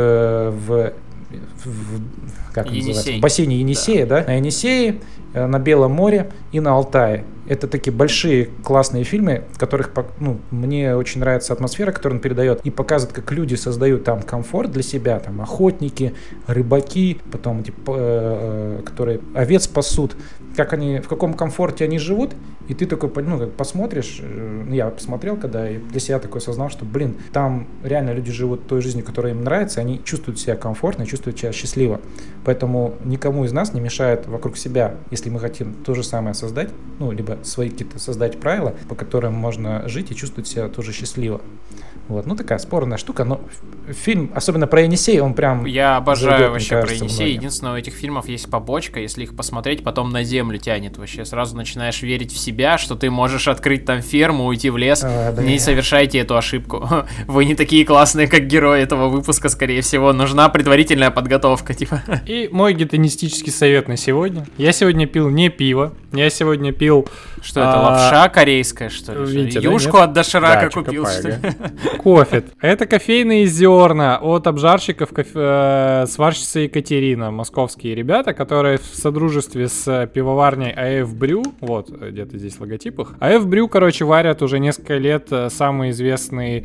как он называется? В бассейне Енисея, да? На Енисее, на Белом море и на Алтае. Это такие большие классные фильмы, в которых мне очень нравится атмосфера, которую он передает, и показывает, как люди создают там комфорт для себя, там охотники, рыбаки, потом которые овец пасут, как они, в каком комфорте они живут, и ты такой, посмотришь, я посмотрел, когда и для себя такой осознал, что, там реально люди живут той жизнью, которая им нравится, они чувствуют себя комфортно, чувствуют себя счастливо. Поэтому никому из нас не мешает вокруг себя, если мы хотим то же самое создать, либо свои какие-то создать правила, по которым можно жить и чувствовать себя тоже счастливо. Вот, такая спорная штука, но фильм, особенно про Енисей, он прям... Я обожаю зайдет, вообще кажется, про Енисей. многим. Единственное, у этих фильмов есть побочка, если их посмотреть, потом на землю тянет вообще. Сразу начинаешь верить в себя, что ты можешь открыть там ферму, уйти в лес. Не совершайте эту ошибку. Вы не такие классные, как герои этого выпуска, скорее всего. Нужна предварительная подготовка, типа. И мой гедонистический совет на сегодня. Я сегодня пил не пиво, я сегодня пил... Что это, лапша корейская, что ли? Видите, Юшку да, от доширака да, купил, что ли? Кофе. Это кофейные зерна от обжарщиков сварщица Екатерина. Московские ребята, которые в содружестве с пивоварней АФ Брю, вот, где-то здесь логотип их. АФ Брю, варят уже несколько лет самый известный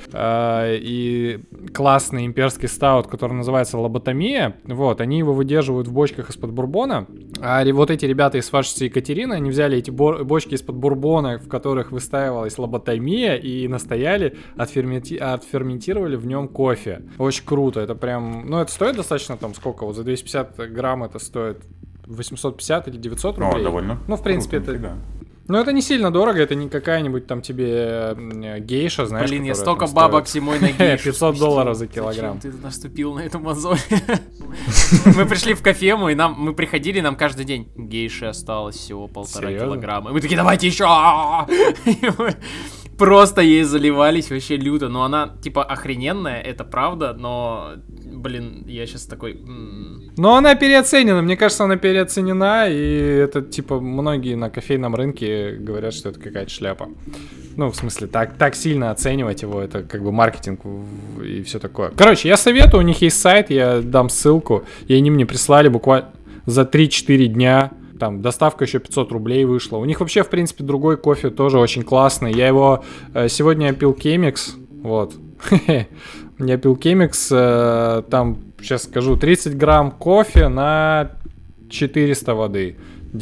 и классный имперский стаут, который называется Лоботомия. Вот, они его выдерживают в бочках из-под бурбона. А вот эти ребята из сварщицы Екатерины, они взяли эти бочки из-под бурбона, в которых выстаивалась лоботомия, и настояли, отферментировали в нем кофе. Очень круто, это прям... это стоит достаточно, там, сколько? Вот за 250 грамм это стоит 850 или 900 рублей. Довольно. В принципе, круто, это... это не сильно дорого, это не какая-нибудь там тебе гейша, знаешь. Блин, я столько бабок зимой на гейшу. $500 за килограмм. Зачем ты наступил на эту мозоль? Мы пришли в кофему, и мы приходили, нам каждый день гейши осталось всего 1,5 килограмма. И мы такие, давайте еще! Просто ей заливались вообще люто. Но она, охрененная, это правда, но, я сейчас такой... Но она переоценена, мне кажется, она переоценена, и это, многие на кофейном рынке говорят, что это какая-то шляпа. В смысле, так сильно оценивать его, это маркетинг и все такое. Короче, я советую, у них есть сайт, я дам ссылку, и они мне прислали буквально за 3-4 дня. Там доставка еще 500 рублей вышла. У них вообще, в принципе, другой кофе тоже очень классный. Я его... Сегодня я пил Chemex. Вот. Я пил Chemex. Там, сейчас скажу, 30 грамм кофе на 400 воды.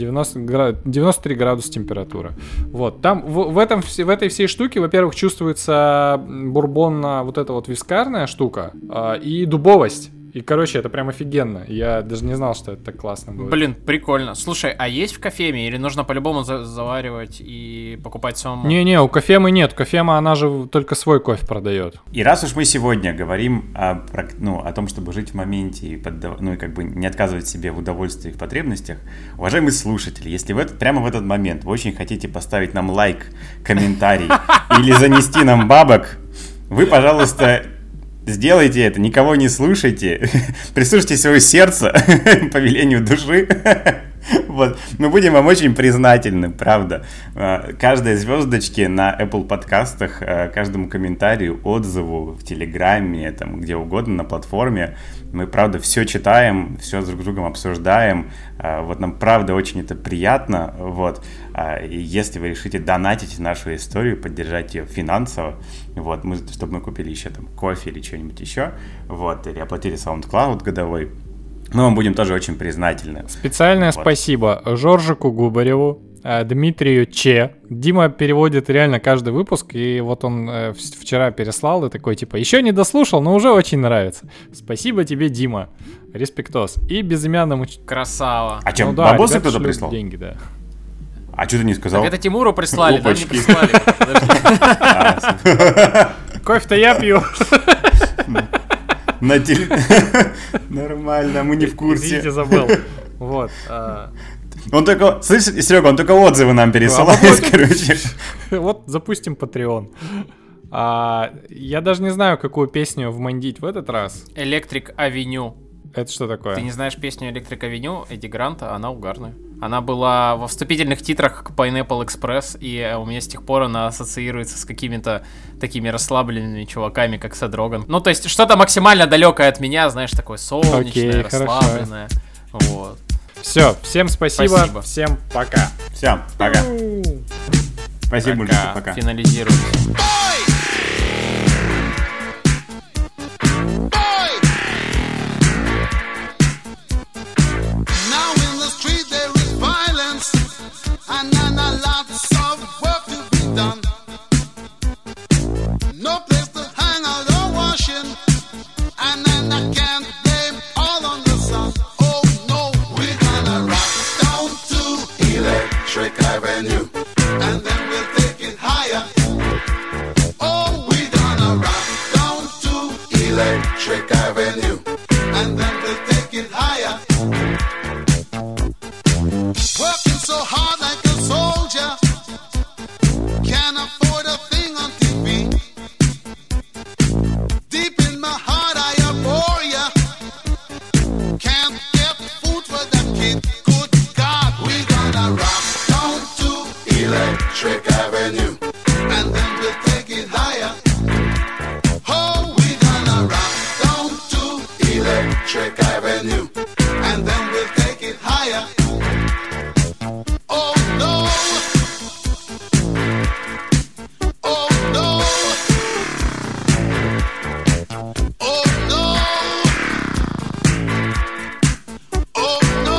93 градуса температура. Вот. Там в этой всей штуке, во-первых, чувствуется бурбонная вот эта вот вискарная штука и дубовость. И, это прям офигенно. Я даже не знал, что это так классно будет. Прикольно. Слушай, а есть в кофеме? Или нужно по-любому заваривать и покупать самому? Не-не, у кофемы нет. Кофема, она же только свой кофе продает. И раз уж мы сегодня говорим о том, чтобы жить в моменте и не отказывать себе в удовольствии и в потребностях, уважаемые слушатели, если прямо в этот момент вы очень хотите поставить нам лайк, комментарий или занести нам бабок, вы, пожалуйста... Сделайте это, никого не слушайте, прислушайте свое сердце по велению души. Вот. Мы будем вам очень признательны, правда. Каждой звездочке на Apple подкастах, каждому комментарию, отзыву в Телеграме, там, где угодно, на платформе. Мы, правда, все читаем, все друг с другом обсуждаем. Вот нам, правда, очень это приятно. Вот. И если вы решите донатить нашу историю, поддержать ее финансово, вот, чтобы мы купили еще там кофе или что-нибудь еще, вот, или оплатили SoundCloud годовой, мы вам будем тоже очень признательны. Специальное спасибо Жоржику Губареву, Дмитрию Че. Дима переводит реально каждый выпуск, и вот он вчера переслал и такой, еще не дослушал, но уже очень нравится. Спасибо тебе, Дима. Респектос. И безымянному... Красава. А что, бабосы кто-то прислал? Деньги, да. А что ты не сказал? Так это Тимуру прислали, да, не прислали. Кофе-то я пью. Нормально, мы не в курсе. Извините, забыл. Вот. Он только, слышишь, Серега, он только отзывы нам пересылает, короче. Вот запустим Patreon. Я даже не знаю, какую песню вмандить в этот раз. Electric Avenue. Это что такое? Ты не знаешь песню Electric Avenue Эдди Гранта? Она угарная. Она была во вступительных титрах к Pineapple Express, и у меня с тех пор она ассоциируется с какими-то такими расслабленными чуваками, как Сет Роган. Ну, то есть что-то максимально далекое от меня, знаешь, такое солнечное, Окей, хорошо. расслабленное. Вот. Все, всем спасибо. Всем пока. Все, пока. Спасибо, мужики, Пока. пока. Финализируем. Now in the street there is violence, and then a lots of work to be done. No place to hang out or washing, and then I can't blame all on the sun. Oh no, we're gonna rock down to Electric Avenue, and then we'll take it higher. Oh, we're gonna rock down to Electric Avenue, and then we'll take it higher. Working so hard like a soldier, can't afford a thing on TV. Deep in my heart I abhor ya, can't get food for that kid. Good God, we gonna rock down to Electric Avenue, and then we'll take it higher. Oh, we gonna rock down to Electric Avenue, and then we'll take it higher. Oh no! Oh no! Oh no! Oh no!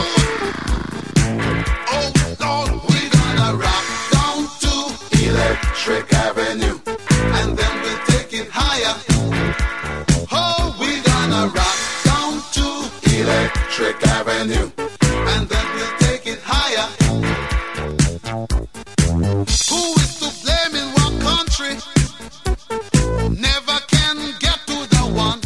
Oh Lord, we're gonna rock down to Electric Avenue, and then we'll take it higher. Oh, we're gonna rock down to Electric Avenue, and then we'll take it higher. Who is to blame in what country? Never can get to the one.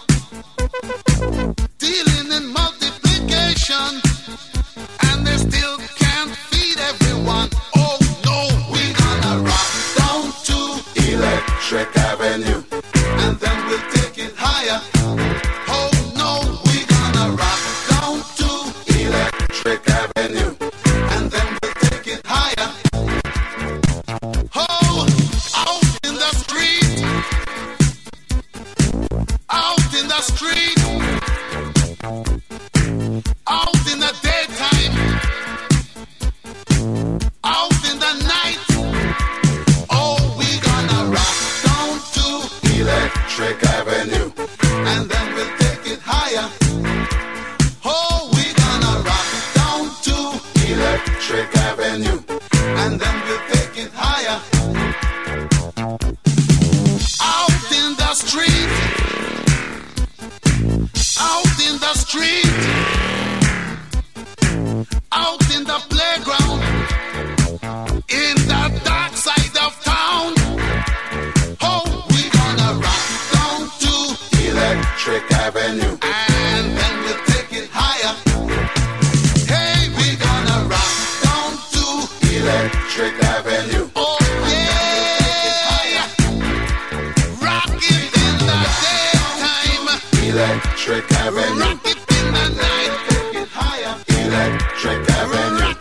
Dealing in multiplication, and they still can't feed everyone. Oh no, we're gonna rock down to Electric Avenue, and then we'll take it higher. Oh no, we're gonna rock down to Electric Avenue, and then we'll take it higher. Oh, out in the street, out in the street, out in the daytime, out in the night. Oh, we gonna rock down to Electric Avenue, and then we'll take it higher. Oh, we gonna rock down to Electric Avenue, and then we'll take it higher. Out in the street, out in the street, out in the playground, in the dark side of town. Oh, we gonna rock down to Electric Avenue, and then we'll take it higher. Hey, we gonna rock down to Electric Avenue. Oh yeah, rock it in the daytime, Electric Avenue. Rock it in the night, take it higher, Electric Avenue.